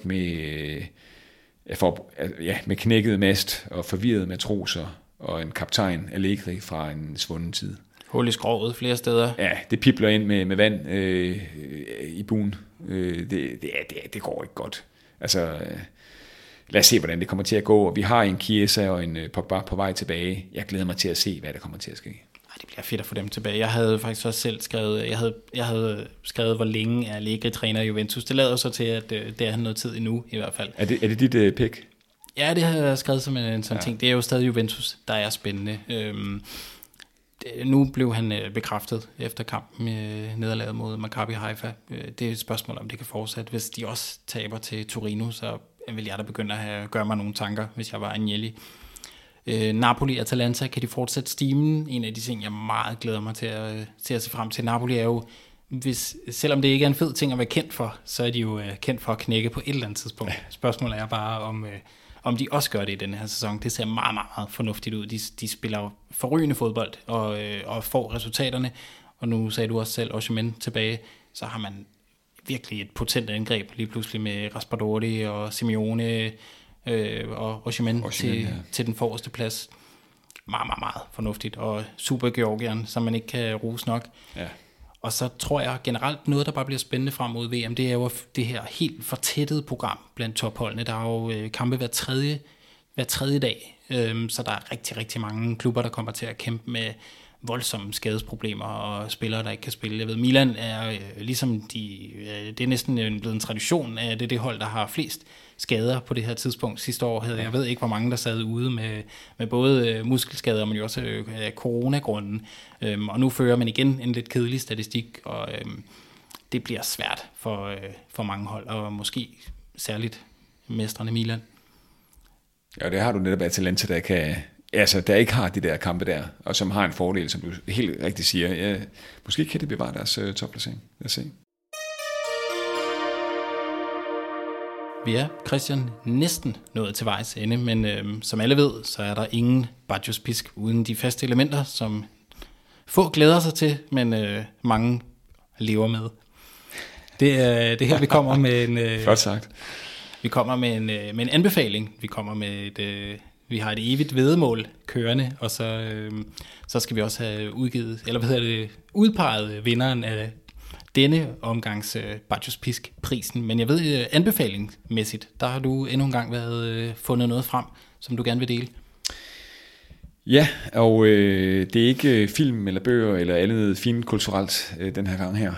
med knækket mast og forvirrede matroser og en kaptajn Allegri fra en svunden tid. Hul i skroget flere steder. Ja, det pibler ind med vand i buen. Det går ikke godt. Altså, lad os se, hvordan det kommer til at gå. Og vi har en Chiesa og en Pogba på vej tilbage. Jeg glæder mig til at se, hvad der kommer til at ske. Det bliver fedt at få dem tilbage. Jeg havde faktisk også selv skrevet, jeg havde skrevet, hvor længe er Allegri træner i Juventus. Det lader så til, at det er han noget tid endnu, i hvert fald. Er det dit pick? Ja, det har jeg skrevet som en sådan ting. Det er jo stadig Juventus, der er spændende. Nu blev han bekræftet efter kampen med nederlaget mod Maccabi Haifa. Det er et spørgsmål, om det kan fortsætte. Hvis de også taber til Torino, så vil jeg da begynde at gøre mig nogle tanker, hvis jeg var Agnelli. Napoli, Atalanta, kan de fortsætte stimen? En af de ting, jeg meget glæder mig til at se frem til. Napoli er jo, selvom det ikke er en fed ting at være kendt for, så er de jo kendt for at knække på et eller andet tidspunkt. Spørgsmålet er bare, om de også gør det i den her sæson. Det ser meget, meget, meget fornuftigt ud. De spiller jo forrygende fodbold og får resultaterne. Og nu sagde du også selv, Osimhen tilbage, så har man virkelig et potent angreb lige pludselig med Raspadori og Simeone og Osimhen til den forreste plads. Meget, meget, meget fornuftigt. Og super Georgien, som man ikke kan rose nok. Ja. Og så tror jeg generelt noget, der bare bliver spændende frem mod VM, det er jo det her helt fortættede program blandt topholdene. Der er jo kampe hver tredje dag, så der er rigtig, rigtig mange klubber, der kommer til at kæmpe med voldsomme skadesproblemer og spillere, der ikke kan spille. Jeg ved, Milan er ligesom det er næsten blevet en tradition, at det er det hold, der har flest skader på det her tidspunkt. Sidste år havde jeg ved ikke, hvor mange der sad ude med både muskelskader, men jo også coronagrunden. Og nu fører man igen en lidt kedelig statistik, og det bliver svært for mange hold, og måske særligt mestrene Milan. Ja, det har du netop Atalanta, der ikke har de der kampe der, og som har en fordel, som du helt rigtigt siger. Ja, måske kan det bevare deres topplacering. Lad os se. Vi er, Christian, næsten nået til vejs ende, men som alle ved, så er der ingen Bajos Pisk uden de faste elementer, som få glæder sig til, men mange lever med. Det er her, vi kommer med en... Flot sagt. Vi kommer med en anbefaling. Vi har et evigt væddemål kørende, og så skal vi også have udpeget vinderen af denne omgangs Bajos Pisk-prisen. Men jeg ved, anbefalingsmæssigt, der har du endnu en gang fundet noget frem, som du gerne vil dele. Ja, og det er ikke film eller bøger eller andet fint kulturelt den her gang her.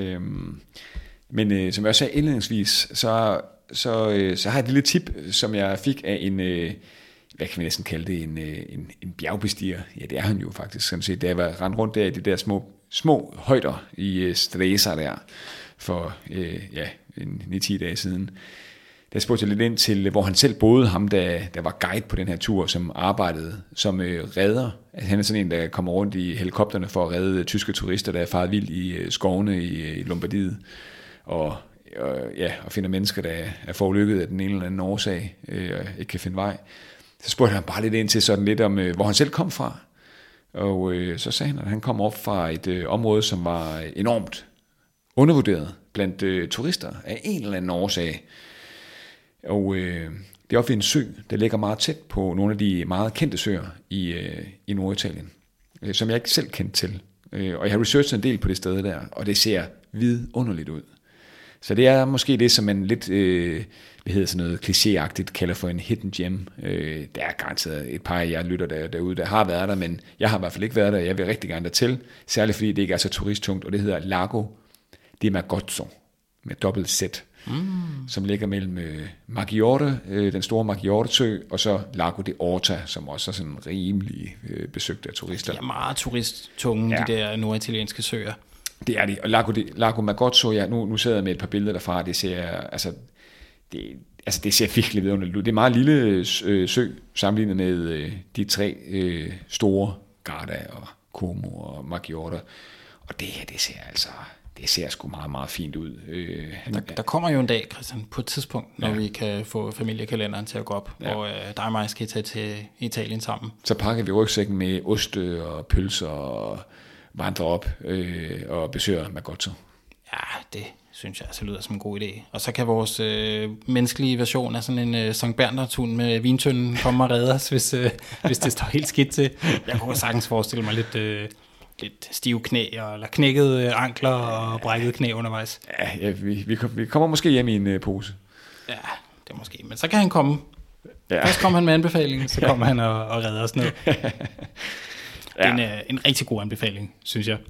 Men som jeg også sagde indledningsvis, så har jeg et lille tip, som jeg fik af en... hvad kan vi næsten kalde det, en bjergbestiger. Ja, det er han jo faktisk, sådan set. Da jeg var rendt rundt der i de der små højder i Stresa der, for 9-10 dage siden. Der spurgte jeg lidt ind til, hvor han selv boede, ham der var guide på den her tur, som arbejdede som redder. Altså, han er sådan en, der kommer rundt i helikopterne for at redde tyske turister, der er faret vild i skovene i Lombardiet, og finder mennesker, der er forulykket af den ene eller anden årsag, og ikke kan finde vej. Så spurgte han bare lidt ind til sådan lidt om, hvor han selv kom fra. Og så sagde han, at han kom op fra et område, som var enormt undervurderet blandt turister af en eller anden årsag. Og det er oppe ved en sø, der ligger meget tæt på nogle af de meget kendte søer i Norditalien, som jeg ikke selv kendte til. Og jeg har researchet en del på det sted der, og det ser vidunderligt ud. Så det er måske det, som man lidt, sådan noget klichéagtigt kalder for en hidden gem. Der er garanteret et par af jer lytter derude, der har været der, men jeg har i hvert fald ikke været der. Jeg vil rigtig gerne dertil, særligt fordi det ikke er så turisttungt, og det hedder Lago di Magozzo, med dobbelt Z, som ligger mellem Maggiore, den store Maggiore-sø, og så Lago di Orta, som også er sådan rimelig besøgt af turister. De er meget turisttunge, de der norditalienske søer. Det er de, og Lago Magozzo, nu sidder jeg med et par billeder derfra, det ser virkelig vidunderligt ud. Det er en meget lille sø, sammenlignet med de tre store, Garda og Como og Maggiore, og det her, det ser sgu meget, meget fint ud. Der kommer jo en dag, Christian, på et tidspunkt, når vi kan få familiekalenderen til at gå op, og dig og mig skal tage til Italien sammen. Så pakker vi rygsækken med oste og pølser og vandrer op og besøger Magozzo. Ja, det synes jeg altså lyder som en god idé. Og så kan vores menneskelige version af sådan en Sankt Bernhardshund med vintønden komme og redde os, hvis det står helt skidt til. Jeg kunne sagtens forestille mig lidt stive knæ, eller knækkede ankler og brækkede knæ undervejs. Ja, vi kommer måske hjem i en pose. Ja, det måske. Men så kan han komme. Ja. Først kommer han med anbefalingen, så kommer han og redder os ned. Det er en rigtig god anbefaling, synes jeg.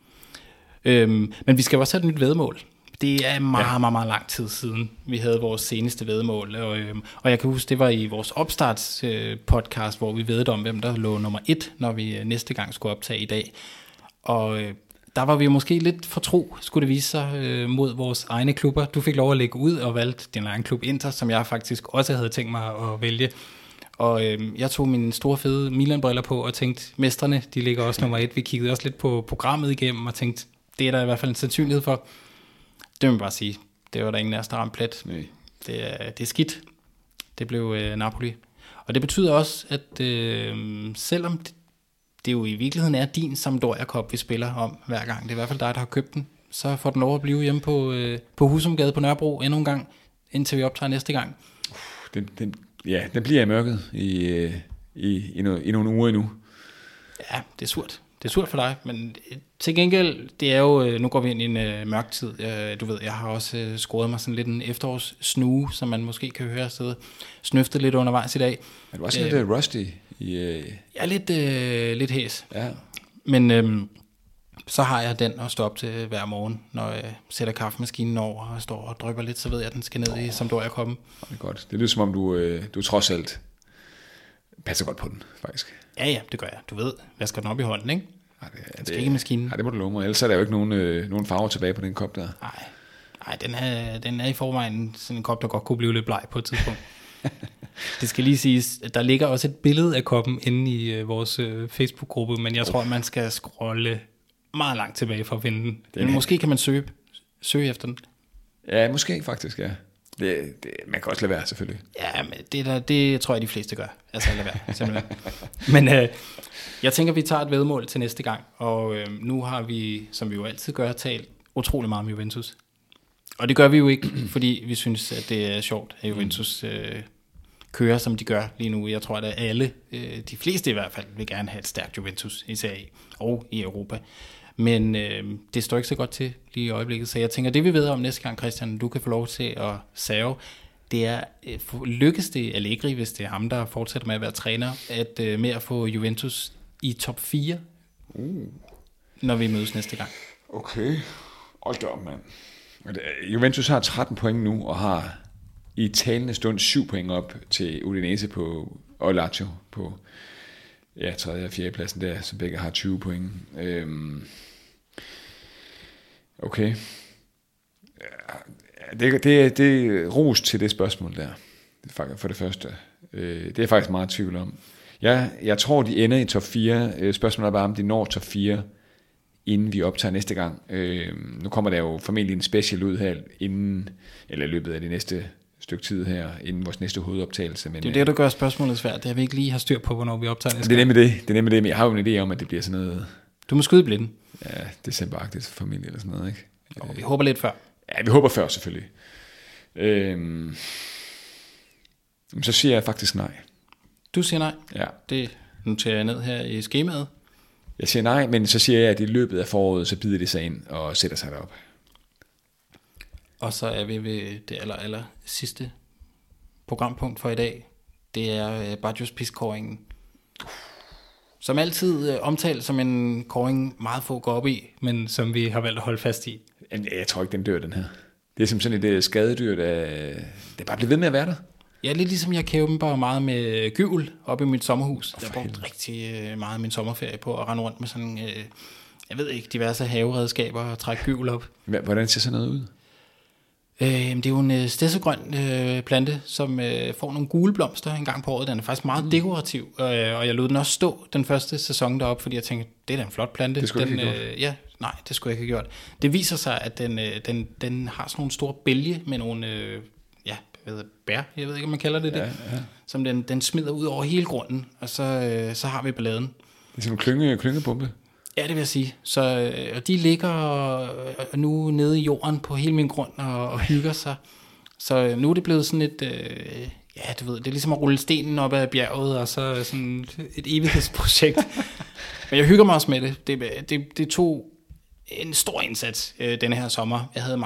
Men vi skal også have et nyt væddemål. Det er meget, meget, meget lang tid siden, vi havde vores seneste væddemål. Og jeg kan huske, det var i vores opstartspodcast, hvor vi væddede om, hvem der lå nummer 1, når vi næste gang skulle optage i dag. Og der var vi jo måske lidt for tro, skulle det vise sig, mod vores egne klubber. Du fik lov at lægge ud og valgte din egen klub Inter, som jeg faktisk også havde tænkt mig at vælge. Og jeg tog mine store fede Milan-briller på og tænkte, mestrene, de ligger også nummer 1. Vi kiggede også lidt på programmet igennem og tænkte, det er der i hvert fald en sandsynlighed for. Det må jeg bare sige. Det var der ingen af os, der ramte plet. Det er skidt. Det blev Napoli. Og det betyder også, at selvom det jo i virkeligheden er din Sampdoria Cup, vi spiller om hver gang, det er i hvert fald dig, der har købt den, så får den lov at blive hjemme på Husumgade på Nørrebro endnu en gang, indtil vi optager næste gang. Den bliver i mørket i nogle uger endnu. Ja, det er surt. Det er surt for dig, men til gengæld, det er jo, nu går vi ind i en mørk tid. Du ved, jeg har også scoret mig sådan lidt en efterårssnue, som man måske kan høre sidde snøftet lidt undervejs i dag. Er du også lidt rusty? Jeg er lidt hæs. Ja. Men så har jeg den at stå op til hver morgen, når jeg sætter kaffemaskinen over og står og drypper lidt, så ved jeg, at den skal ned i Sampdoria Cuppen. Det er godt. Det lyder som om, du trods alt passer godt på den, faktisk. Ja, det gør jeg. Du ved, jeg skal den op i hånden, ikke? Den skal ikke i maskinen. Nej, det må du love mig. Ellers er der jo ikke nogen farver tilbage på den kop der. Nej, den er i forvejen sådan en kop, der godt kunne blive lidt bleg på et tidspunkt. Det skal lige siges, at der ligger også et billede af koppen inde i vores Facebook-gruppe, men jeg tror, at man skal scrolle meget langt tilbage for at finde den. Men måske kan man søge efter den. Ja, måske faktisk, ja. Man kan også lade være, selvfølgelig. Ja, men det tror jeg, de fleste gør. Altså lade være, simpelthen. Men jeg tænker, vi tager et væddemål til næste gang. Og nu har vi, som vi jo altid gør, talt utrolig meget om Juventus. Og det gør vi jo ikke, fordi vi synes, at det er sjovt, at Juventus kører, som de gør lige nu. Jeg tror, at alle, de fleste i hvert fald, vil gerne have et stærkt Juventus i Serie A og i Europa. Men det står ikke så godt til lige i øjeblikket. Så jeg tænker, det vi ved om næste gang, Christian, du kan få lov til at serve, det er, lykkes det Allegri, hvis det er ham, der fortsætter med at være træner, med at få Juventus i top 4, når vi mødes næste gang. Okay. Hold da op, mand. Juventus har 13 point nu, og har i talende stund 7 point op til Udinese og Lazio på 3. og 4. pladsen der, som begge har 20 point. Okay. Det er ros til det spørgsmål der, for det første. Det er jeg faktisk meget i tvivl om. Jeg tror, de ender i top 4. Spørgsmålet er bare, om de når top 4, inden vi optager næste gang. Nu kommer der jo formentlig en special ud her, eller i løbet af det næste stykke tid her, inden vores næste hovedoptagelse. Men, det er det, der gør spørgsmålet svært. Det er, vi ikke lige har styr på, hvornår vi optager næste gang. Det er nemlig det, men jeg har jo en idé om, at det bliver sådan noget... Du må skyde blinden. Ja, decemberagtigt familie eller sådan noget, ikke? Og vi håber lidt før. Ja, vi håber før selvfølgelig. Så siger jeg faktisk nej. Du siger nej? Ja. Det noterer jeg ned her i skemaet. Jeg siger nej, men så siger jeg, at i løbet af foråret, så bider det sig ind og sætter sig derop. Og så er vi ved det aller sidste programpunkt for i dag. Det er Bajos Pisk-kåringen. Som altid omtalt som en kåring, meget få går op i, men som vi har valgt at holde fast i. Jeg tror ikke, den dør, den her. Det er som sådan et skadedyr, det er bare blevet ved med at være der. Ja, lidt ligesom jeg kæmper meget med gyvel oppe i mit sommerhus. Jeg har brugt rigtig meget af min sommerferie på at rende rundt med sådan, jeg ved ikke, diverse haveredskaber og trække gyvel op. Hvordan ser sådan noget ud? Det er jo en stedsegrøn plante, som får nogle gule blomster en gang på året. Den er faktisk meget dekorativ, og jeg lod den også stå den første sæson deroppe, fordi jeg tænkte, det er da en flot plante. Det skulle jeg ikke have gjort. Ja, nej, det skulle jeg ikke have gjort. Det viser sig, at den har sådan nogle store bælge med nogle... bær, jeg ved ikke, om man kalder det det, som den smider ud over hele grunden, og så har vi balladen. Det er sådan en klyngebombe? Ja, det vil jeg sige. Så de ligger nu nede i jorden på hele min grund og hygger sig. Så nu er det blevet sådan et, du ved, det er ligesom at rulle stenen op ad bjerget, og så sådan et evighedsprojekt. Men jeg hygger mig også med det. Det tog en stor indsats denne her sommer. Jeg havde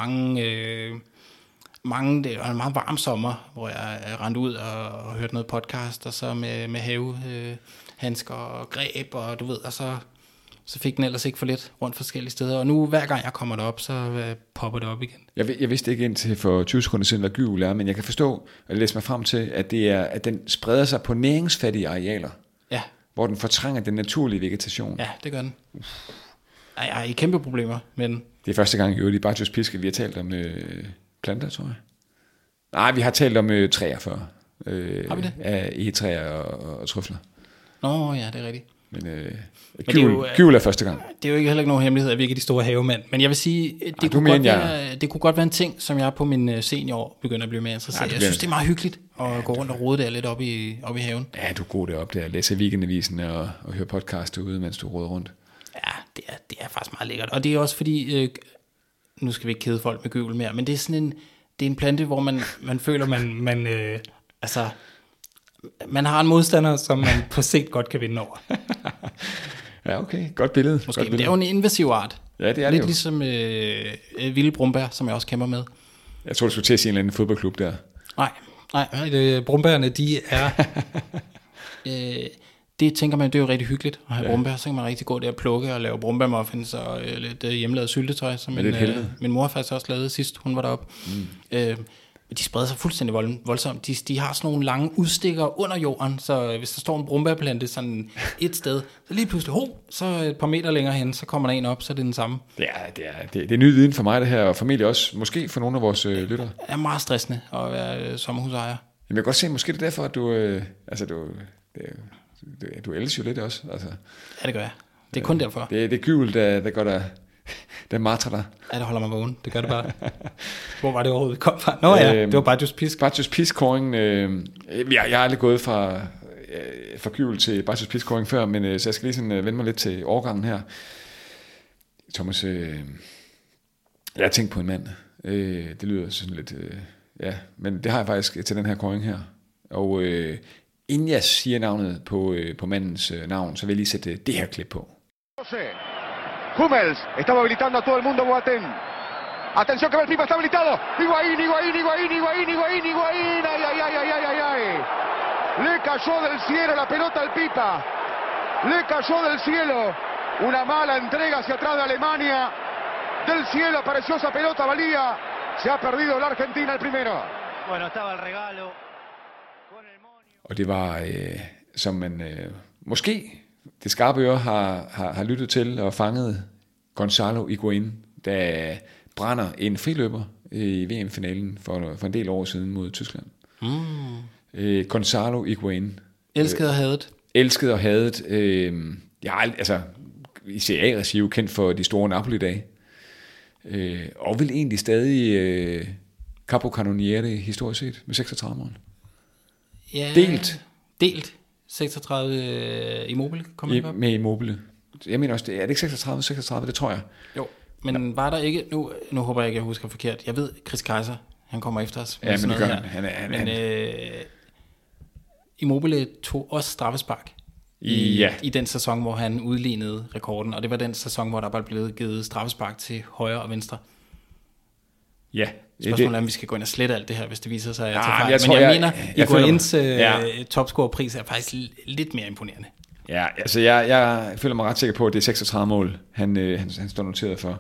det var en meget varm sommer, hvor jeg rendte ud og hørte noget podcast, og så med havehandsker og greb, og du ved, og så fik den ellers ikke for lidt rundt forskellige steder. Og nu, hver gang jeg kommer derop, så popper det op igen. Jeg vidste ikke indtil for 20 sekunder siden, hvad gyvel er, men jeg kan forstå og læse mig frem til, at den spreder sig på næringsfattige arealer, hvor den fortrænger den naturlige vegetation. Ja, det gør den. Jeg har ikke kæmpe problemer, men... Det er første gang i Bajos Pisk, vi har talt om planter, tror jeg. Nej, vi har talt om træer før. Har vi det? Af egetræer og trøfler. Nå, ja, det er rigtigt. Men gyvel er første gang. Det er jo heller ikke nogen hemmelighed, at vi ikke er de store havemænd. Men jeg vil sige, det kunne godt være en ting, som jeg på min senior begynder at blive mere interesseret. Jeg synes, det er meget hyggeligt at gå rundt og rode der lidt op i haven. Ja, du er god deroppe der. Læse Weekendavisen og høre podcast derude, mens du roder rundt. Ja, det er faktisk meget lækkert. Og det er også fordi, nu skal vi ikke kede folk med gyvel mere, men det er sådan en plante, hvor man føler, man har en modstander, som man på sigt godt kan vinde over. Ja, okay. Godt billede. Måske, men det er jo en invasiv art. Ja, det er lidt det jo. Ligesom vilde brumbær, som jeg også kæmper med. Jeg tror, du skulle til at sige en eller anden fodboldklub der. Nej, brumbærne, de er... det tænker man, det er jo rigtig hyggeligt at have brumbær. Så kan man rigtig gå der og plukke og lave brumbærmuffins og lidt hjemmelavet syltetøj, som min mor faktisk også lavede sidst, hun var deroppe. De spreder sig fuldstændig voldsomt. De har sådan nogle lange udstikker under jorden, så hvis der står en brumbærplante sådan et sted, så lige pludselig, så et par meter længere hen, så kommer der en op, så er det den samme. Det er ny viden for mig det her, og familie også, måske for nogle af vores lyttere. Det er meget stressende at være sommerhusejer. Jamen, jeg kan godt se, måske det er derfor, at du elsker jo lidt også. Altså. Ja, det gør jeg. Det er kun derfor. Det er gyvel, der går der... Den martrer dig. Ja, det holder mig vågen. Det gør det bare. Hvor var det overhovedet kom fra? Nå ja, det var Bajos Pisk. Bajos Pisk-kåringen. Jeg har aldrig gået fra gyvel til Bajos Pisk-kåringen før, men så jeg skal lige sådan vende mig lidt til overgangen her. Thomas, jeg har tænkt på en mand. Det lyder sådan lidt... men det har jeg faktisk til den her kåring her. Og inden jeg siger navnet på mandens navn, så vil jeg lige sætte det her klip på. Hummels estaba habilitando a todo el mundo Boateng. Atención que el Pipa está habilitado. Higuaín. Ay. Le cayó del cielo la pelota al Pipa. Le cayó del cielo. Una mala entrega hacia atrás de Alemania. Del cielo apareció esa pelota, valía. Se ha perdido la Argentina el primero. Bueno, estaba el regalo. Og det var, som man måske... Det skarpe øre har lyttet til og fanget Gonzalo Higuaín, der brænder en friløber i VM-finalen for en del år siden mod Tyskland. Gonzalo Higuaín. Elsket og hadet. Elsket og hadet. I CA-regi jo kendt for de store Napoli-dage. Og vil egentlig stadig capocannoniere historisk set med 36 mål. Ja, Delt. 36 Immobile kommer det op? Med Immobile. Jeg mener også, er det ikke 36, det tror jeg. Jo, men var der ikke, nu håber jeg ikke, jeg husker forkert. Jeg ved, Chris Kaiser, han kommer efter os. Ja, men det gør han. Immobile tog også straffespark i den sæson, hvor han udlignede rekorden, og det var den sæson, hvor der bare blev givet straffespark til højre og venstre. Ja. Spørgsmålet er, om vi skal gå ind og slette alt det her, hvis det viser sig, at jeg tager fejl. Men jeg mener, Higuaíns topscorerpris er faktisk lidt mere imponerende. Ja, altså jeg føler mig ret sikker på, at det er 36 mål, han står noteret for,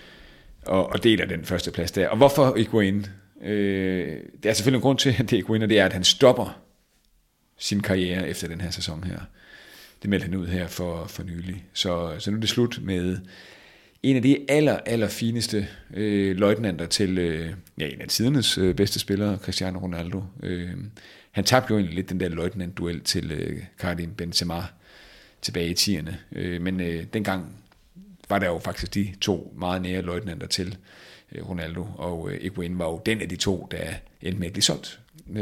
og deler den første plads der. Og hvorfor Higuaín? Det er selvfølgelig en grund til, at det er Higuaín, og det er, at han stopper sin karriere efter den her sæson her. Det meldte han ud her for nylig. Så nu er det slut med en af de aller fineste løjtnanter til en af tidernes bedste spillere, Cristiano Ronaldo. Han tabte jo egentlig lidt den der løjtnant-duel til Karim Benzema tilbage i 10'erne. Men dengang var der jo faktisk de to meget nære løjtnanter til Ronaldo, og Higuaín var jo den af de to, der endte med at blive solgt.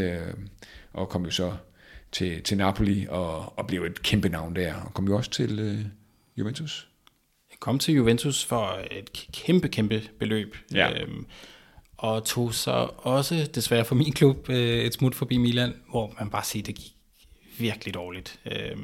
Og kom jo så til Napoli og blev et kæmpe navn der, og kom jo også til Juventus. Kom til Juventus for et kæmpe beløb, og tog så også, desværre for min klub, et smut forbi Milan, hvor man bare siger, det gik virkelig dårligt.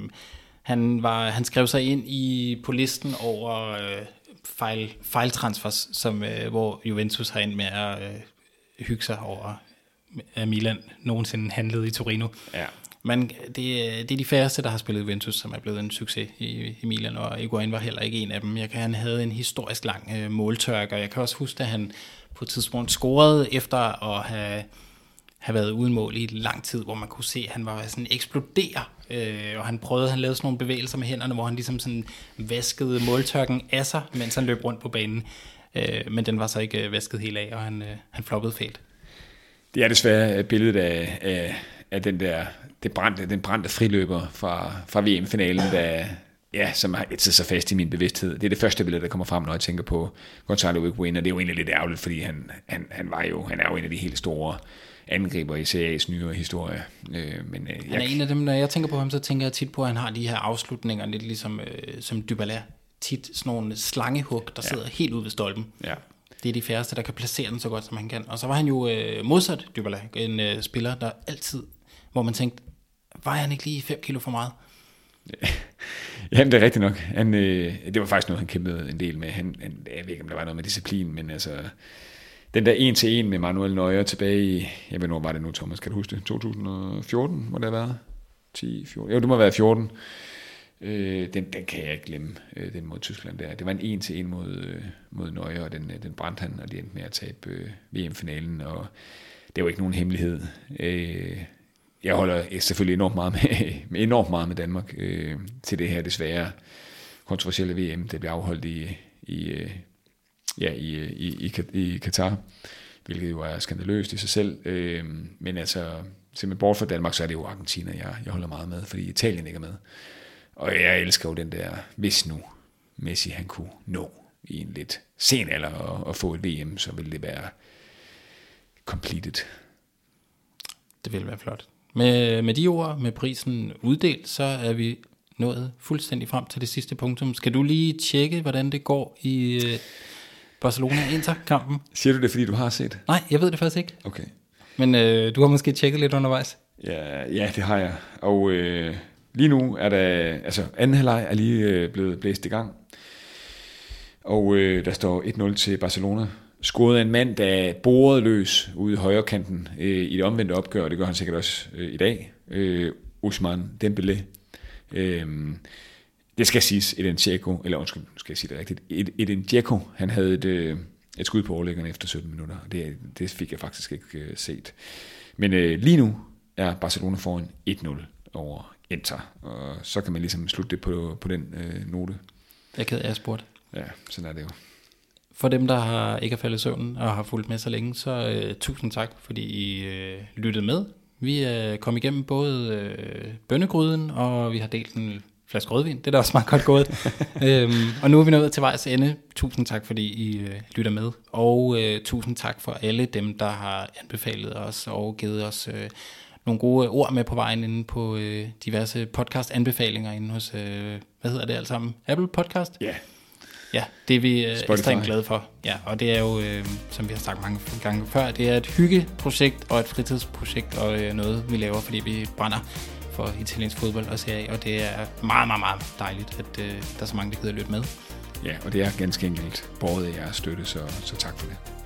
Han skrev sig ind på listen over fejltransfers, hvor Juventus har ind med at hygge sig over, at Milan nogensinde handlede i Torino. Ja. Men det er de færreste, der har spillet Juventus, som er blevet en succes i Milan, og Higuaín var heller ikke en af dem. Han havde en historisk lang måltørke, og jeg kan også huske, at han på et tidspunkt scorede efter at have været uden mål i lang tid, hvor man kunne se, at han var sådan eksplodere, og han lavede sådan nogle bevægelser med hænderne, hvor han ligesom sådan vaskede måltørken af sig, mens han løb rundt på banen. Men den var så ikke vasket helt af, og han floppede fælt. Det er desværre billedet af den brændte friløber fra VM-finalen, som har ætset sig fast i min bevidsthed. Det er det første billede, der kommer frem, når jeg tænker på Gonzalo Higuaín, og det er jo egentlig lidt ærgerligt, fordi han er jo en af de helt store angriber i CA's nyere historie. Han er en af dem, når jeg tænker på ham, så tænker jeg tit på, at han har de her afslutninger, lidt ligesom som Dybala. Tit sådan nogle slangehug, der sidder helt ude ved stolpen. Ja. Det er de færreste, der kan placere den så godt, som han kan. Og så var han jo modsat Dybala, en spiller, der altid, hvor man tænkte, var han ikke lige 5 kilo for meget? Jamen, det er rigtigt nok. Det var faktisk noget, han kæmpede en del med. Jeg ved ikke, om der var noget med disciplin, men altså, den der 1-1 med Manuel Neuer tilbage i, jeg ved nu, var det nu, Thomas, kan du huske det? 2014, må det have været? 10-14? Jo, det må have været 14. Den kan jeg ikke glemme, den mod Tyskland der. Det var en 1-1 mod Neuer, og den brændte han, og de endte med at tabe VM-finalen, og det var ikke nogen hemmelighed. Jeg holder selvfølgelig enormt meget med Danmark til det her desværre kontroversielle VM, det blev afholdt i Katar, hvilket jo er skandaløst i sig selv. Men altså, simpelthen bort fra Danmark, så er det jo Argentina, jeg holder meget med, fordi Italien ikke er med. Og jeg elsker jo den der, hvis nu Messi han kunne nå i en lidt sen alder at få et VM, så ville det være completed. Det ville være flot. Med de ord, med prisen uddelt, så er vi nået fuldstændig frem til det sidste punktum. Skal du lige tjekke, hvordan det går i Barcelona-Inter-kampen? Siger du det, fordi du har set? Nej, jeg ved det faktisk ikke. Okay. Men du har måske tjekket lidt undervejs? Ja, det har jeg. Og lige nu er der, altså anden halvleg er lige blevet blæst i gang. Og der står 1-0 til Barcelona. Scorede en mand, der borede løs ude i højre kanten i det omvendte opgør, og det gør han sikkert også i dag. Ousmane Dembélé. Det skal siges, Edin Dzeko, eller undskyld, nu skal jeg sige det rigtigt. Edin Dzeko, han havde et skud på overliggerne efter 17 minutter, og det fik jeg faktisk ikke set. Men lige nu er Barcelona foran 1-0 over Inter, og så kan man ligesom slutte det på den note. Jeg er ked af, at jeg spurgte. Ja, sådan er det jo. For dem, der ikke har faldet i søvn og har fulgt med så længe, så tusind tak, fordi I lyttede med. Vi er kommet igennem både bønnegryden, og vi har delt en flaske rødvin. Det er da også meget godt gået. Og nu er vi nået til vejs ende. Tusind tak, fordi I lytter med. Og tusind tak for alle dem, der har anbefalet os og givet os nogle gode ord med på vejen inde på diverse podcast-anbefalinger inde hos, hvad hedder det alt sammen? Apple Podcast? Ja. Yeah. Ja, det er vi ekstremt glade for. Ja, og det er jo, som vi har sagt mange gange før, det er et hyggeprojekt og et fritidsprojekt og noget, vi laver, fordi vi brænder for italiensk fodbold og Serie A, og det er meget, meget, meget dejligt, at der er så mange, der gider lytte med. Ja, og det er ganske enkelt båret af jeres støtte, så tak for det.